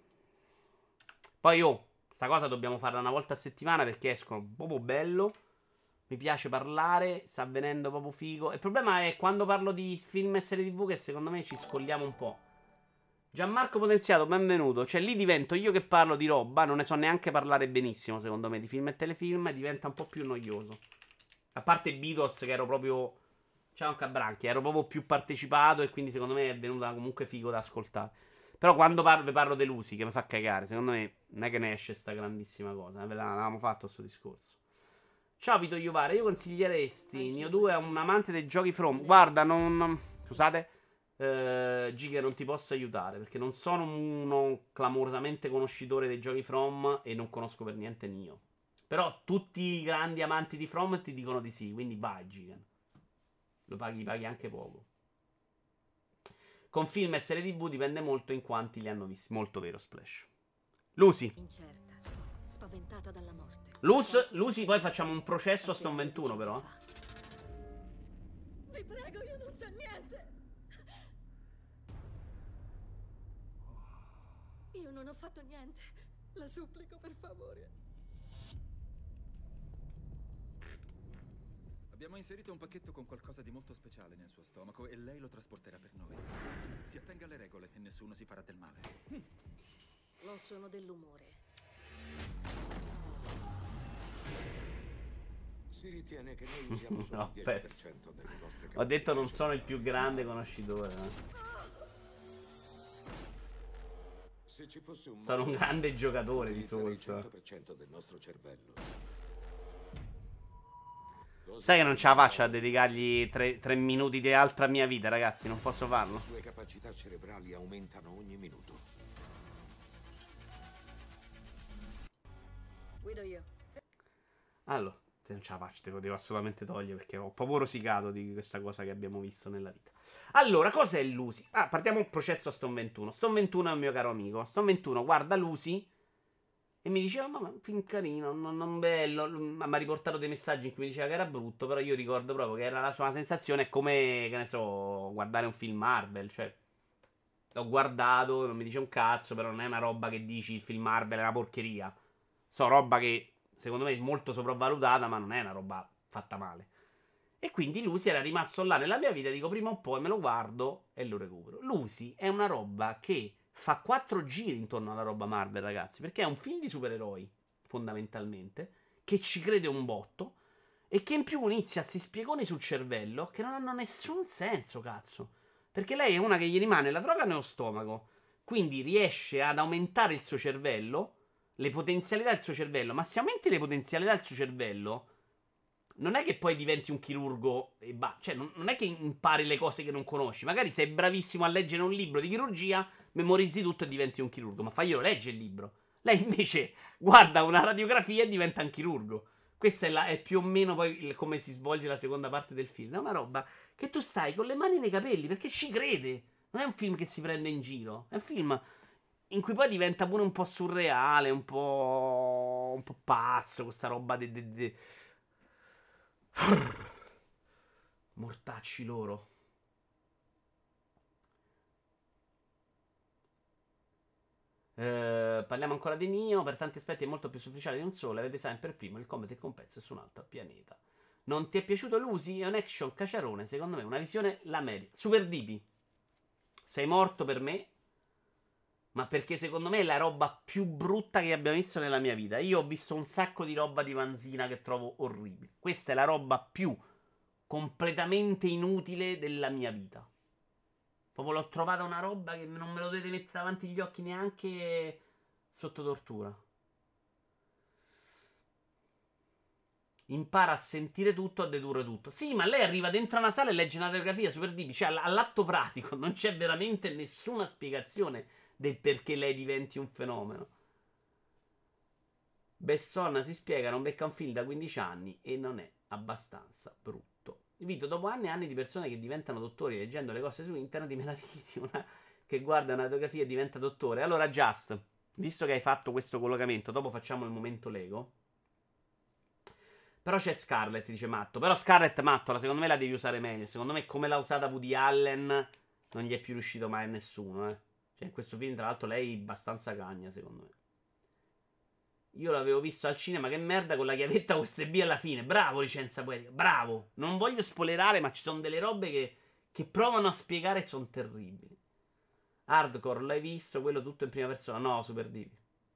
Poi, oh, sta cosa dobbiamo farla una volta a settimana perché escono proprio bello. Mi piace parlare, sta venendo proprio figo. Il problema è quando parlo di film e serie tivù che secondo me ci scolliamo un po'. Gianmarco Potenziato, benvenuto. Cioè lì divento io che parlo di roba, non ne so neanche parlare benissimo secondo me di film e telefilm, e diventa un po' più noioso. A parte Beatles che ero proprio... Ciao un Cabranchi, ero proprio più partecipato e quindi secondo me è venuta comunque figo da ascoltare. Però quando parlo, parlo di Lucy che mi fa cagare, secondo me non è che ne esce sta grandissima cosa, ve l'avevamo fatto sto discorso. Ciao Vito Iovara, io consiglieresti Neo due a un amante dei giochi From? Guarda, non... Scusate, eh, Giga non ti posso aiutare perché non sono uno clamorosamente conoscitore dei giochi From e non conosco per niente Neo. Però tutti i grandi amanti di From ti dicono di sì, quindi vai Giga. Lo paghi, paghi anche poco. Con film e serie tivù dipende molto in quanti li hanno visti. Molto vero, Splash. Lucy. Incerta, spaventata dalla morte. Lucy, Lucy, poi facciamo un processo a Stone ventuno, però. Vi prego, io non so niente. Io non ho fatto niente. La supplico, per favore. Abbiamo inserito un pacchetto con qualcosa di molto speciale nel suo stomaco e lei lo trasporterà per noi. Si attenga alle regole e nessuno si farà del male. Non sono dell'umore. Si ritiene che noi usiamo solo No, il dieci per pezzo. cento delle nostre Ho detto non sono il più grande conoscitore. eh. Se ci fosse un Sono un modo, grande giocatore di utilizzare il Souls. cento per cento del nostro cervello. Sai che non ce la faccio a dedicargli tre, tre minuti di altra mia vita, ragazzi. Non posso farlo. Le sue capacità cerebrali aumentano ogni minuto. Guido io. Allora, se non ce la faccio, te lo devo assolutamente togliere perché ho proprio rosicato di questa cosa che abbiamo visto nella vita. Allora, cos'è Lucy? Ah, partiamo un processo a Stone ventuno. Stone ventuno è un mio caro amico. Stone ventuno guarda Lucy e mi diceva, ma un film carino, non, non bello. Mi ha riportato dei messaggi in cui mi diceva che era brutto, però io ricordo proprio che era la sua sensazione, è come, che ne so, guardare un film Marvel, cioè l'ho guardato, non mi dice un cazzo, però non è una roba che dici il film Marvel è una porcheria. So, roba che secondo me è molto sopravvalutata, ma non è una roba fatta male. E quindi Lucy era rimasto là nella mia vita, dico prima o poi me lo guardo e lo recupero. Lucy è una roba che fa quattro giri intorno alla roba Marvel, ragazzi, perché è un film di supereroi, fondamentalmente, che ci crede un botto, e che in più inizia a sti spiegoni sul cervello che non hanno nessun senso, cazzo. Perché lei è una che gli rimane la droga nello stomaco, quindi riesce ad aumentare il suo cervello, le potenzialità del suo cervello, ma se aumenti le potenzialità del suo cervello, non è che poi diventi un chirurgo e bah, cioè non, non è che impari le cose che non conosci, magari sei bravissimo a leggere un libro di chirurgia, memorizzi tutto e diventi un chirurgo, ma faglielo leggere il libro. Lei invece guarda una radiografia e diventa un chirurgo. Questa è, la, è più o meno poi il, come si svolge la seconda parte del film. È una roba che tu stai con le mani nei capelli perché ci crede. Non è un film che si prende in giro, è un film in cui poi diventa pure un po' surreale, un po', un po' pazzo, questa roba de, de, de... mortacci loro. Eh, parliamo ancora di Nioh. Per tanti aspetti è molto più superficiale di un solo. Avete sempre il primo, il combat e il compenso è su un altro pianeta. Non ti è piaciuto Lucy? È un action caciarone, secondo me una visione la merita. Super Divi, sei morto per me, ma perché secondo me è la roba più brutta che abbiamo visto nella mia vita. Io ho visto un sacco di roba di Vanzina che trovo orribile. Questa è la roba più completamente inutile della mia vita. Proprio l'ho trovata una roba che non me lo dovete mettere davanti agli occhi neanche sotto tortura. Impara a sentire tutto, a dedurre tutto. Sì, ma lei arriva dentro una sala e legge una radiografia super divi. Cioè, all'atto pratico non c'è veramente nessuna spiegazione del perché lei diventi un fenomeno. Besson si spiega, non becca un film da quindici anni e non è abbastanza brutto. Vito, dopo anni e anni di persone che diventano dottori leggendo le cose su internet, me la vedi una che guarda una fotografia e diventa dottore. Allora, Just, visto che hai fatto questo collocamento, dopo facciamo il momento Lego. Però c'è Scarlett, dice Matto. Però Scarlett, Matto, secondo me la devi usare meglio. Secondo me come l'ha usata Woody Allen non gli è più riuscito mai a nessuno, eh. Cioè, in questo film, tra l'altro, lei è abbastanza cagna, secondo me. Io l'avevo visto al cinema, che merda, con la chiavetta U S B alla fine. Bravo, licenza poetica, bravo. Non voglio spoilerare, ma ci sono delle robe che, che provano a spiegare e sono terribili. Hardcore, l'hai visto? Quello tutto in prima persona? No, Super Divi.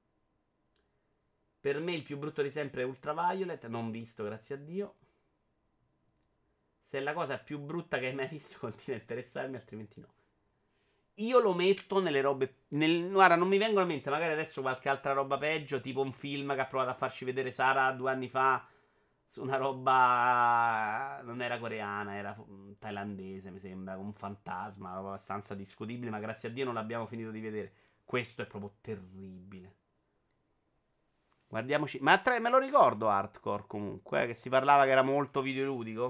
Per me il più brutto di sempre è Ultraviolet. Non visto, grazie a Dio. Se è la cosa più brutta che hai mai visto, continua a interessarmi, altrimenti no. Io lo metto nelle robe. Nel, guarda, non mi vengono in mente. Magari adesso qualche altra roba peggio. Tipo un film che ha provato a farci vedere Sara due anni fa. Su una roba. Non era coreana, era thailandese, mi sembra. Un fantasma. Una roba abbastanza discutibile. Ma grazie a Dio non l'abbiamo finito di vedere. Questo è proprio terribile. Guardiamoci. Ma tre, me lo ricordo Hardcore comunque. Eh, che si parlava che era molto videoludico.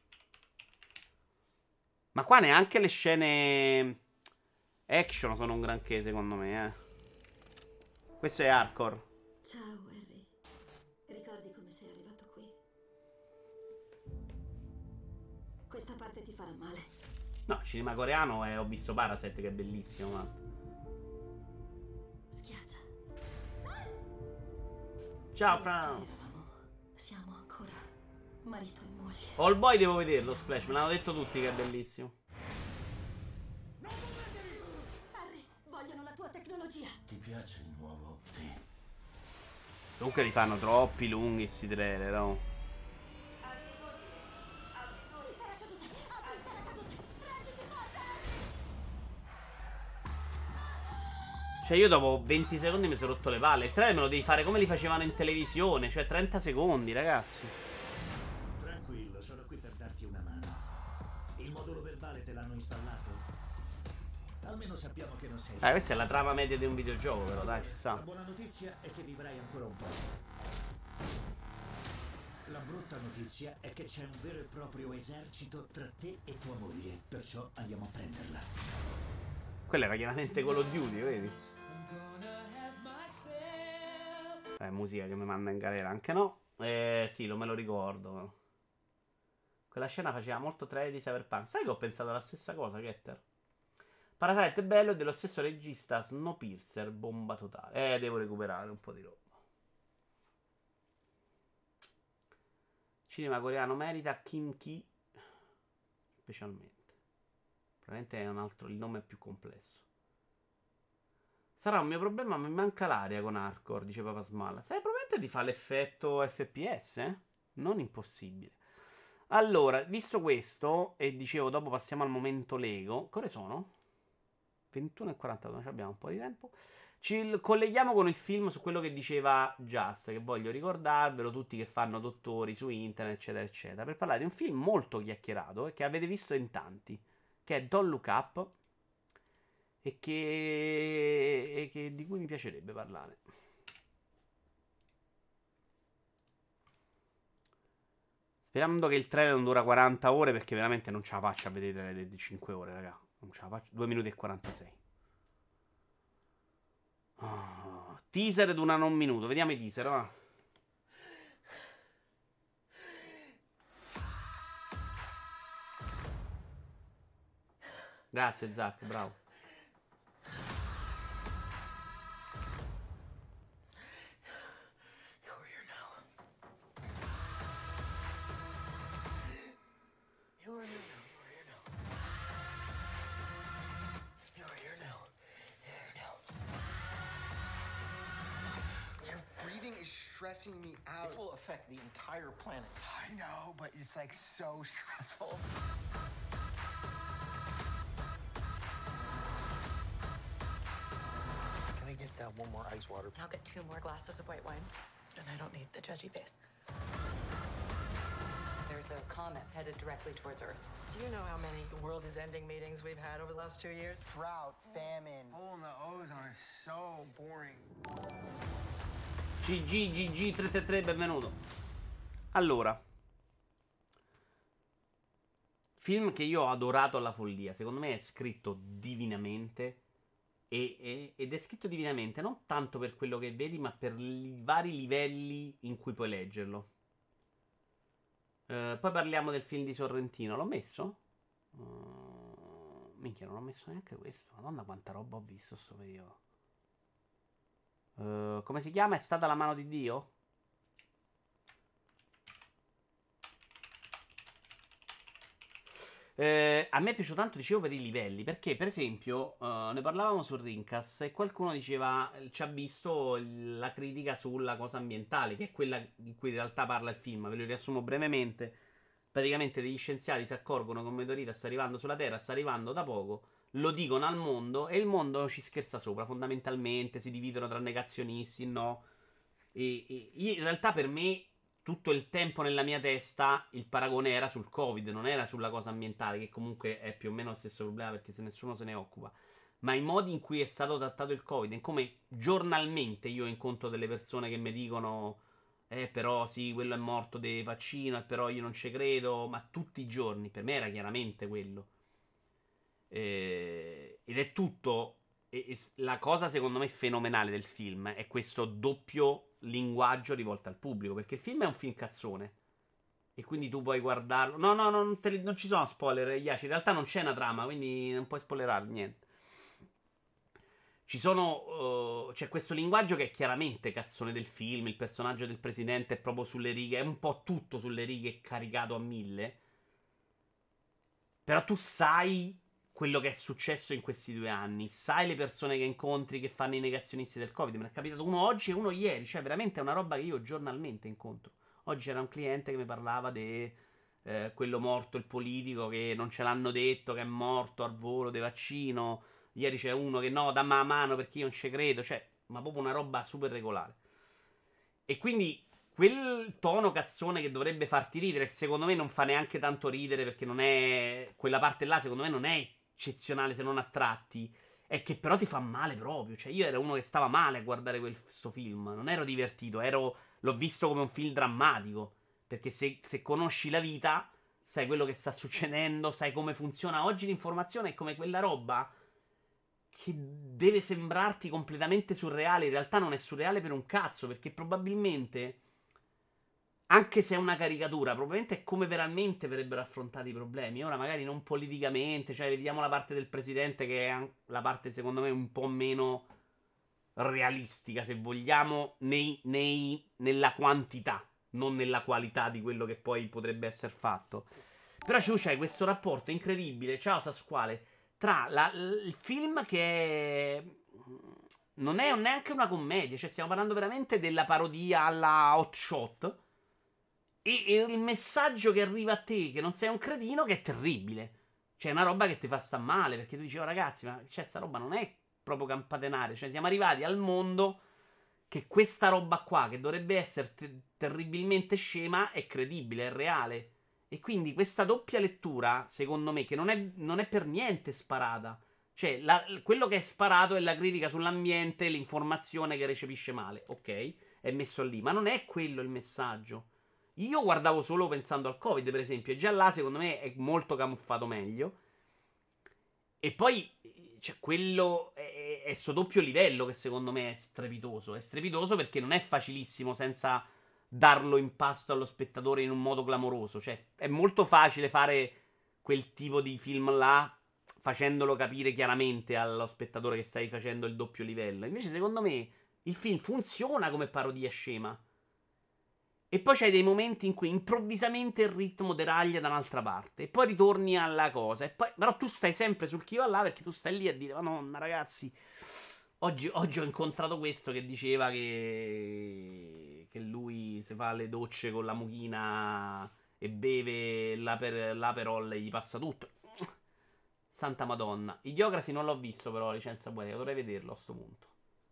Ma qua neanche le scene action sono un granché, secondo me, eh. Questo è Hardcore. Ciao, Harry. Ricordi come sei arrivato qui? Questa parte ti farà male. No, cinema coreano è, ho visto Parasite, che è bellissimo, ma... Schiaccia. Ciao, Franz. Siamo ancora marito e moglie. All Boy devo vederlo, Splash, me l'hanno detto tutti che è bellissimo. Harry, vogliono la tua tecnologia. Ti piace il nuovo te? Comunque li fanno troppi lunghi sti trailer, no? Cioè io dopo venti secondi mi sono rotto le palle. Il trailer me lo devi fare come li facevano in televisione. Cioè trenta secondi, ragazzi. Tranquillo, sono qui per darti una mano. Il modulo verbale te l'hanno installato? Almeno sappiamo che non sei... Eh, questa è la trama media di un videogioco, però dai, ci sta. La buona notizia è che vivrai ancora un po'. La brutta notizia è che c'è un vero e proprio esercito tra te e tua moglie. Perciò andiamo a prenderla. Quello era chiaramente Call of Duty, vedi? Eh, musica che mi manda in galera, anche no. Eh, sì, lo me lo ricordo. Quella scena faceva molto trailer di Cyberpunk. Sai che ho pensato la stessa cosa, Getter? Parasite è bello, è dello stesso regista Snowpiercer, bomba totale. Eh, devo recuperare un po' di roba. Cinema coreano merita Kim Ki specialmente. Probabilmente è un altro, il nome è più complesso. Sarà un mio problema, mi manca l'aria con Hardcore, dice Papa Smalla. Sai, probabilmente ti fa l'effetto F P S, eh? Non impossibile. Allora, visto questo, e dicevo, dopo passiamo al momento Lego. Che ore sono? ventuno e quarantadue, abbiamo un po' di tempo. Ci colleghiamo con il film su quello che diceva Just, che voglio ricordarvelo, tutti che fanno dottori su internet, eccetera, eccetera, per parlare di un film molto chiacchierato e che avete visto in tanti, che è Don't Look Up, e che, e che di cui mi piacerebbe parlare. Sperando che il trailer non dura quaranta ore, perché veramente non ce la faccio a vedere il trailer di cinque ore, raga. Non ce la faccio. due minuti e quarantasei. Oh, teaser dura un minuto. Vediamo i teaser, va. Grazie, Zach, bravo. Stressing me out. This will affect the entire planet. I know, but it's like so stressful. Can I get that one more ice water? I'll get two more glasses of white wine. And I don't need the judgy face. There's a comet headed directly towards Earth. Do you know how many the world is ending meetings we've had over the last two years? Drought, famine, hole in the ozone is so boring. G G G G tre tre tre, benvenuto. Allora, film che io ho adorato alla follia. Secondo me è scritto divinamente. E, e, ed è scritto divinamente non tanto per quello che vedi, ma per i vari livelli in cui puoi leggerlo. Uh, poi parliamo del film di Sorrentino. L'ho messo? Uh, minchia, non ho messo neanche questo. Madonna, quanta roba ho visto sto periodo. Uh, come si chiama? È stata la mano di Dio? Eh, a me è piaciuto tanto, dicevo, per i livelli, perché per esempio uh, ne parlavamo su Rincast e qualcuno diceva, ci ha visto il- la critica sulla cosa ambientale, che è quella di cui in realtà parla il film. Ve lo riassumo brevemente. Praticamente degli scienziati si accorgono che un meteorite sta arrivando sulla Terra, sta arrivando da poco, lo dicono al mondo e il mondo ci scherza sopra, fondamentalmente si dividono tra negazionisti, no. E, e io- in realtà per me tutto il tempo nella mia testa il paragone era sul Covid, non era sulla cosa ambientale, che comunque è più o meno lo stesso problema perché se nessuno se ne occupa. Ma i modi in cui è stato trattato il Covid, e come giornalmente io incontro delle persone che mi dicono eh però sì, quello è morto del vaccino, e però io non ci credo, ma tutti i giorni, per me era chiaramente quello. Eh, ed è tutto. E, e s- la cosa secondo me fenomenale del film è questo doppio linguaggio rivolto al pubblico, perché il film è un film cazzone e quindi tu puoi guardarlo. No, no, no, non, te li- non ci sono spoiler, Iaci. In realtà non c'è una trama, quindi non puoi spoilerare niente. Ci sono. Uh, c'è questo linguaggio che è chiaramente cazzone del film. Il personaggio del presidente è proprio sulle righe. È un po' tutto sulle righe, caricato a mille. Però tu sai quello che è successo in questi due anni. Sai le persone che incontri che fanno i negazionisti del Covid. Me ne è capitato uno oggi e uno ieri. Cioè, veramente è una roba che io giornalmente incontro. Oggi c'era un cliente che mi parlava di eh, quello morto, il politico, che non ce l'hanno detto, che è morto al volo di vaccino. Ieri c'è uno che no, dammi la mano perché io non ci credo. Cioè, ma proprio una roba super regolare. E quindi quel tono cazzone che dovrebbe farti ridere, che secondo me non fa neanche tanto ridere, perché non è. Quella parte là, secondo me, non è eccezionale se non a tratti. È che però ti fa male proprio. Cioè, io ero uno che stava male a guardare questo film. Non ero divertito, ero. L'ho visto come un film drammatico. Perché se, se conosci la vita, sai quello che sta succedendo, sai come funziona oggi l'informazione, è come quella roba che deve sembrarti completamente surreale. In realtà non è surreale per un cazzo, perché probabilmente, anche se è una caricatura, probabilmente è come veramente verrebbero affrontati i problemi. Ora magari non politicamente, cioè vediamo la parte del presidente, che è la parte secondo me un po' meno realistica, se vogliamo, nei, nei, nella quantità, non nella qualità di quello che poi potrebbe essere fatto. Però c'è questo rapporto incredibile, ciao Sasquale, tra la, il film che è, non è neanche una commedia, cioè stiamo parlando veramente della parodia alla Hot Shot, e, e il messaggio che arriva a te, che non sei un cretino, che è terribile. Cioè è una roba che ti fa sta male, perché tu dici, oh ragazzi, ma cioè, sta roba non è proprio campatenare. Cioè siamo arrivati al mondo che questa roba qua, che dovrebbe essere te- terribilmente scema, è credibile, è reale. E quindi questa doppia lettura, secondo me, che non è, non è per niente sparata. Cioè, la, quello che è sparato è la critica sull'ambiente, l'informazione che recepisce male. Ok, è messo lì. Ma non è quello il messaggio. Io guardavo solo pensando al Covid, per esempio. E già là, secondo me, è molto camuffato meglio. E poi, cioè, quello è, è suo doppio livello che secondo me è strepitoso. È strepitoso perché non è facilissimo senza darlo in pasto allo spettatore in un modo clamoroso. Cioè, è molto facile fare quel tipo di film là facendolo capire chiaramente allo spettatore che stai facendo il doppio livello. Invece, secondo me, il film funziona come parodia scema. E poi c'hai dei momenti in cui improvvisamente il ritmo deraglia da un'altra parte. E poi ritorni alla cosa. E poi, però tu stai sempre sul chi va là, perché tu stai lì a dire, madonna ragazzi, oggi, oggi ho incontrato questo che diceva che, che lui si fa le docce con la mucchina e beve l'aper, l'Aperol e gli passa tutto. Santa Madonna. Idiocrasi non l'ho visto però, licenza poetica, dovrei vederlo a sto punto.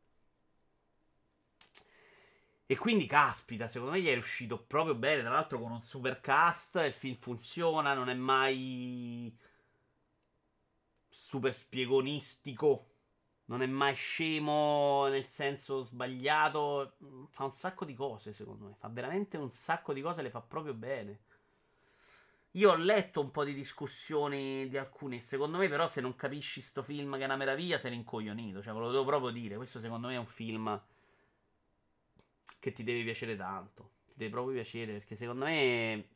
E quindi, caspita, secondo me gli è riuscito proprio bene. Tra l'altro con un super cast, il film funziona, non è mai super spiegonistico, non è mai scemo nel senso sbagliato. Fa un sacco di cose, secondo me. Fa veramente un sacco di cose, le fa proprio bene. Io ho letto un po' di discussioni di alcuni. Secondo me, però, se non capisci sto film che è una meraviglia, sei rincoglionito. Cioè, ve lo devo proprio dire. Questo, secondo me, è un film che ti deve piacere tanto. Ti deve proprio piacere, perché secondo me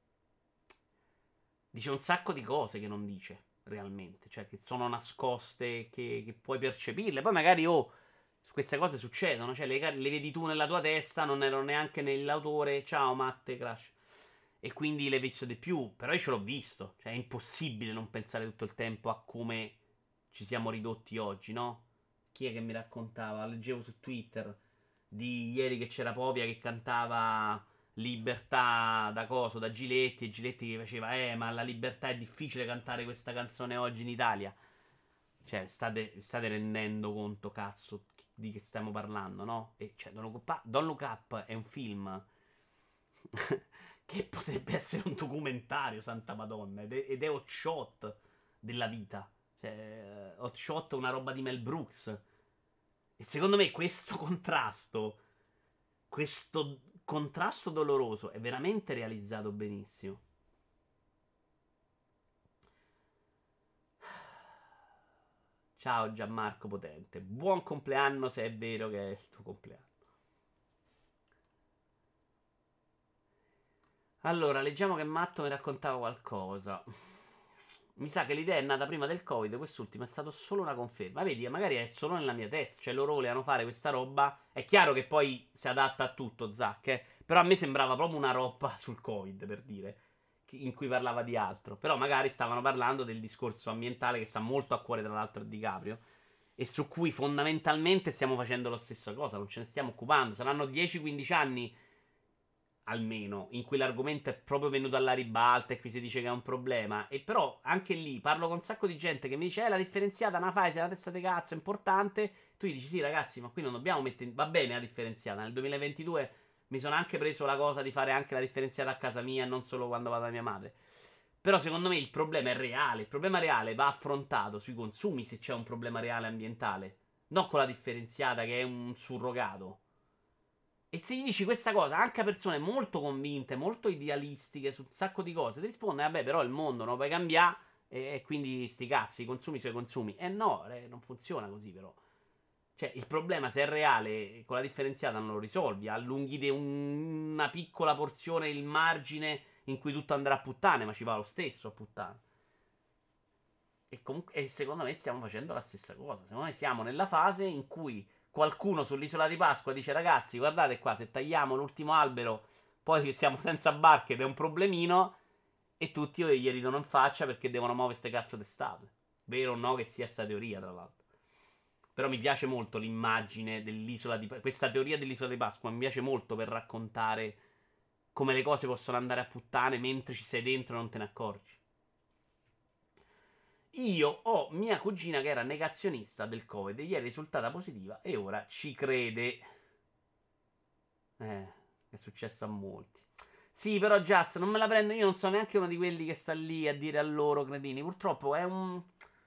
dice un sacco di cose che non dice realmente, cioè che sono nascoste, che, che puoi percepirle. Poi magari oh, queste cose succedono, cioè le, le vedi tu nella tua testa, non erano neanche nell'autore. Ciao Matte Crash. E quindi l'hai visto di più. Però io ce l'ho visto, cioè è impossibile non pensare tutto il tempo a come ci siamo ridotti oggi, no? Chi è che mi raccontava? Leggevo su Twitter di ieri che c'era Povia che cantava Libertà da coso, da Giletti, e Giletti che faceva eh ma la libertà è difficile cantare questa canzone oggi in Italia. Cioè state, state rendendo conto, cazzo, di che stiamo parlando, no? E cioè Don't Look Up, Don't Look Up è un film che potrebbe essere un documentario, santa madonna, ed è, ed è hot shot della vita. Cioè hot shot è una roba di Mel Brooks. E secondo me questo contrasto, questo contrasto doloroso è veramente realizzato benissimo. Ciao Gianmarco Potente, buon compleanno se è vero che è il tuo compleanno. Allora, leggiamo che Matto mi raccontava qualcosa. Mi sa che l'idea è nata prima del Covid, quest'ultimo è stato solo una conferma. Vedi, magari è solo nella mia testa, cioè loro volevano fare questa roba. È chiaro che poi si adatta a tutto, Zack, eh? Però a me sembrava proprio una roba sul Covid, per dire, in cui parlava di altro. Però magari stavano parlando del discorso ambientale che sta molto a cuore, tra l'altro, a DiCaprio, e su cui fondamentalmente stiamo facendo la stessa cosa, non ce ne stiamo occupando. Saranno dieci quindici anni almeno in cui l'argomento è proprio venuto alla ribalta e qui si dice che è un problema. E però anche lì parlo con un sacco di gente che mi dice eh la differenziata una fai, sei una testa di cazzo, è importante. Tu gli dici sì ragazzi, ma qui non dobbiamo mettere, va bene la differenziata. Nel duemilaventidue mi sono anche preso la cosa di fare anche la differenziata a casa mia e non solo quando vado da mia madre. Però secondo me il problema è reale. Il problema reale va affrontato sui consumi, se c'è un problema reale ambientale, non con la differenziata che è un surrogato. E se gli dici questa cosa anche a persone molto convinte, molto idealistiche su un sacco di cose, ti risponde vabbè però il mondo non lo puoi cambiare e quindi sti cazzi, consumi sui consumi. E eh no, eh, non funziona così però. Cioè il problema se è reale con la differenziata non lo risolvi, allunghi di un, una piccola porzione il margine in cui tutto andrà a puttane, ma ci va lo stesso a puttane. E, comunque, e secondo me stiamo facendo la stessa cosa. Secondo me siamo nella fase in cui qualcuno sull'isola di Pasqua dice ragazzi guardate qua, se tagliamo l'ultimo albero poi siamo senza barche ed è un problemino, e tutti gli ridono in faccia perché devono muovere ste cazzo di statue. Vero o no che sia sta teoria, tra l'altro. Però mi piace molto l'immagine dell'isola di Pasqua. Questa teoria dell'isola di Pasqua mi piace molto per raccontare come le cose possono andare a puttane mentre ci sei dentro e non te ne accorgi. Io ho mia cugina che era negazionista del Covid, ieri è risultata positiva e ora ci crede. Eh, è successo a molti. Sì, però Just, non me la prendo, io non sono neanche uno di quelli che sta lì a dire a loro cretini. Purtroppo è un...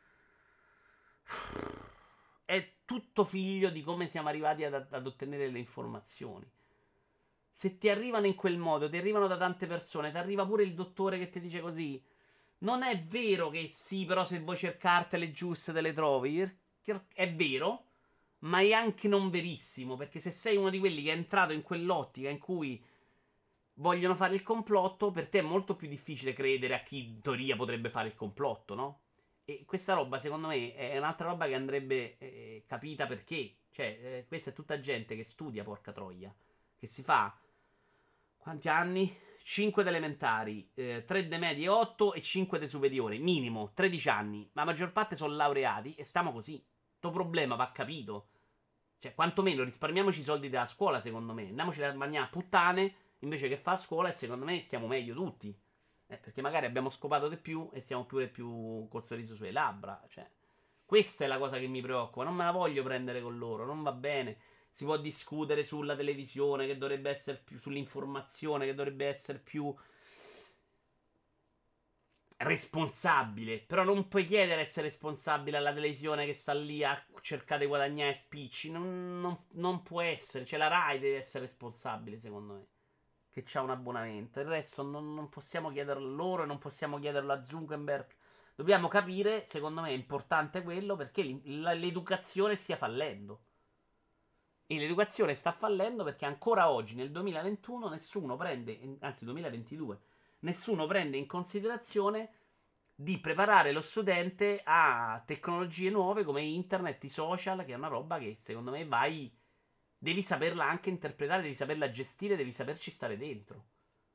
è tutto figlio di come siamo arrivati ad, ad ottenere le informazioni. Se ti arrivano in quel modo, ti arrivano da tante persone, ti arriva pure il dottore che ti dice così... Non è vero che sì, però se vuoi cercartele giuste te le trovi. È vero, ma è anche non verissimo. Perché se sei uno di quelli che è entrato in quell'ottica in cui vogliono fare il complotto, per te è molto più difficile credere a chi in teoria potrebbe fare il complotto, no? E questa roba, secondo me, è un'altra roba che andrebbe eh, capita perché. Cioè, eh, questa è tutta gente che studia, porca troia. Che si fa... Quanti anni? cinque elementari, eh, tre de medie, otto e cinque de superiori, minimo, tredici anni. La maggior parte sono laureati e stiamo così. Sto problema va capito. Cioè, quantomeno risparmiamoci i soldi della scuola, secondo me. Andiamoci a mangiare a puttane invece che fa a scuola e secondo me stiamo meglio tutti. Eh, perché magari abbiamo scopato di più e siamo pure più col sorriso sulle labbra. Cioè, questa è la cosa che mi preoccupa. Non me la voglio prendere con loro, non va bene. Si può discutere sulla televisione che dovrebbe essere più, sull'informazione che dovrebbe essere più responsabile. Però non puoi chiedere di essere responsabile alla televisione che sta lì a cercare di guadagnare spicci. Non, non, non può essere. Cioè la Rai deve essere responsabile, secondo me, che c'ha un abbonamento. Il resto non, non possiamo chiederlo a loro e non possiamo chiederlo a Zuckerberg. Dobbiamo capire, secondo me è importante quello, perché l'educazione stia fallendo. E l'educazione sta fallendo perché ancora oggi, nel duemilaventuno, nessuno prende, anzi duemilaventidue, nessuno prende in considerazione di preparare lo studente a tecnologie nuove come internet, i social, che è una roba che secondo me vai, devi saperla anche interpretare, devi saperla gestire, devi saperci stare dentro.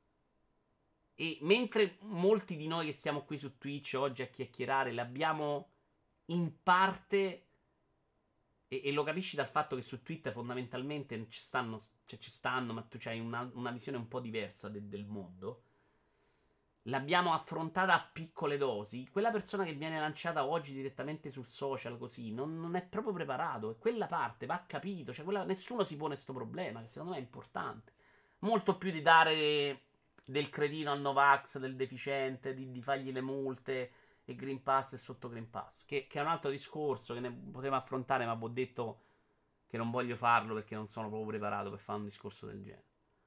E mentre molti di noi che siamo qui su Twitch oggi a chiacchierare l'abbiamo in parte... E, e lo capisci dal fatto che su Twitter fondamentalmente ci stanno, cioè ci stanno, ma tu hai una, una visione un po' diversa de, del mondo. L'abbiamo affrontata a piccole dosi. Quella persona che viene lanciata oggi direttamente sul social così non, non è proprio preparato. E quella parte va capito. Cioè quella, nessuno si pone sto problema, che secondo me è importante. Molto più di dare del cretino al Novax, del deficiente, di, di fargli le multe... e Green Pass e sotto Green Pass, che, che è un altro discorso che ne potremo affrontare, ma vi ho detto che non voglio farlo perché non sono proprio preparato per fare un discorso del genere.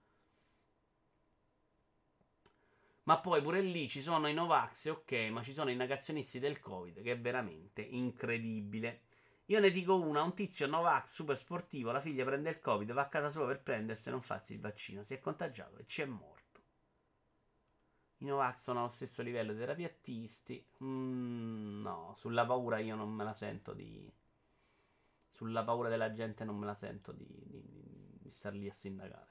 Ma poi pure lì ci sono i Novax, ok, ma ci sono i negazionisti del Covid, che è veramente incredibile. Io ne dico una, un tizio Novax super sportivo, la figlia prende il Covid, va a casa solo per prendersi e non farsi il vaccino, si è contagiato e ci è morto. I Novax sono allo stesso livello dei terapiattisti. Mm, no, sulla paura io non me la sento di... Sulla paura della gente non me la sento di, di, di, di star lì a sindacare.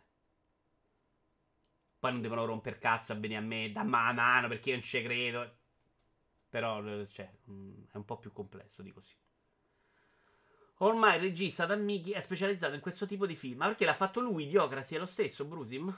Poi non devono romper cazzo a venire a me, dammi la mano perché io non ci credo. Però, cioè, è un po' più complesso di così. Ormai il regista Dan Miki è specializzato in questo tipo di film. Ma perché l'ha fatto lui, Idiocracy, è lo stesso, Brusim?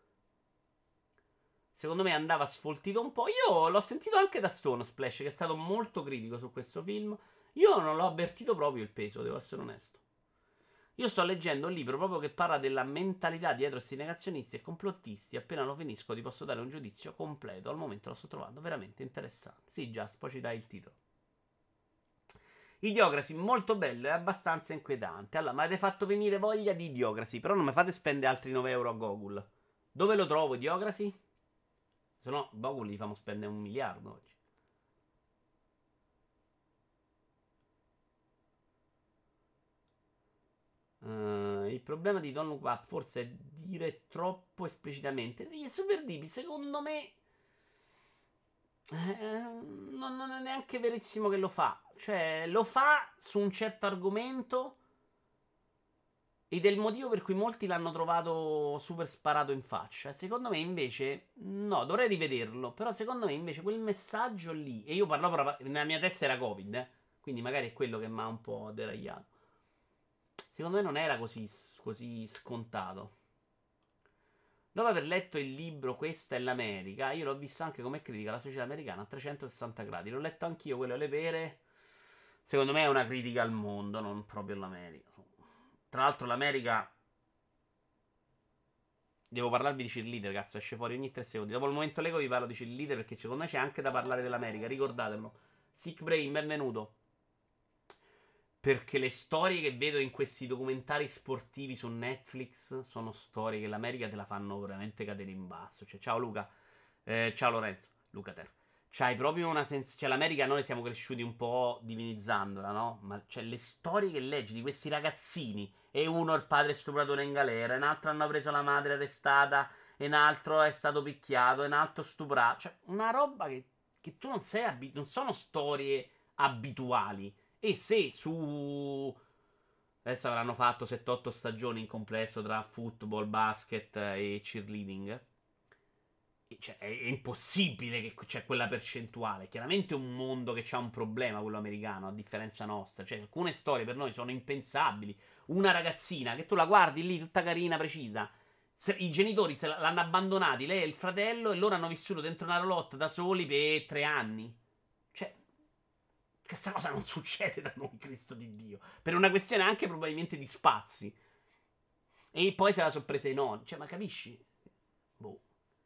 Secondo me andava sfoltito un po'. Io l'ho sentito anche da Stone Splash, che è stato molto critico su questo film. Io non l'ho avvertito proprio il peso, devo essere onesto. Io sto leggendo un libro proprio che parla della mentalità dietro questi negazionisti e complottisti. Appena lo finisco ti posso dare un giudizio completo. Al momento lo sto trovando veramente interessante. Sì, già, poi ci dai il titolo. Idiocracy, molto bello e abbastanza inquietante. Allora, mi avete fatto venire voglia di Idiocracy, però non mi fate spendere altri nove euro a Google. Dove lo trovo Idiocracy? Se no, Google gli famo spendere un miliardo oggi. Uh, il problema di Don't Look Up forse è dire troppo esplicitamente. Sì, è Super D B, secondo me eh, non, non è neanche verissimo che lo fa. Cioè, lo fa su un certo argomento ed è il motivo per cui molti l'hanno trovato super sparato in faccia. Secondo me invece, no, dovrei rivederlo. Però secondo me invece quel messaggio lì, e io parlo proprio, nella mia testa era Covid, eh, quindi magari è quello che mi ha un po' deragliato. Secondo me non era così, così scontato. Dopo aver letto il libro Questa è l'America, io l'ho visto anche come critica alla società americana a trecentosessanta gradi. L'ho letto anch'io, quello alle pere. Secondo me è una critica al mondo, non proprio all'America. Tra l'altro l'America... Devo parlarvi di cheerleader, cazzo, esce fuori ogni tre secondi. Dopo il momento Lego vi parlo di cheerleader perché secondo me c'è anche da parlare dell'America, ricordatelo. Sick Brain, benvenuto. Perché le storie che vedo in questi documentari sportivi su Netflix sono storie che l'America te la fanno veramente cadere in basso. Cioè, ciao Luca. Eh, ciao Lorenzo. Luca Ter. C'hai proprio una sensazione. Cioè, l'America noi siamo cresciuti un po' divinizzandola, no? Ma cioè, le storie che leggi di questi ragazzini. E uno è il padre stupratore in galera, e un altro hanno preso la madre arrestata, e un altro è stato picchiato, e un altro stuprato. Cioè, una roba che, che tu non sei abituato. Non sono storie abituali. E se su... Adesso avranno fatto sette otto stagioni in complesso tra football, basket e cheerleading. E cioè, è impossibile che c'è quella percentuale. Chiaramente è un mondo che c'ha un problema, quello americano, a differenza nostra. Cioè, alcune storie per noi sono impensabili. Una ragazzina che tu la guardi lì, tutta carina, precisa. Se, i genitori se l'hanno abbandonati, lei e il fratello, e loro hanno vissuto dentro una roulotte da soli per tre anni. Cioè... Questa cosa non succede da noi, Cristo di Dio. Per una questione anche probabilmente di spazi. E poi se la sorpresa i nonni. Cioè, ma capisci? Boh.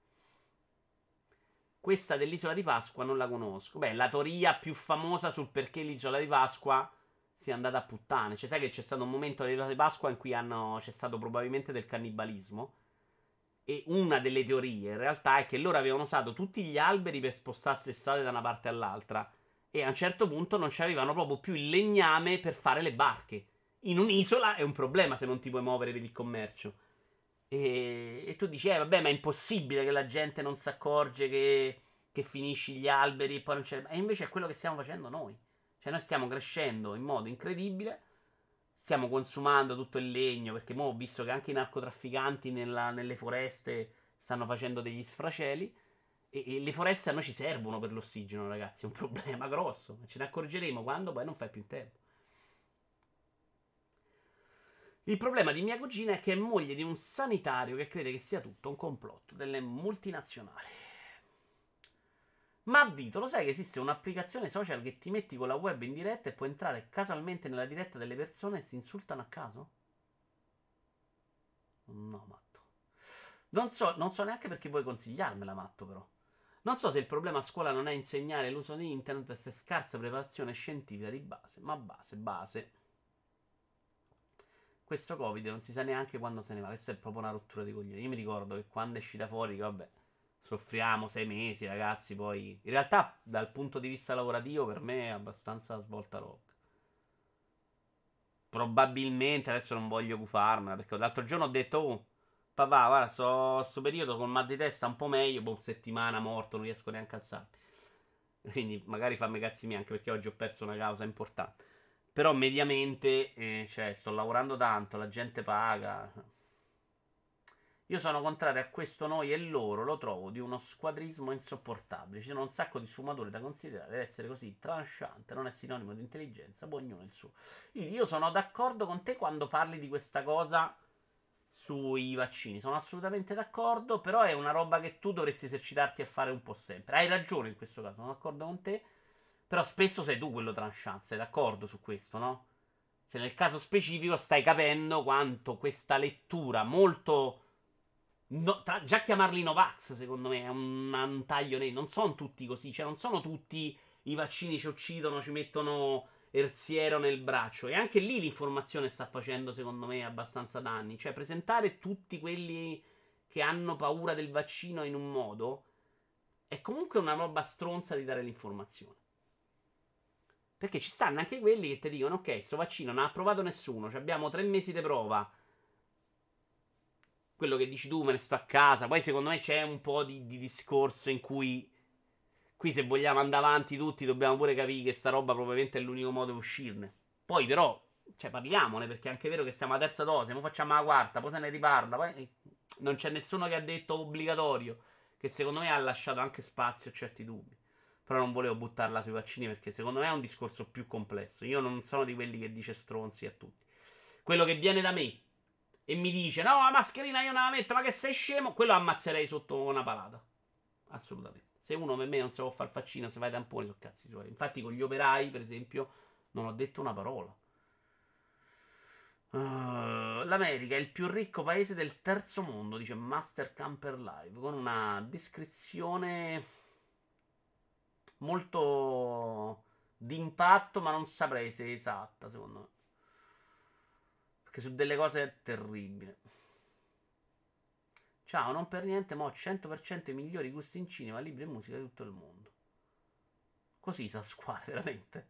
Questa dell'isola di Pasqua non la conosco. Beh, la teoria più famosa sul perché l'isola di Pasqua sia andata a puttane. Cioè, sai che c'è stato un momento dell'isola di Pasqua in cui hanno... c'è stato probabilmente del cannibalismo. E una delle teorie, in realtà, è che loro avevano usato tutti gli alberi per spostarsi strade da una parte all'altra. E a un certo punto non c'avevano proprio più il legname per fare le barche. In un'isola è un problema se non ti puoi muovere per il commercio. E, e tu dici, eh vabbè, ma è impossibile che la gente non si accorge che, che finisci gli alberi e poi non c'è... E invece è quello che stiamo facendo noi. Cioè noi stiamo crescendo in modo incredibile, stiamo consumando tutto il legno, perché mo ho visto che anche i narcotrafficanti nella, nelle foreste stanno facendo degli sfraceli. E, e le foreste a noi ci servono per l'ossigeno, ragazzi. È un problema grosso. Ce ne accorgeremo quando poi non fai più in tempo. Il problema di mia cugina è che è moglie di un sanitario che crede che sia tutto un complotto delle multinazionali. Ma Vito, lo sai che esiste un'applicazione social che ti metti con la web in diretta e puoi entrare casualmente nella diretta delle persone e si insultano a caso? No, matto. Non so, non so neanche perché vuoi consigliarmela, matto, però. Non so se il problema a scuola non è insegnare l'uso di internet e scarsa preparazione scientifica di base, ma base, base. Questo Covid non si sa neanche quando se ne va, questa è proprio una rottura di coglioni. Io mi ricordo che quando è uscita fuori, vabbè, soffriamo sei mesi, ragazzi, poi... In realtà, dal punto di vista lavorativo, per me è abbastanza svolta rock. Probabilmente, adesso non voglio gufarmela, perché l'altro giorno ho detto, oh, papà, guarda, sto, sto periodo con mal di testa un po' meglio, boh, settimana morto, non riesco neanche a alzarmi. Quindi magari fammi cazzi miei, anche perché oggi ho perso una causa importante. Però mediamente, eh, cioè, sto lavorando tanto, la gente paga. Io sono contrario a questo noi e loro, lo trovo di uno squadrismo insopportabile. Ci sono un sacco di sfumature da considerare. Ed essere così tranchante non è sinonimo di intelligenza, poi ognuno il suo. Io sono d'accordo con te quando parli di questa cosa sui vaccini. Sono assolutamente d'accordo, però è una roba che tu dovresti esercitarti a fare un po' sempre. Hai ragione in questo caso, sono d'accordo con te. Però spesso sei tu quello tranchant, sei d'accordo su questo, no? Cioè nel caso specifico stai capendo quanto questa lettura molto... No, tra, già chiamarli Novax, secondo me, è un, un taglio nei. Non sono tutti così. Cioè, non sono tutti i vaccini ci uccidono, ci mettono Erziero nel braccio. E anche lì l'informazione sta facendo, secondo me, abbastanza danni. Cioè, presentare tutti quelli che hanno paura del vaccino in un modo è comunque una roba stronza di dare l'informazione. Perché ci stanno anche quelli che ti dicono: ok, sto vaccino non ha approvato nessuno, cioè abbiamo tre mesi di prova. Quello che dici tu, me ne sto a casa. Poi secondo me c'è un po' di, di discorso in cui qui se vogliamo andare avanti tutti dobbiamo pure capire che sta roba probabilmente è l'unico modo di uscirne. Poi però, cioè parliamone, perché è anche vero che siamo alla terza dose, poi facciamo la quarta, poi se ne riparla, poi non c'è nessuno che ha detto obbligatorio, che secondo me ha lasciato anche spazio a certi dubbi. Però non volevo buttarla sui vaccini perché secondo me è un discorso più complesso. Io non sono di quelli che dice stronzi a tutti. Quello che viene da me e mi dice: no, la mascherina io non la metto, ma che sei scemo, quello ammazzerei sotto una palata. Assolutamente. Se uno per me non si può fare il vaccino, se fa i tamponi, sono cazzi suoi. Infatti con gli operai, per esempio, non ho detto una parola. Uh, L'America è il più ricco paese del terzo mondo, dice Master Camper Live, con una descrizione molto d'impatto, ma non saprei se è esatta, secondo me. Perché su delle cose è terribile. Ciao, non per niente, ma ho cento per cento i migliori gusti in cinema, libri e musica di tutto il mondo. Così Sasquale, veramente.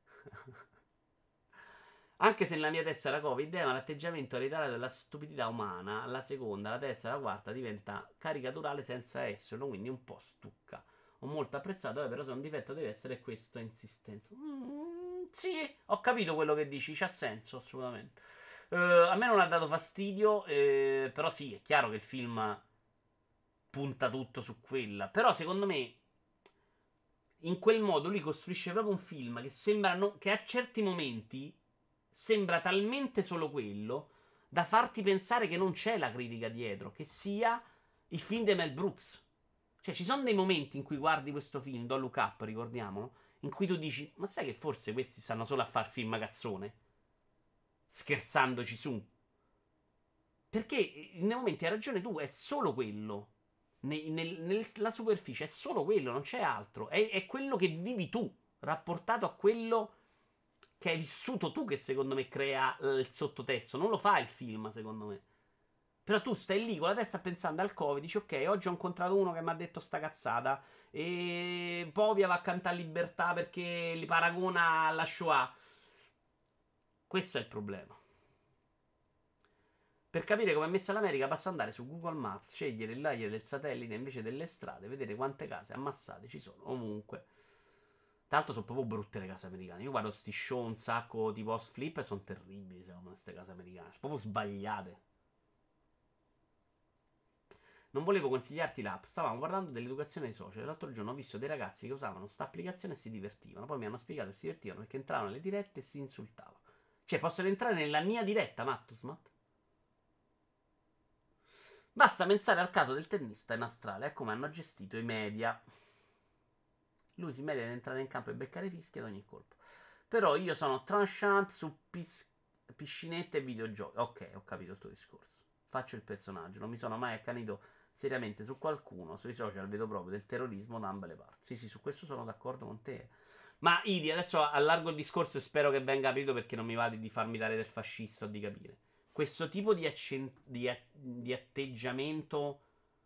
Anche se nella mia testa era Covid, è un atteggiamento ereditario della stupidità umana. La seconda, la terza e la quarta diventa caricaturale senza esserlo, quindi un po' stucca. Ho molto apprezzato, eh, però se un difetto deve essere questa insistenza. Mm, sì, ho capito quello che dici, c'ha senso, assolutamente. Uh, a me non ha dato fastidio, eh, però sì, è chiaro che il film punta tutto su quella. Però secondo me, in quel modo lui costruisce proprio un film che sembra, no, che a certi momenti sembra talmente solo quello da farti pensare che non c'è la critica dietro, che sia il film di Mel Brooks. Cioè ci sono dei momenti in cui guardi questo film, Don't Look Up, ricordiamolo, in cui tu dici: ma sai che forse questi stanno solo a far film cazzone? Scherzandoci su. Perché nei momenti, hai ragione tu, è solo quello. Ne, nel, nella superficie è solo quello, non c'è altro. È, è quello che vivi tu, rapportato a quello che hai vissuto tu, che secondo me crea eh, il sottotesto. Non lo fa il film, secondo me. Però tu stai lì con la testa pensando al Covid, dici: ok, oggi ho incontrato uno che mi ha detto sta cazzata, e Povia va a cantare Libertà perché li paragona alla Shoah. Questo è il problema. Per capire come è messa l'America basta andare su Google Maps, scegliere il layer del satellite invece delle strade, vedere quante case ammassate ci sono ovunque. Tra l'altro sono proprio brutte le case americane. Io guardo sti show un sacco tipo House Flip e sono terribili secondo me queste case americane. Sono proprio sbagliate. Non volevo consigliarti l'app, stavamo parlando dell'educazione ai social. L'altro giorno ho visto dei ragazzi che usavano sta applicazione e si divertivano. Poi mi hanno spiegato che si divertivano perché entravano nelle dirette e si insultavano. Cioè, possono entrare nella mia diretta, Mattusmat? Basta pensare al caso del tennista in Australia e come hanno gestito i media. Lui si merita di entrare in campo e beccare fischi ad ogni colpo. Però io sono tranchant su pis- piscinette e videogiochi. Ok, ho capito il tuo discorso. Faccio il personaggio. Non mi sono mai accanito seriamente su qualcuno. Sui social vedo proprio del terrorismo da ambe le parti. Sì, sì, su questo sono d'accordo con te. Ma Idi, adesso allargo il discorso e spero che venga capito, perché non mi va di, di farmi dare del fascista o di capire. Questo tipo di, accent- di, a- di atteggiamento,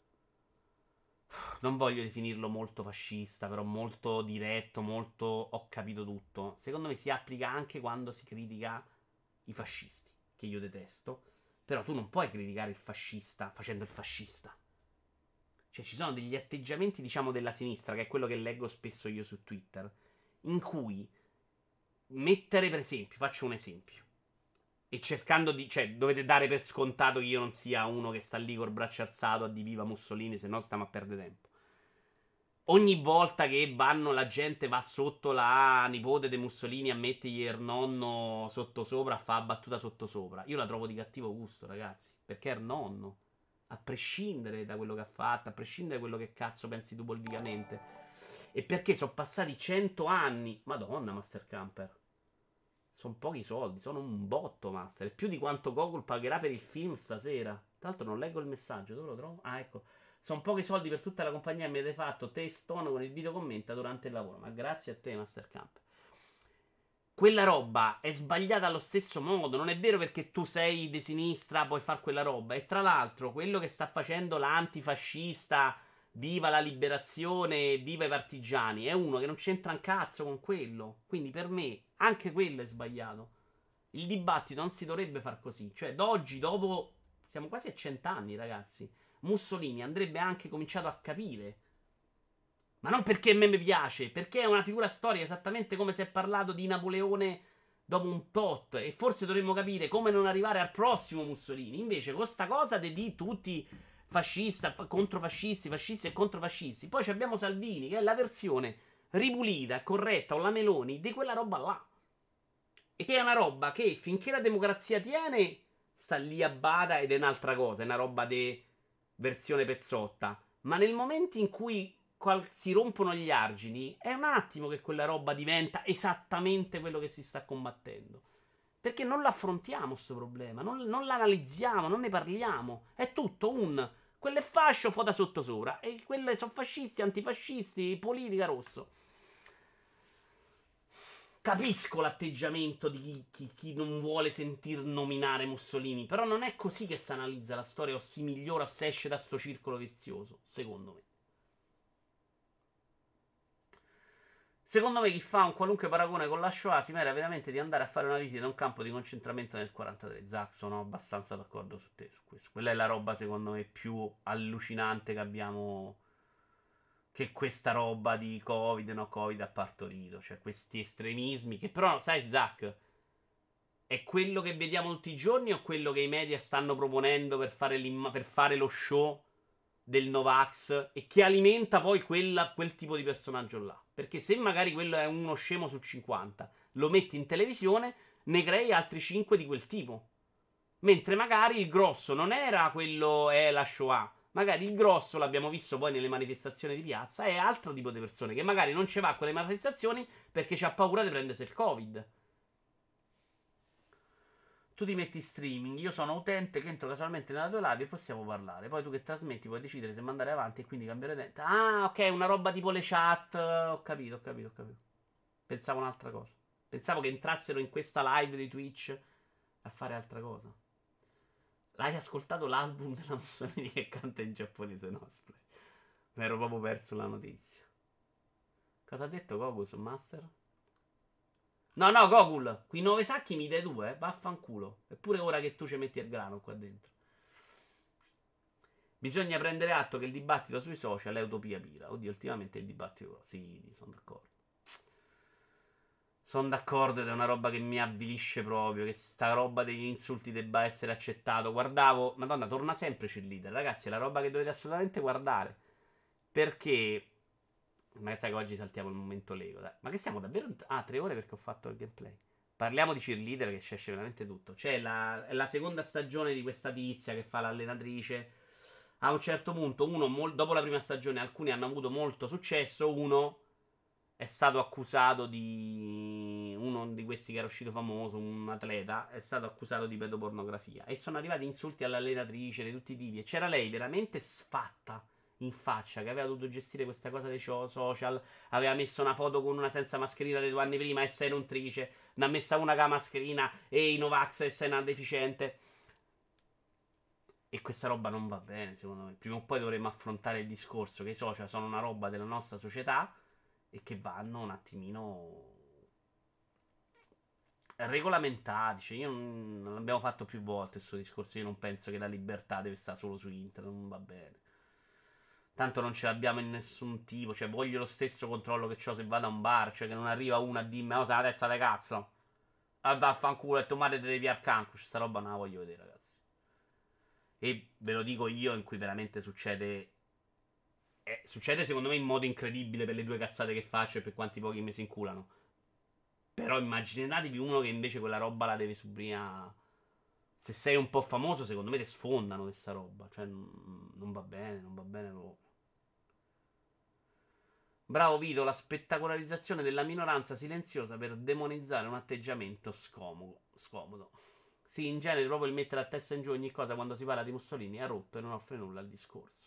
non voglio definirlo molto fascista, però molto diretto, molto ho capito tutto. Secondo me si applica anche quando si critica i fascisti, che io detesto. Però tu non puoi criticare il fascista facendo il fascista. Cioè ci sono degli atteggiamenti, diciamo, della sinistra, che è quello che leggo spesso io su Twitter, in cui mettere, per esempio, faccio un esempio, e cercando di, cioè, dovete dare per scontato che io non sia uno che sta lì col braccio alzato a di viva Mussolini, se no stiamo a perdere tempo. Ogni volta che vanno, la gente va sotto la nipote di Mussolini a mettergli il nonno sottosopra, a fa battuta sottosopra. Io la trovo di cattivo gusto, ragazzi, perché è il nonno. A prescindere da quello che ha fatto, a prescindere da quello che cazzo pensi tu politicamente. E perché sono passati cento anni. Madonna, Master Camper. Sono pochi soldi, sono un botto, Master. È più di quanto Gogol pagherà per il film stasera. Tra l'altro non leggo il messaggio, dove lo trovo? Ah, ecco. Sono pochi soldi per tutta la compagnia, mi avete fatto te Stone con il video commenta durante il lavoro. Ma grazie a te, Master Camper. Quella roba è sbagliata allo stesso modo. Non è vero perché tu sei di sinistra puoi fare quella roba. E tra l'altro quello che sta facendo l'antifascista, viva la liberazione, viva i partigiani, è uno che non c'entra un cazzo con quello. Quindi per me anche quello è sbagliato. Il dibattito non si dovrebbe far così. Cioè d'oggi, dopo, siamo quasi a cent'anni, ragazzi, Mussolini andrebbe anche cominciato a capire. Ma non perché a me mi piace, perché è una figura storica, esattamente come si è parlato di Napoleone dopo un tot. E forse dovremmo capire come non arrivare al prossimo Mussolini. Invece con sta cosa di, di tutti fascista, fa- controfascisti, fascisti e controfascisti. Poi abbiamo Salvini, che è la versione ripulita, corretta, o la Meloni, di quella roba là. E che è una roba che finché la democrazia tiene, sta lì a bada ed è un'altra cosa, è una roba di versione pezzotta. Ma nel momento in cui qual- si rompono gli argini, è un attimo che quella roba diventa esattamente quello che si sta combattendo. Perché non l'affrontiamo sto problema, non, non l'analizziamo, non ne parliamo. È tutto un quello è fascio, foda sottosopra. E quelle sono fascisti, antifascisti, politica rosso. Capisco l'atteggiamento di chi, chi, chi non vuole sentir nominare Mussolini, però non è così che si analizza la storia o si migliora o si esce da sto circolo vizioso, secondo me. Secondo me chi fa un qualunque paragone con la Shoah si merita veramente di andare a fare una visita a un campo di concentramento nel quarantatré. Zack, sono abbastanza d'accordo su te su questo. Quella è la roba secondo me più allucinante che abbiamo, che questa roba di Covid, no Covid ha partorito. Cioè questi estremismi che però, sai Zack, è quello che vediamo tutti i giorni o quello che i media stanno proponendo per fare, per fare lo show del Novax e che alimenta poi quella, quel tipo di personaggio là. Perché se magari quello è uno scemo su cinquanta, lo metti in televisione, ne crei altri cinque di quel tipo. Mentre magari il grosso non era quello, è la Shoah. Magari il grosso, l'abbiamo visto poi nelle manifestazioni di piazza, è altro tipo di persone che magari non ci va a quelle manifestazioni perché c'ha paura di prendersi il Covid. Tu ti metti streaming, io sono utente che entro casualmente nella tua live e possiamo parlare. Poi tu che trasmetti puoi decidere se mandare avanti e quindi cambiare utente. Ah, ok, una roba tipo le chat. Ho capito, ho capito, ho capito. Pensavo un'altra cosa. Pensavo che entrassero in questa live di Twitch a fare altra cosa. L'hai ascoltato l'album della Mussolini che canta in giapponese? No, Splay. Mi ero proprio perso la notizia. Cosa ha detto Goku su Master? No, no, Gokul, qui nove sacchi mi dai due, eh? Vaffanculo. Eppure ora che tu ci metti il grano qua dentro. Bisogna prendere atto che il dibattito sui social è utopia pira. Oddio, ultimamente il dibattito... Sì, sono d'accordo. Sono d'accordo ed è una roba che mi avvilisce proprio. Che sta roba degli insulti debba essere accettato. Guardavo... Madonna, torna sempre cheerleader. Ragazzi, è la roba che dovete assolutamente guardare. Perché... Ma sai che oggi saltiamo il momento Lego, dai. Ma che siamo davvero... Ah, tre ore perché ho fatto il gameplay. Parliamo di cheerleader che ci esce veramente tutto. C'è la, la seconda stagione di questa tizia che fa l'allenatrice. A un certo punto, uno, mol, dopo la prima stagione, alcuni hanno avuto molto successo. Uno è stato accusato di... Uno di questi che era uscito famoso, un atleta, è stato accusato di pedopornografia. E sono arrivati insulti all'allenatrice di tutti i tipi. E c'era lei veramente sfatta in faccia, che aveva dovuto gestire questa cosa dei social, aveva messo una foto con una senza mascherina dei due anni prima e sei untrice, ne ha messa una con la mascherina e i Novax e sei una deficiente. E questa roba non va bene, secondo me. Prima o poi dovremmo affrontare il discorso che i social sono una roba della nostra società e che vanno un attimino regolamentati. Cioè io non, non l'abbiamo fatto più volte questo discorso. Io non penso che la libertà deve stare solo su internet. Non va bene. Tanto non ce l'abbiamo in nessun tipo. Cioè voglio lo stesso controllo che ho se vado a un bar. Cioè che non arriva uno a dirmi: oh, sei la testa di cazzo. Vaffanculo e tomate devi piar cancro. Questa roba non la voglio vedere, ragazzi. E ve lo dico io, in cui veramente succede. Eh, succede secondo me in modo incredibile per le due cazzate che faccio e per quanti pochi mi si inculano. Però immaginatevi uno che invece quella roba la deve subire. Se sei un po' famoso, secondo me ti sfondano questa roba. Cioè, non va bene, non va bene proprio. Bravo Vito, la spettacolarizzazione della minoranza silenziosa per demonizzare un atteggiamento scomodo. scomodo. Sì, in genere proprio il mettere a testa in giù ogni cosa quando si parla di Mussolini è rotto e non offre nulla al discorso.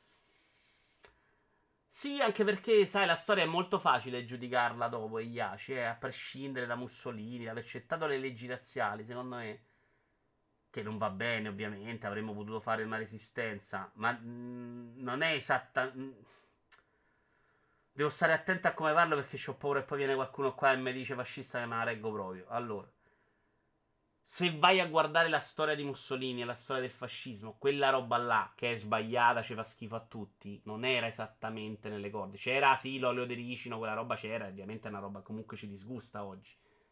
Sì, anche perché, sai, la storia è molto facile giudicarla dopo, e Iaci, eh, a prescindere da Mussolini, aver accettato le leggi razziali, secondo me, che non va bene, ovviamente, avremmo potuto fare una resistenza, ma mh, non è esatta... Mh, devo stare attento a come parlo perché ho paura e poi viene qualcuno qua e mi dice fascista che non la reggo proprio. Allora, se vai a guardare la storia di Mussolini e la storia del fascismo, quella roba là, che è sbagliata, ci fa schifo a tutti, non era esattamente nelle corde. C'era, sì, l'olio di ricino, quella roba c'era, ovviamente è una roba che comunque ci disgusta oggi.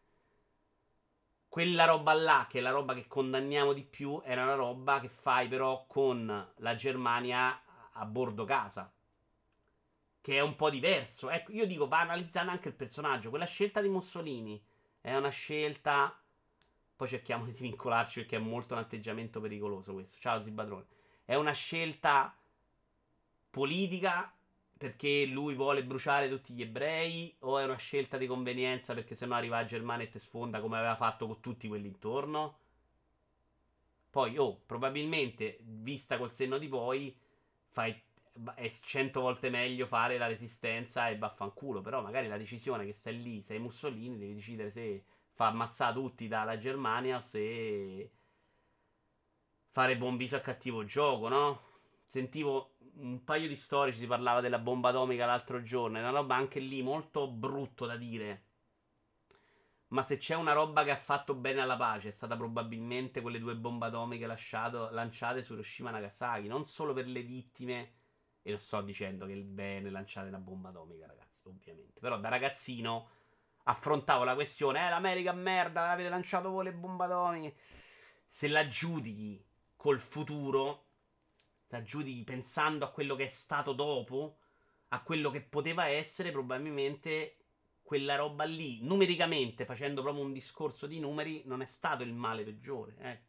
Quella roba là, che è la roba che condanniamo di più, era una roba che fai però con la Germania a bordo casa, che è un po' diverso. Ecco, io dico, va analizzando anche il personaggio. Quella scelta di Mussolini è una scelta... Poi cerchiamo di vincolarci perché è molto un atteggiamento pericoloso questo. Ciao Zibatrone. È una scelta politica perché lui vuole bruciare tutti gli ebrei, o è una scelta di convenienza perché sennò arriva a Germania e te sfonda come aveva fatto con tutti quelli intorno? Poi, oh, probabilmente, vista col senno di poi, fai, è cento volte meglio fare la resistenza e vaffanculo. Però magari la decisione che stai lì, sei Mussolini, devi decidere se... fa ammazzare tutti dalla Germania o se fare buon viso a cattivo gioco, no? Sentivo un paio di storici, si parlava della bomba atomica l'altro giorno, è una roba anche lì molto brutto da dire, ma se c'è una roba che ha fatto bene alla pace è stata probabilmente quelle due bombe atomiche lasciato, lanciate su Hiroshima e Nagasaki, non solo per le vittime, e non sto dicendo che è il bene lanciare una bomba atomica, ragazzi, ovviamente, però da ragazzino affrontavo la questione, eh, l'America merda, avete lanciato voi le bombe atomiche. Se la giudichi col futuro, se la giudichi pensando a quello che è stato dopo, a quello che poteva essere, probabilmente quella roba lì, numericamente, facendo proprio un discorso di numeri, non è stato il male peggiore, ecco.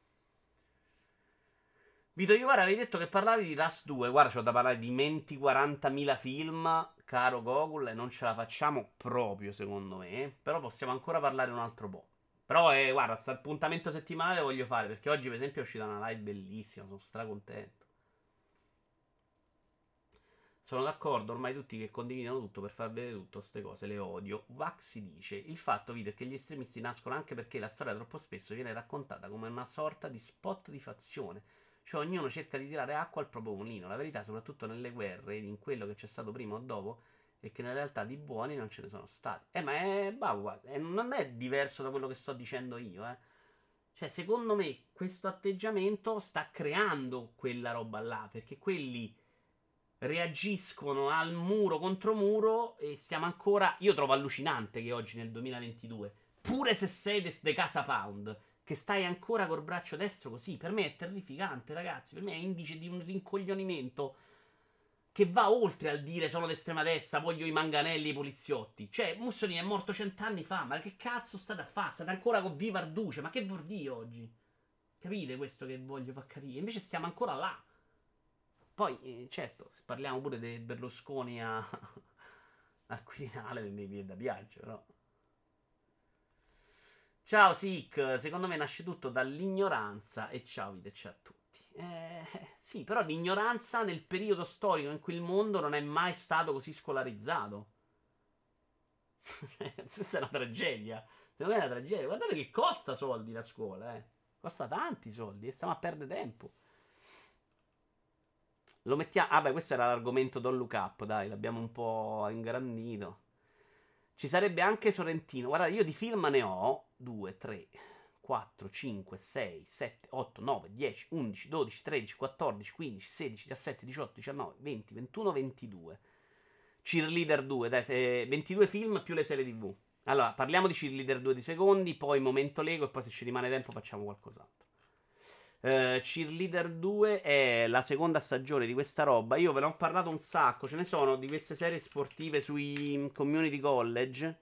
Vito Iovara, avevi detto che parlavi di Rust due. Guarda, c'ho da parlare di venti quarantamila film, caro Gogol, e non ce la facciamo proprio, secondo me. Però possiamo ancora parlare un altro po'. Però, eh, guarda, questo appuntamento settimanale lo voglio fare, perché oggi, per esempio, è uscita una live bellissima, sono stracontento. Sono d'accordo, ormai tutti che condividono tutto per far vedere tutto, queste cose, le odio. Waxi dice, il fatto, Vito, è che gli estremisti nascono anche perché la storia troppo spesso viene raccontata come una sorta di spot di fazione. Cioè ognuno cerca di tirare acqua al proprio mulino. La verità, soprattutto nelle guerre ed in quello che c'è stato prima o dopo, è che in realtà di buoni non ce ne sono stati. Eh, ma è bravo, eh, non è diverso da quello che sto dicendo io, eh. Cioè, secondo me, questo atteggiamento sta creando quella roba là, perché quelli reagiscono al muro contro muro e stiamo ancora... Io trovo allucinante che oggi, nel duemilaventidue, pure se sei de, de Casa Pound, che stai ancora col braccio destro così, per me è terrificante, ragazzi. Per me è indice di un rincoglionimento che va oltre al dire sono d'estrema destra, voglio i manganelli e i poliziotti. Cioè, Mussolini è morto cent'anni fa, ma che cazzo state a fare? State ancora con Viva Arduce, ma che vuol dire oggi? Capite questo che voglio far capire? Invece stiamo ancora là. Poi, eh, certo, se parliamo pure di Berlusconi a... al Quirinale, per me viene da piangere, però... Ciao Sick, secondo me nasce tutto dall'ignoranza. E ciao Vito, e ciao a tutti. Eh, sì, però l'ignoranza nel periodo storico in cui il mondo non è mai stato così scolarizzato. Questa è una tragedia. Secondo me è una tragedia. Guardate che costa soldi la scuola, eh. Costa tanti soldi e stiamo a perdere tempo. Lo mettiamo... Ah beh, questo era l'argomento Don't Look Up, dai, l'abbiamo un po' ingrandito. Ci sarebbe anche Sorrentino. Guarda, io di film ne ho. due, tre, quattro, cinque, sei, sette, otto, nove, dieci, undici, dodici, tredici, quattordici, quindici, sedici, diciassette, diciotto, diciannove, venti, ventuno, ventidue. Cheerleader due, dai, eh, ventidue film più le serie tivù. Allora, parliamo di Cheerleader due di secondi, poi momento Lego e poi se ci rimane tempo facciamo qualcos'altro. Uh, Cheerleader due è la seconda stagione di questa roba. Io ve ne ho parlato un sacco. Ce ne sono di queste serie sportive sui community college.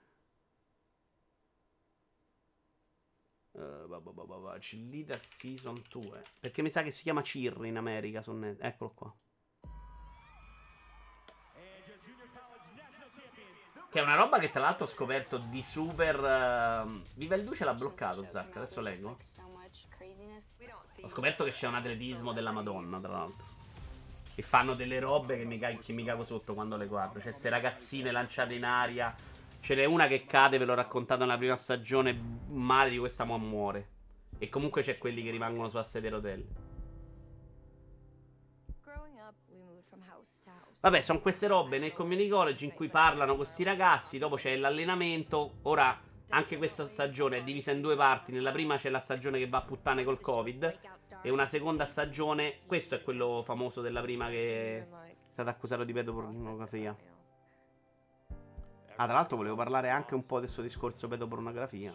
Uh, bah bah bah bah bah. Cheerleader Season due. Perché mi sa che si chiama Cheer in America. Net- Eccolo qua. Che è una roba che tra l'altro ho scoperto di super. Uh... Viva il Duce l'ha bloccato, Zac. Adesso leggo. Ho scoperto che c'è un atletismo della Madonna, tra l'altro. E fanno delle robe che mi, ca- che mi cago sotto quando le guardo. C'è queste ragazzine lanciate in aria. Ce n'è una che cade, ve l'ho raccontato nella prima stagione. Male di questa mo muore. E comunque c'è quelli che rimangono sulla sedia a rotelle. Vabbè, sono queste robe nel community college in cui parlano questi ragazzi. Dopo c'è l'allenamento. Ora, anche questa stagione è divisa in due parti. Nella prima c'è la stagione che va a puttane col Covid. E una seconda stagione. Questo è quello famoso della prima che è stato accusato di pedopornografia. Ah, tra l'altro volevo parlare anche un po' del suo discorso pedopornografia.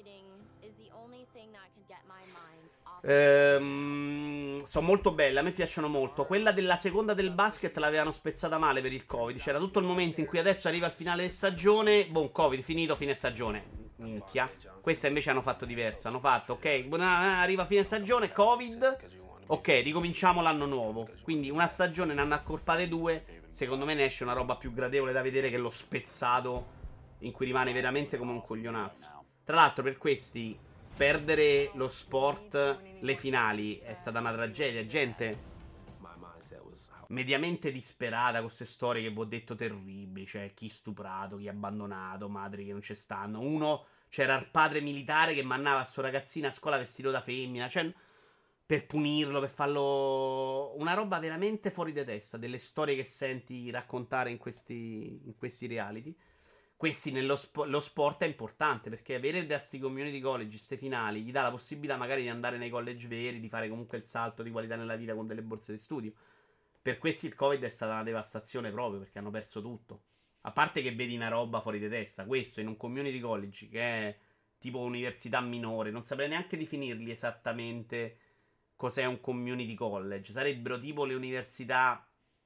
Ehm, sono molto belle, a me piacciono molto. Quella della seconda del basket l'avevano spezzata male per il Covid. C'era tutto il momento in cui adesso arriva il finale di stagione. Boh, Covid finito, fine stagione. Minchia. Questa invece hanno fatto diversa. Hanno fatto, ok, arriva fine stagione, Covid. Ok, ricominciamo l'anno nuovo. Quindi una stagione ne hanno accorpate due. Secondo me ne esce una roba più gradevole da vedere che lo spezzato in cui rimane veramente come un coglionazzo. Tra l'altro per questi perdere lo sport, le finali, è stata una tragedia. Gente mediamente disperata con queste storie che vi ho detto terribili. Cioè chi stuprato, chi abbandonato, madri che non ci stanno. Uno, c'era il padre militare che mandava il suo ragazzino a scuola vestito da femmina. Cioè, per punirlo, per farlo... Una roba veramente fuori di testa. Delle storie che senti raccontare in questi, in questi reality. Questi nello spo- lo sport è importante, perché avere questi community college, queste finali, gli dà la possibilità magari di andare nei college veri, di fare comunque il salto di qualità nella vita con delle borse di studio. Per questi il Covid è stata una devastazione proprio, perché hanno perso tutto. A parte che vedi una roba fuori di testa, questo in un community college che è tipo università minore, non saprei neanche definirli esattamente cos'è un community college. Sarebbero tipo le università...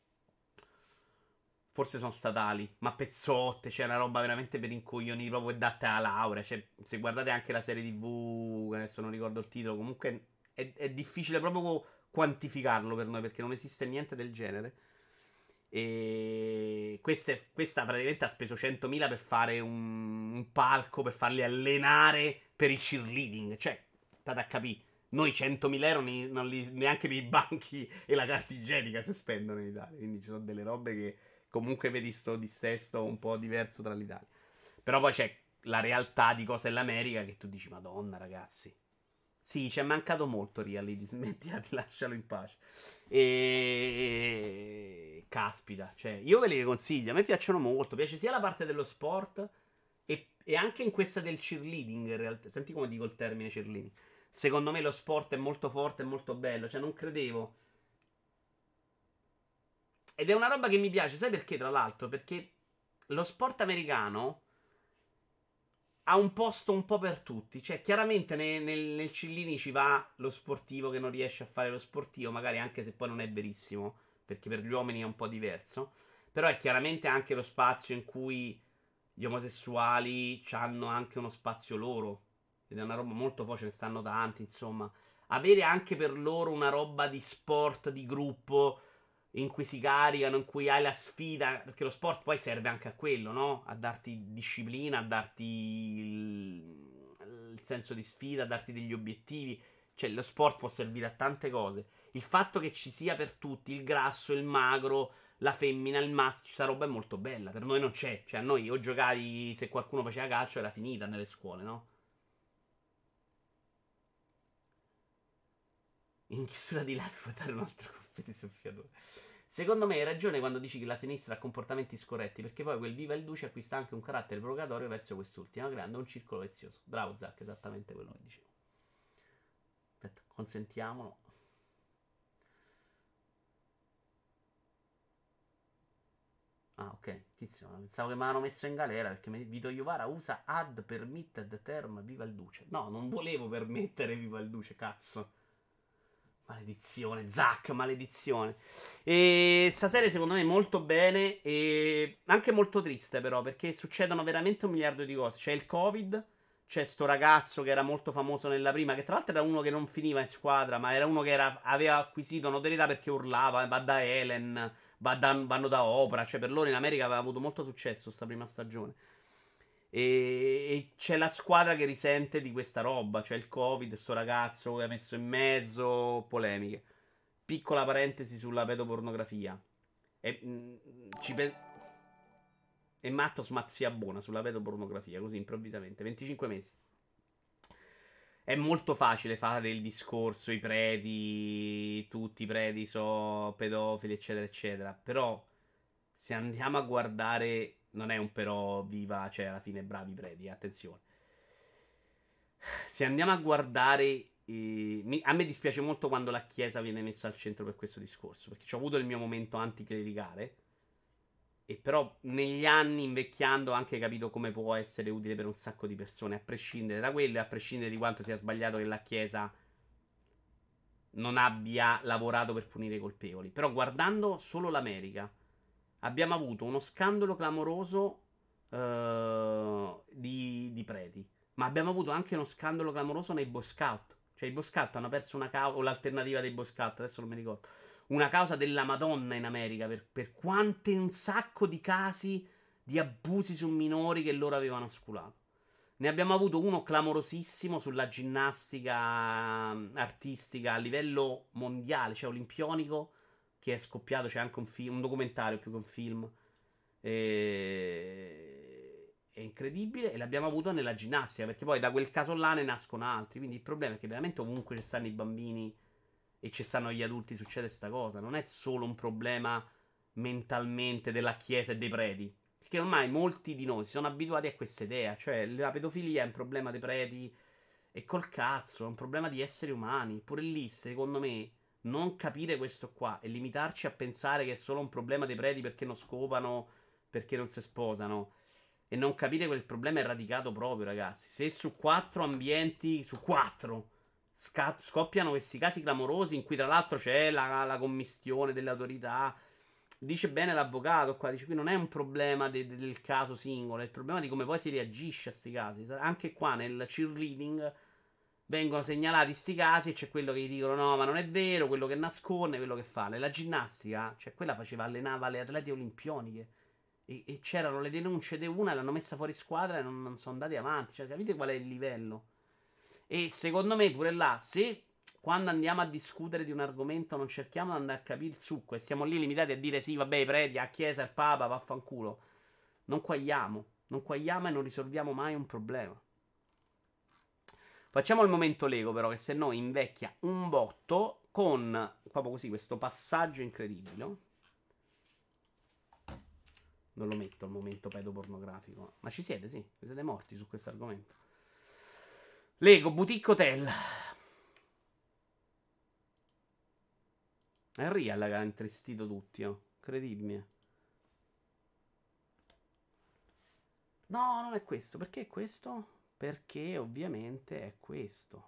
Forse sono statali, ma pezzotte, c'è cioè una roba veramente per incoglioni proprio date alla laurea. Cioè, se guardate anche la serie tivù, adesso non ricordo il titolo, comunque è, è difficile proprio quantificarlo per noi, perché non esiste niente del genere. E questa, è, questa praticamente ha speso centomila per fare un, un palco, per farli allenare per il cheerleading. Cioè, state a capire, noi centomila euro ni, non li, neanche per i banchi e la carta igienica si spendono in Italia. Quindi ci sono delle robe che... Comunque vedi sto dissesto un po' diverso tra l'Italia. Però poi c'è la realtà di cosa è l'America che tu dici, Madonna ragazzi. Sì, ci è mancato molto reality, smettila, lascialo in pace. E... Caspita, cioè, io ve li consiglio, a me piacciono molto. Piace sia la parte dello sport e, e anche in questa del cheerleading in realtà. Senti come dico il termine cheerleading. Secondo me lo sport è molto forte e molto bello. Cioè non credevo. Ed è una roba che mi piace, sai perché tra l'altro? Perché lo sport americano ha un posto un po' per tutti. Cioè chiaramente nel, nel, nel Cillini ci va lo sportivo che non riesce a fare lo sportivo, magari anche se poi non è verissimo, perché per gli uomini è un po' diverso. Però è chiaramente anche lo spazio in cui gli omosessuali hanno anche uno spazio loro. Ed è una roba molto forte, ce ne stanno tanti, insomma. Avere anche per loro una roba di sport, di gruppo... in cui si caricano, in cui hai la sfida, perché lo sport poi serve anche a quello, no? A darti disciplina, a darti il, il senso di sfida, a darti degli obiettivi. Cioè lo sport può servire a tante cose. Il fatto che ci sia per tutti il grasso, il magro, la femmina, il maschio, questa roba è molto bella. Per noi non c'è. Cioè a noi o giocavi, se qualcuno faceva calcio era finita nelle scuole, no? In chiusura di live puoi dare un altro colpo di soffiatore. Secondo me hai ragione quando dici che la sinistra ha comportamenti scorretti, perché poi quel viva il duce acquista anche un carattere provocatorio verso quest'ultima, creando un circolo vizioso. Bravo Zac, esattamente quello che dicevo. Aspetta, consentiamolo. Ah, ok, tizio, pensavo che mi avevano messo in galera perché mi- Vito Iovara usa ad permitted term viva il duce. No, non volevo permettere viva il duce, cazzo. Maledizione, Zac, maledizione. E sta serie secondo me è molto bene e anche molto triste però perché succedono veramente un miliardo di cose. C'è il Covid, c'è sto ragazzo che era molto famoso nella prima, che tra l'altro era uno che non finiva in squadra, ma era uno che era- aveva acquisito notorietà perché urlava, va da Helen, va da- vanno da Oprah, cioè per loro in America aveva avuto molto successo sta prima stagione. E, e c'è la squadra che risente di questa roba. C'è il Covid, sto ragazzo che ha messo in mezzo polemiche. Piccola parentesi sulla pedopornografia. E, mh, ci pe- e Matto Smat si abbona sulla pedopornografia, così improvvisamente. venticinque mesi. È molto facile fare il discorso, i preti, tutti i preti sono pedofili, eccetera, eccetera. Però, se andiamo a guardare, non è un però viva, cioè alla fine bravi preti, attenzione. Se andiamo a guardare, eh, mi- a me dispiace molto quando la Chiesa viene messa al centro per questo discorso, perché ho avuto il mio momento anticlericale, e però negli anni, invecchiando, ho anche capito come può essere utile per un sacco di persone, a prescindere da quello e a prescindere di quanto sia sbagliato che la Chiesa non abbia lavorato per punire i colpevoli. Però guardando solo l'America, abbiamo avuto uno scandalo clamoroso eh, di, di preti, ma abbiamo avuto anche uno scandalo clamoroso nei Boy Scout. Cioè i Boy Scout hanno perso una causa, o l'alternativa dei Boy Scout, adesso non mi ricordo, una causa della Madonna in America per, per quante un sacco di casi di abusi su minori che loro avevano sculato. Ne abbiamo avuto uno clamorosissimo sulla ginnastica mm, artistica a livello mondiale, cioè olimpionico, che è scoppiato. C'è anche un, film, un documentario più che un film. E... È incredibile. E l'abbiamo avuto nella ginnastica, perché poi da quel caso là ne nascono altri. Quindi il problema è che veramente ovunque ci stanno i bambini e ci stanno gli adulti succede sta cosa. Non è solo un problema mentalmente della chiesa e dei preti, perché ormai molti di noi si sono abituati a questa idea. Cioè la pedofilia è un problema dei preti, e col cazzo, è un problema di esseri umani. Pure lì, secondo me, non capire questo qua e limitarci a pensare che è solo un problema dei preti perché non scopano, perché non si sposano, e non capire che il problema è radicato proprio, ragazzi. Se su quattro ambienti, su quattro sca- scoppiano questi casi clamorosi, in cui tra l'altro c'è la, la commistione delle autorità, dice bene l'avvocato qua, dice qui non è un problema de- de- del caso singolo, è il problema di come poi si reagisce a questi casi. Anche qua nel cheerleading vengono segnalati sti casi e c'è quello che gli dicono no, ma non è vero, quello che nasconde, quello che fa. Nella ginnastica, cioè quella faceva, allenava le atlete olimpioniche, e, e c'erano le denunce di una, l'hanno messa fuori squadra e non, non sono andati avanti. Cioè capite qual è il livello? E secondo me pure là, se quando andiamo a discutere di un argomento non cerchiamo di andare a capire il succo e siamo lì limitati a dire sì, vabbè, i preti, a chiesa, il papa, vaffanculo, non quagliamo, non quagliamo e non risolviamo mai un problema. Facciamo il momento Lego, però, che se no invecchia un botto, con proprio così questo passaggio incredibile. Non lo metto al momento pedopornografico, ma ci siete, sì, vi siete morti su questo argomento. Lego Boutique Hotel. È il Real che ha intristito tutti, oh. Credibile. No, non è questo. Perché è questo? Perché ovviamente è questo.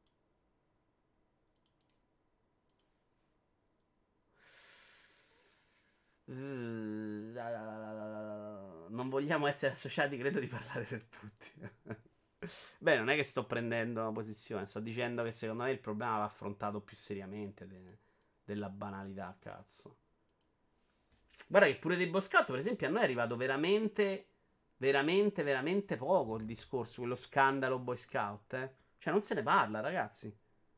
Non vogliamo essere associati, credo, di parlare per tutti. Beh, non è che sto prendendo una posizione, sto dicendo che secondo me il problema va affrontato più seriamente de- della banalità, cazzo. Guarda che pure dei Boscato, per esempio, a noi è arrivato veramente, veramente, veramente poco il discorso, quello scandalo Boy Scout, eh. Cioè non se ne parla, ragazzi.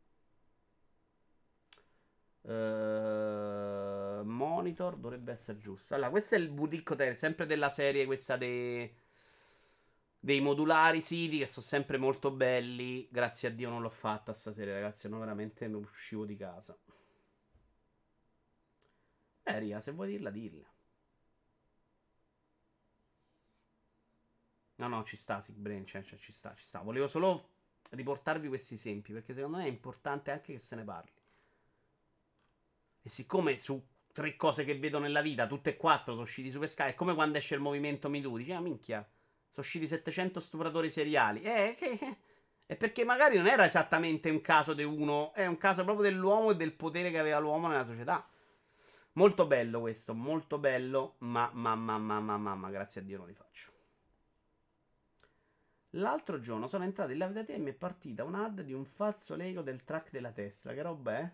Uh, monitor dovrebbe essere giusto. Allora, questo è il Boutique Hotel, sempre della serie questa dei, dei modulari siti che sono sempre molto belli. Grazie a Dio non l'ho fatta stasera, ragazzi, no, veramente mi uscivo di casa. Eh, Ria, se vuoi dirla, dirla. No, no, ci sta, Sigbrain, cioè, cioè, ci sta, ci sta. Volevo solo riportarvi questi esempi, perché secondo me è importante anche che se ne parli. E siccome su tre cose che vedo nella vita, tutte e quattro sono usciti Super Sky, è come quando esce il movimento Me Too, dici, ah, minchia, sono usciti settecento stupratori seriali. Eh, che... È perché magari non era esattamente un caso di uno, è un caso proprio dell'uomo e del potere che aveva l'uomo nella società. Molto bello questo, molto bello, ma, ma, ma, ma, ma, ma, ma grazie a Dio non li faccio. L'altro giorno sono entrato in live da te e mi è partita un'ad di un falso Lego del track della Tesla. Che roba è?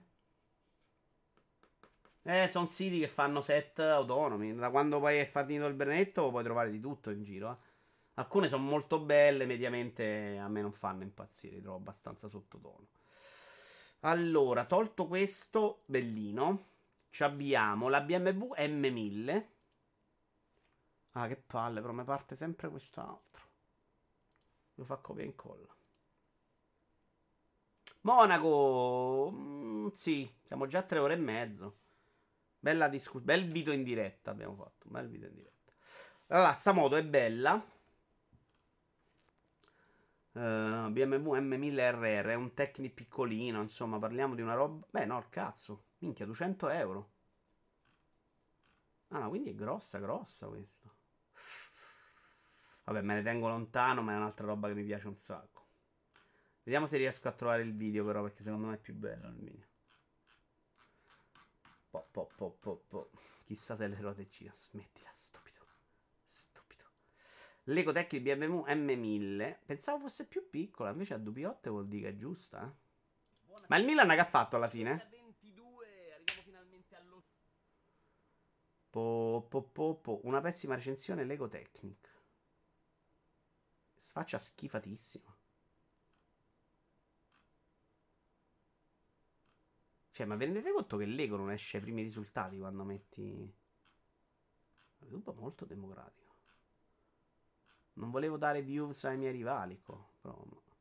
Eh, sono siti che fanno set autonomi. Da quando poi è partito il Benedetto puoi trovare di tutto in giro, eh. Alcune sono molto belle, mediamente a me non fanno impazzire, li trovo abbastanza sottotono. Allora, tolto questo, bellino, ci abbiamo la B M W M mille. Ah, che palle, però mi parte sempre quest'altro. Lo fa copia e incolla. Monaco, mm, sì, siamo già a tre ore e mezzo. Bella discussione, bel video in diretta abbiamo fatto, bel video in diretta. Allora, sta moto è bella. Uh, B M W M mille R R è un Technic piccolino, insomma, parliamo di una roba. Beh, no, il cazzo, minchia, duecento euro. Ah, no, quindi è grossa, grossa questa. Vabbè, me ne tengo lontano, ma è un'altra roba che mi piace un sacco. Vediamo se riesco a trovare il video, però, perché secondo me è più bello il video. Po, po, po, po, po. Chissà se le ruote gira. Smettila, stupido. L'Eco Technic B M W M mille. Pensavo fosse più piccola, invece a dubiotte vuol dire che è giusta, eh? Ma il Milan che ha fatto alla fine? Po, po, po, po. Una pessima recensione l'Eco Technic. Faccia schifatissima. Cioè, ma vi rendete conto che l'Eco non esce ai primi risultati quando metti... YouTube è molto democratico. Non volevo dare views ai miei rivali, però...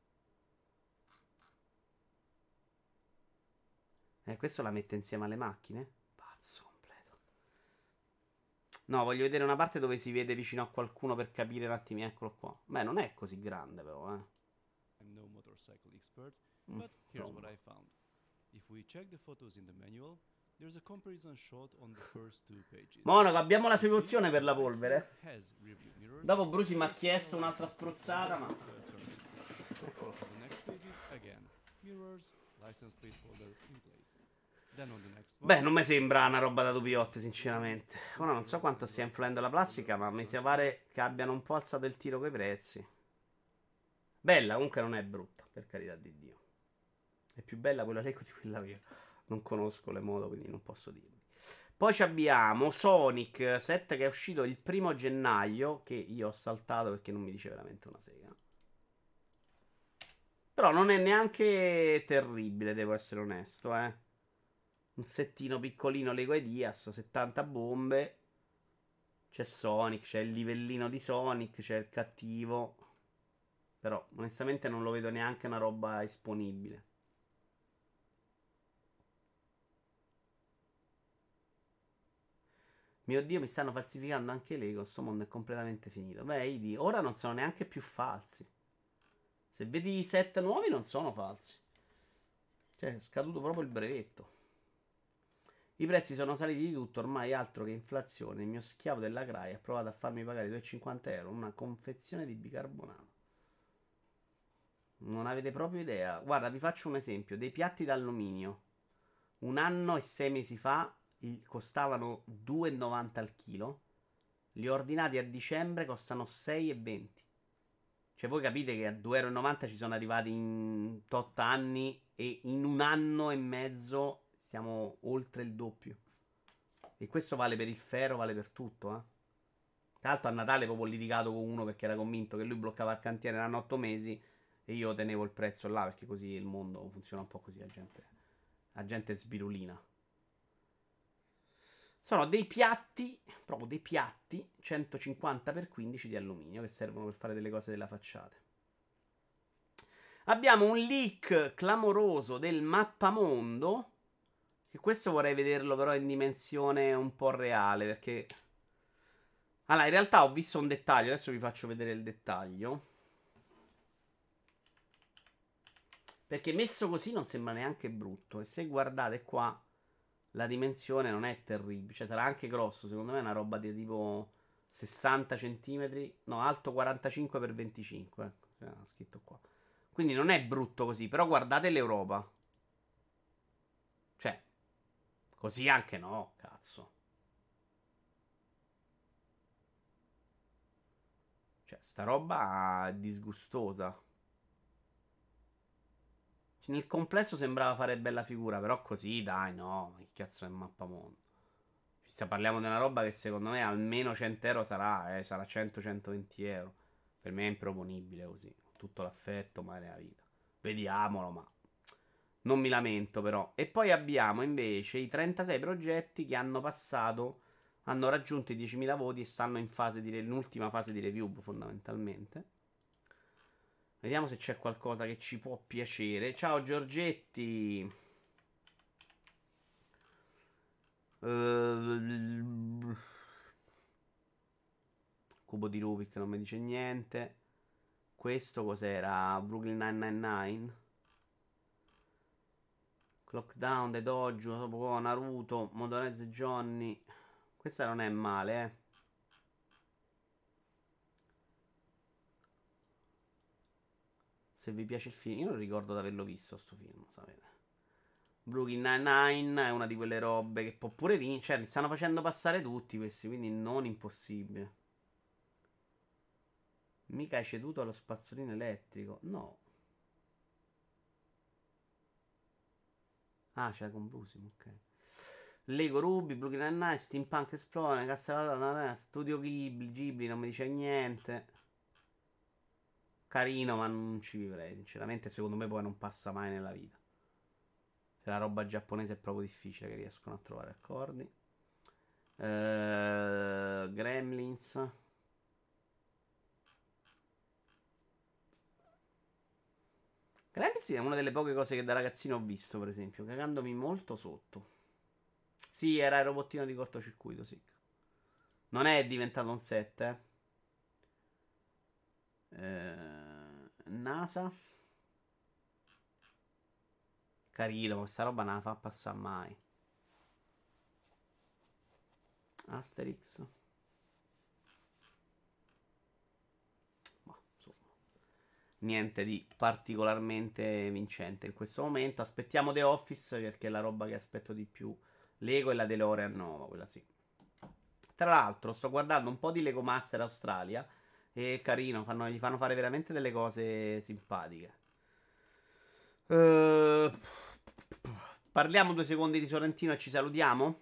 Eh, questo la mette insieme alle macchine? Pazzo completo. No, voglio vedere una parte dove si vede vicino a qualcuno per capire un attimo. Eccolo qua. Beh, non è così grande però, eh. I'm no motorcycle expert, Mm, but here's insomma. what I found. If we check the photos in the manual, there's a comparison shot on the first two pages. Monaco, abbiamo la soluzione per la polvere. Has rearview mirrors. Dopo Brusi mi ha chiesto un'altra spruzzata, ma... Eccolo. The next pages again. Mirrors, license plate holder in place. Then on the next one. Beh, non mi sembra una roba da dubiotti, sinceramente. Ora non so quanto stia influendo la plastica, ma mi pare che abbiano un po' alzato il tiro coi prezzi. Bella, comunque non è brutta, per carità di Dio. È più bella quella Lego di quella vera. Non conosco le moto, quindi non posso dirvi. Poi ci abbiamo Sonic sette che è uscito il primo gennaio, che io ho saltato perché non mi dice veramente una sega. Però non è neanche terribile, devo essere onesto, eh. Un settino piccolino Lego Ideas, settanta bombe. C'è Sonic, c'è il livellino di Sonic, c'è il cattivo. Però onestamente non lo vedo neanche una roba esponibile. Mio Dio, mi stanno falsificando anche Lego. Sto mondo è completamente finito. Beh, Idi, ora non sono neanche più falsi. Se vedi i set nuovi non sono falsi. Cioè, è scaduto proprio il brevetto. I prezzi sono saliti di tutto, ormai altro che inflazione. Il mio schiavo della C R A I ha provato a farmi pagare due e cinquanta euro una confezione di bicarbonato. Non avete proprio idea. Guarda, vi faccio un esempio. Dei piatti d'alluminio. Un anno e sei mesi fa costavano due e novanta al chilo. Li ho ordinati a dicembre, costano sei e venti. Cioè voi capite che a due e novanta euro ci sono arrivati in tot anni e in un anno e mezzo siamo oltre il doppio. E questo vale per il ferro, vale per tutto, eh. Tra l'altro a Natale proprio ho litigato con uno perché era convinto che lui bloccava il cantiere, erano otto mesi e io tenevo il prezzo là perché così il mondo funziona un po' così, la gente, la gente sbirulina. Sono dei piatti, proprio dei piatti, centocinquanta per quindici di alluminio che servono per fare delle cose della facciata. Abbiamo un leak clamoroso del mappamondo, Che questo vorrei vederlo però in dimensione un po' reale, perché... Allora, in realtà ho visto un dettaglio, adesso vi faccio vedere il dettaglio. Perché messo così non sembra neanche brutto. E se guardate qua, la dimensione non è terribile. Cioè sarà anche grosso, secondo me è una roba di tipo sessanta centimetri. No, alto quarantacinque per venticinque. Ecco, cioè, ho scritto qua. Quindi non è brutto così, però guardate l'Europa. Cioè, così anche no, cazzo. Cioè, sta roba è disgustosa. Nel complesso sembrava fare bella figura, però così, dai, no. Che cazzo è mappamondo? Ci sta, parliamo di una roba che secondo me almeno cento euro sarà, eh. Sarà cento centoventi euro. Per me è improponibile così. Tutto l'affetto, male la vita. Vediamolo, ma non mi lamento però. E poi abbiamo invece i trentasei progetti che hanno passato, hanno raggiunto i diecimila voti e stanno in fase di, in ultima fase di review fondamentalmente. Vediamo se c'è qualcosa che ci può piacere. Ciao Giorgetti. Uh, Cubo di Rubik non mi dice niente. Questo cos'era? Brooklyn nine nine nine. Clockdown, The Dojo, Naruto, Motorhead Johnny. Questa non è male, eh. Se vi piace il film, io non ricordo di averlo visto sto film, sapete. Brooklyn Nine-Nine è una di quelle robe che può pure vincere. Cioè, li stanno facendo passare tutti questi, quindi non impossibile. Mica hai ceduto allo spazzolino elettrico? No. Ah, c'era con Brusim, ok. Lego Ruby, Brooklyn Nine-Nine, Steampunk Explorer, Castlevania, Studio Ghibli, Ghibli non mi dice niente. Carino, ma non ci vivrei, sinceramente. Secondo me poi non passa mai nella vita. La roba giapponese è proprio difficile che riescono a trovare accordi. uh, Gremlins. Gremlins è una delle poche cose che da ragazzino ho visto, per esempio, cagandomi molto sotto. Sì, era il robottino di cortocircuito, sì. Non è diventato un set, eh. Eh, NASA. Carino, questa roba non la fa passare mai. Asterix. Ma insomma, niente di particolarmente vincente in questo momento. Aspettiamo The Office, perché è la roba che aspetto di più. Lego e la DeLorean nuova, quella sì. Tra l'altro sto guardando un po' di Lego Master Australia. E carino, fanno, gli fanno fare veramente delle cose simpatiche. Uh, parliamo due secondi di Sorrentino e ci salutiamo.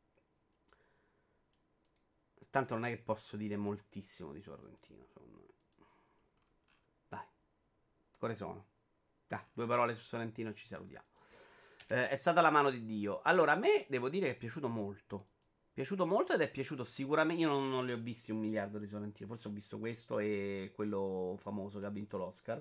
Tanto non è che posso dire moltissimo di Sorrentino, secondo me. Dai, quali sono? Dai, due parole su Sorrentino e ci salutiamo. Eh, è stata la mano di Dio. Allora, a me devo dire che è piaciuto molto. Piaciuto molto ed è piaciuto sicuramente. Io non, non li ho visti un miliardo di Sorrentino. Forse ho visto questo e quello famoso che ha vinto l'Oscar.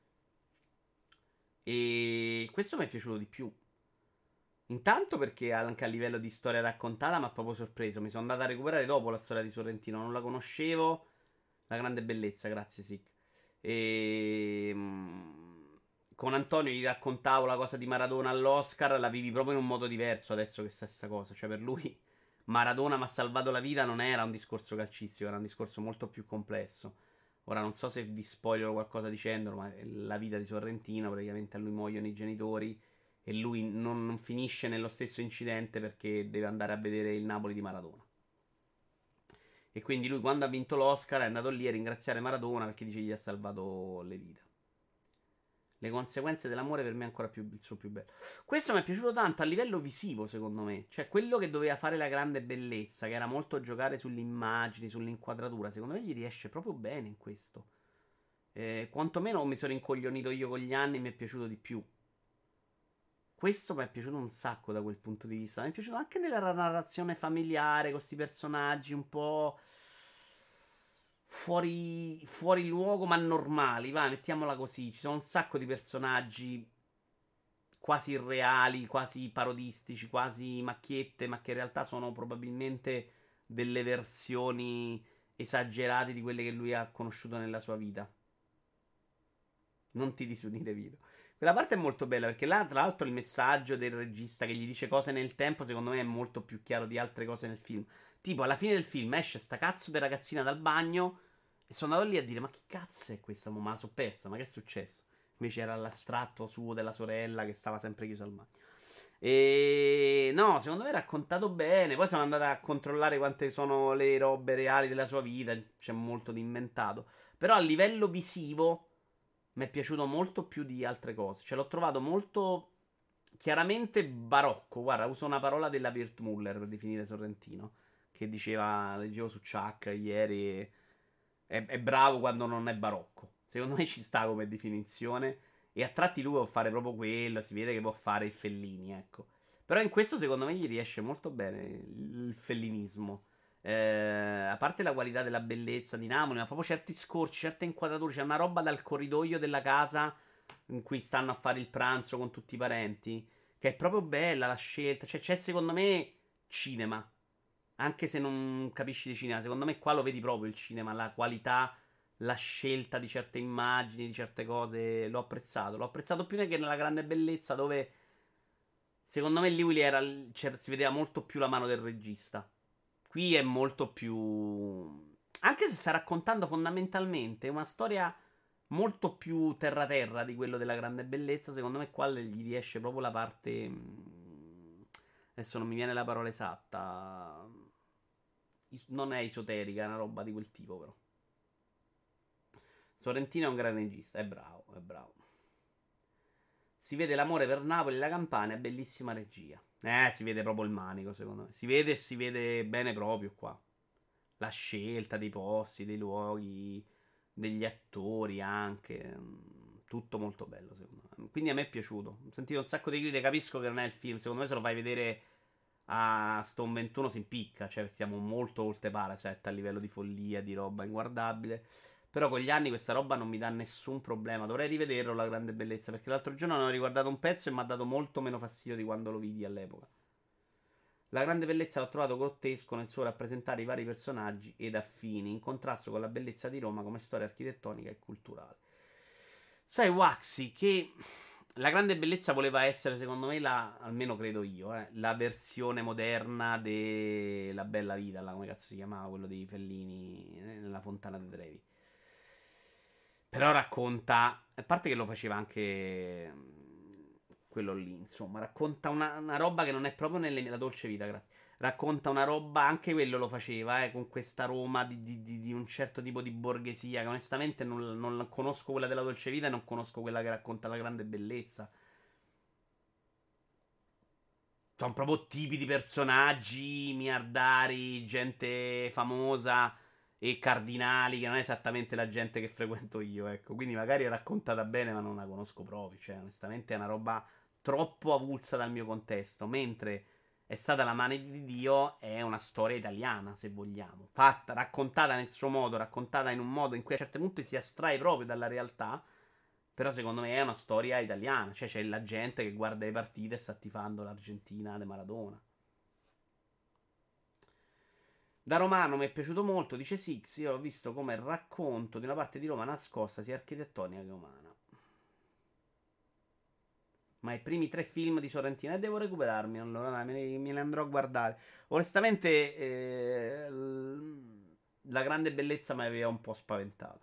E questo mi è piaciuto di più. Intanto perché anche a livello di storia raccontata mi ha proprio sorpreso. Mi sono andato a recuperare dopo la storia di Sorrentino. Non la conoscevo. La grande bellezza, grazie Sic. E con Antonio gli raccontavo la cosa di Maradona all'Oscar. La vivi proprio in un modo diverso adesso che stessa cosa. Cioè per lui Maradona mi ha salvato la vita non era un discorso calcistico, era un discorso molto più complesso. Ora non so se vi spoilerò qualcosa dicendolo, ma è la vita di Sorrentino, praticamente a lui muoiono i genitori e lui non, non finisce nello stesso incidente perché deve andare a vedere il Napoli di Maradona. E quindi lui quando ha vinto l'Oscar è andato lì a ringraziare Maradona perché dice gli ha salvato le vite. Le conseguenze dell'amore per me è ancora più, il suo più bello. Questo mi è piaciuto tanto a livello visivo, secondo me. Cioè, quello che doveva fare la grande bellezza, che era molto giocare sulle immagini, sull'inquadratura, secondo me gli riesce proprio bene in questo. Eh, quantomeno mi sono incoglionito io con gli anni, mi è piaciuto di più. Questo mi è piaciuto un sacco da quel punto di vista. Mi è piaciuto anche nella narrazione familiare, con questi personaggi un po' fuori, fuori luogo ma normali, va, mettiamola così. Ci sono un sacco di personaggi quasi irreali, quasi parodistici, quasi macchiette, ma che in realtà sono probabilmente delle versioni esagerate di quelle che lui ha conosciuto nella sua vita. Non ti disunire, Vito. Quella parte è molto bella perché là, tra l'altro, il messaggio del regista che gli dice cose nel tempo, secondo me, è molto più chiaro di altre cose nel film. Tipo, alla fine del film esce sta cazzo di ragazzina dal bagno e sono andato lì a dire: ma che cazzo è questa? Ma la so persa, ma che è successo? Invece era l'astratto suo della sorella che stava sempre chiusa al bagno. E no, secondo me è raccontato bene. Poi sono andata a controllare quante sono le robe reali della sua vita. C'è molto di inventato. Però a livello visivo mi è piaciuto molto più di altre cose. Cioè l'ho trovato molto chiaramente barocco. Guarda, uso una parola della Wertmüller per definire Sorrentino, che diceva, leggevo su Chuck ieri, è, è bravo quando non è barocco. Secondo me ci sta come definizione. E a tratti lui può fare proprio quello. Si vede che può fare il Fellini, ecco. Però in questo secondo me gli riesce molto bene il fellinismo. Eh, a parte la qualità della bellezza di Napoli, ma proprio certi scorci, certe inquadrature. C'è una roba dal corridoio della casa in cui stanno a fare il pranzo con tutti i parenti, che è proprio bella la scelta. Cioè c'è secondo me cinema. Anche se non capisci di cinema, secondo me qua lo vedi proprio il cinema, la qualità, la scelta di certe immagini, di certe cose. L'ho apprezzato. L'ho apprezzato più che nella grande bellezza, dove secondo me lì era, cioè, si vedeva molto più la mano del regista. Qui è molto più... Anche se sta raccontando fondamentalmente una storia molto più terra-terra di quello della grande bellezza, secondo me qua gli riesce proprio la parte... Adesso non mi viene la parola esatta. Non è esoterica, è una roba di quel tipo, però. Sorrentino è un gran regista, è bravo, è bravo. Si vede l'amore per Napoli e la Campania, bellissima regia. Eh, si vede proprio il manico, secondo me. Si vede e si vede bene proprio qua. La scelta dei posti, dei luoghi, degli attori anche. Tutto molto bello, secondo me. Quindi a me è piaciuto. Ho sentito un sacco di critiche, capisco che non è il film. Secondo me se lo fai vedere a Stone ventuno si impicca. Cioè siamo molto oltre Parasite a livello di follia, di roba inguardabile. Però con gli anni questa roba non mi dà nessun problema. Dovrei rivederlo, La grande bellezza, perché l'altro giorno ne ho riguardato un pezzo e mi ha dato molto meno fastidio di quando lo vidi all'epoca. La grande bellezza l'ho trovato grottesco nel suo rappresentare i vari personaggi ed affini, in contrasto con la bellezza di Roma come storia architettonica e culturale. Sai, Waxy, che La grande bellezza voleva essere, secondo me, la, almeno credo io, eh, la versione moderna della Bella Vita, la, come cazzo si chiamava, quello dei Fellini, eh, nella Fontana di Trevi. Però racconta, a parte che lo faceva anche quello lì, insomma, racconta una, una roba che non è proprio nella Dolce Vita, grazie. Racconta una roba, anche quello lo faceva, eh, con questa Roma di, di, di, di un certo tipo di borghesia, che onestamente non, non conosco quella della Dolce Vita e non conosco quella che racconta La grande bellezza. Sono proprio tipi di personaggi, miliardari, gente famosa e cardinali, che non è esattamente la gente che frequento io, ecco. Quindi magari è raccontata bene, ma non la conosco proprio. Cioè, onestamente è una roba troppo avulsa dal mio contesto. Mentre È stata la mano di Dio, è una storia italiana, se vogliamo. Fatta, raccontata nel suo modo, raccontata in un modo in cui a certi punti si astrae proprio dalla realtà. Però secondo me è una storia italiana. Cioè c'è la gente che guarda le partite e sta tifando l'Argentina di Maradona. Da romano mi è piaciuto molto, dice Six. Io l'ho visto come racconto di una parte di Roma nascosta sia architettonica che umana. Ma i primi tre film di Sorrentino e devo recuperarmi, allora dai, me, ne, me ne andrò a guardare. Onestamente eh, La grande bellezza mi aveva un po' spaventato.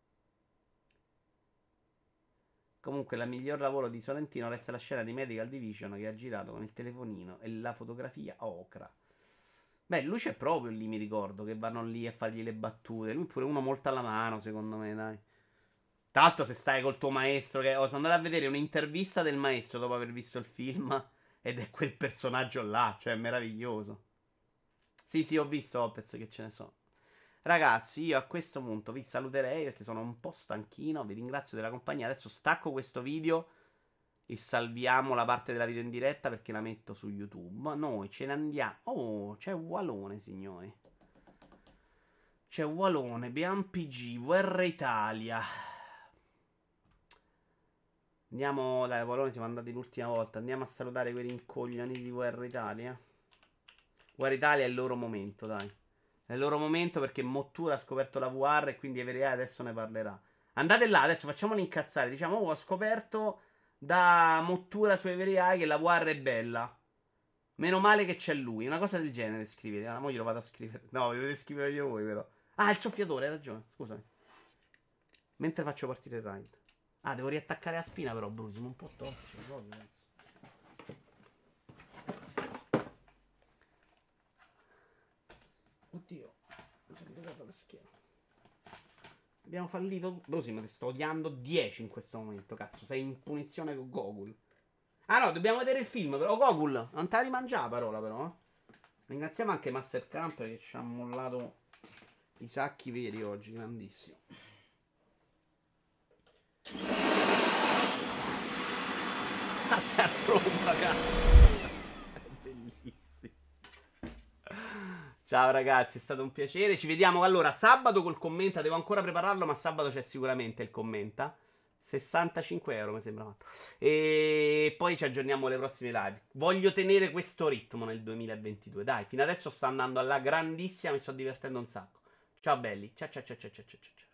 Comunque la miglior lavoro di Sorrentino resta la scena di Medical Division che ha girato con il telefonino e la fotografia a ocra. Beh, lui c'è proprio lì, mi ricordo, che vanno lì a fargli le battute. Lui pure uno molto alla mano, secondo me, dai. Tra l'altro se stai col tuo maestro, che oh, sono andato a vedere un'intervista del maestro dopo aver visto il film, ed è quel personaggio là, cioè è meraviglioso. Sì, sì, ho visto Opez che ce ne sono. Ragazzi, io a questo punto vi saluterei perché sono un po' stanchino, vi ringrazio della compagnia. Adesso stacco questo video e salviamo la parte della video in diretta perché la metto su YouTube. Noi ce ne andiamo. Oh, c'è Walone, signori. C'è Walone, B M P G, V R Italia. Andiamo, dai, Polone, siamo andati l'ultima volta. Andiamo a salutare quei rincoglioniti di Guerra Italia. Guerra Italia è il loro momento, dai. È il loro momento perché Mottura ha scoperto la V R e quindi Everyeye adesso ne parlerà. Andate là, adesso facciamolo incazzare. Diciamo, oh, ho scoperto da Mottura su Everyeye che la V R è bella. Meno male che c'è lui. Una cosa del genere scrivete. Ah, mo glielo vado a scrivere. No, vi dovete scrivere io voi, però. Ah, il soffiatore, hai ragione. Scusami. Mentre faccio partire il ride. Ah, devo riattaccare la spina però, Bruce. Siamo un po' torci. Oddio. Mi sono ricordato lo schiena. Abbiamo fallito. Bruce, ma ti sto odiando dieci in questo momento. Cazzo, sei in punizione con Gogul. Ah no, dobbiamo vedere il film però. Gogul, non te la rimangia la parola però. Eh? Ringraziamo anche Master Camp che ci ha mollato i sacchi veri oggi. Grandissimo. A te tromba, cazzo. È bellissimo. Ciao ragazzi, è stato un piacere. Ci vediamo allora sabato col commenta. Devo ancora prepararlo, ma sabato c'è sicuramente il commenta. sessantacinque euro mi sembra fatto. E poi ci aggiorniamo alle prossime live. Voglio tenere questo ritmo nel duemilaventidue. Dai, fino adesso sta andando alla grandissima. Mi sto divertendo un sacco. Ciao belli. Ciao ciao ciao ciao ciao ciao.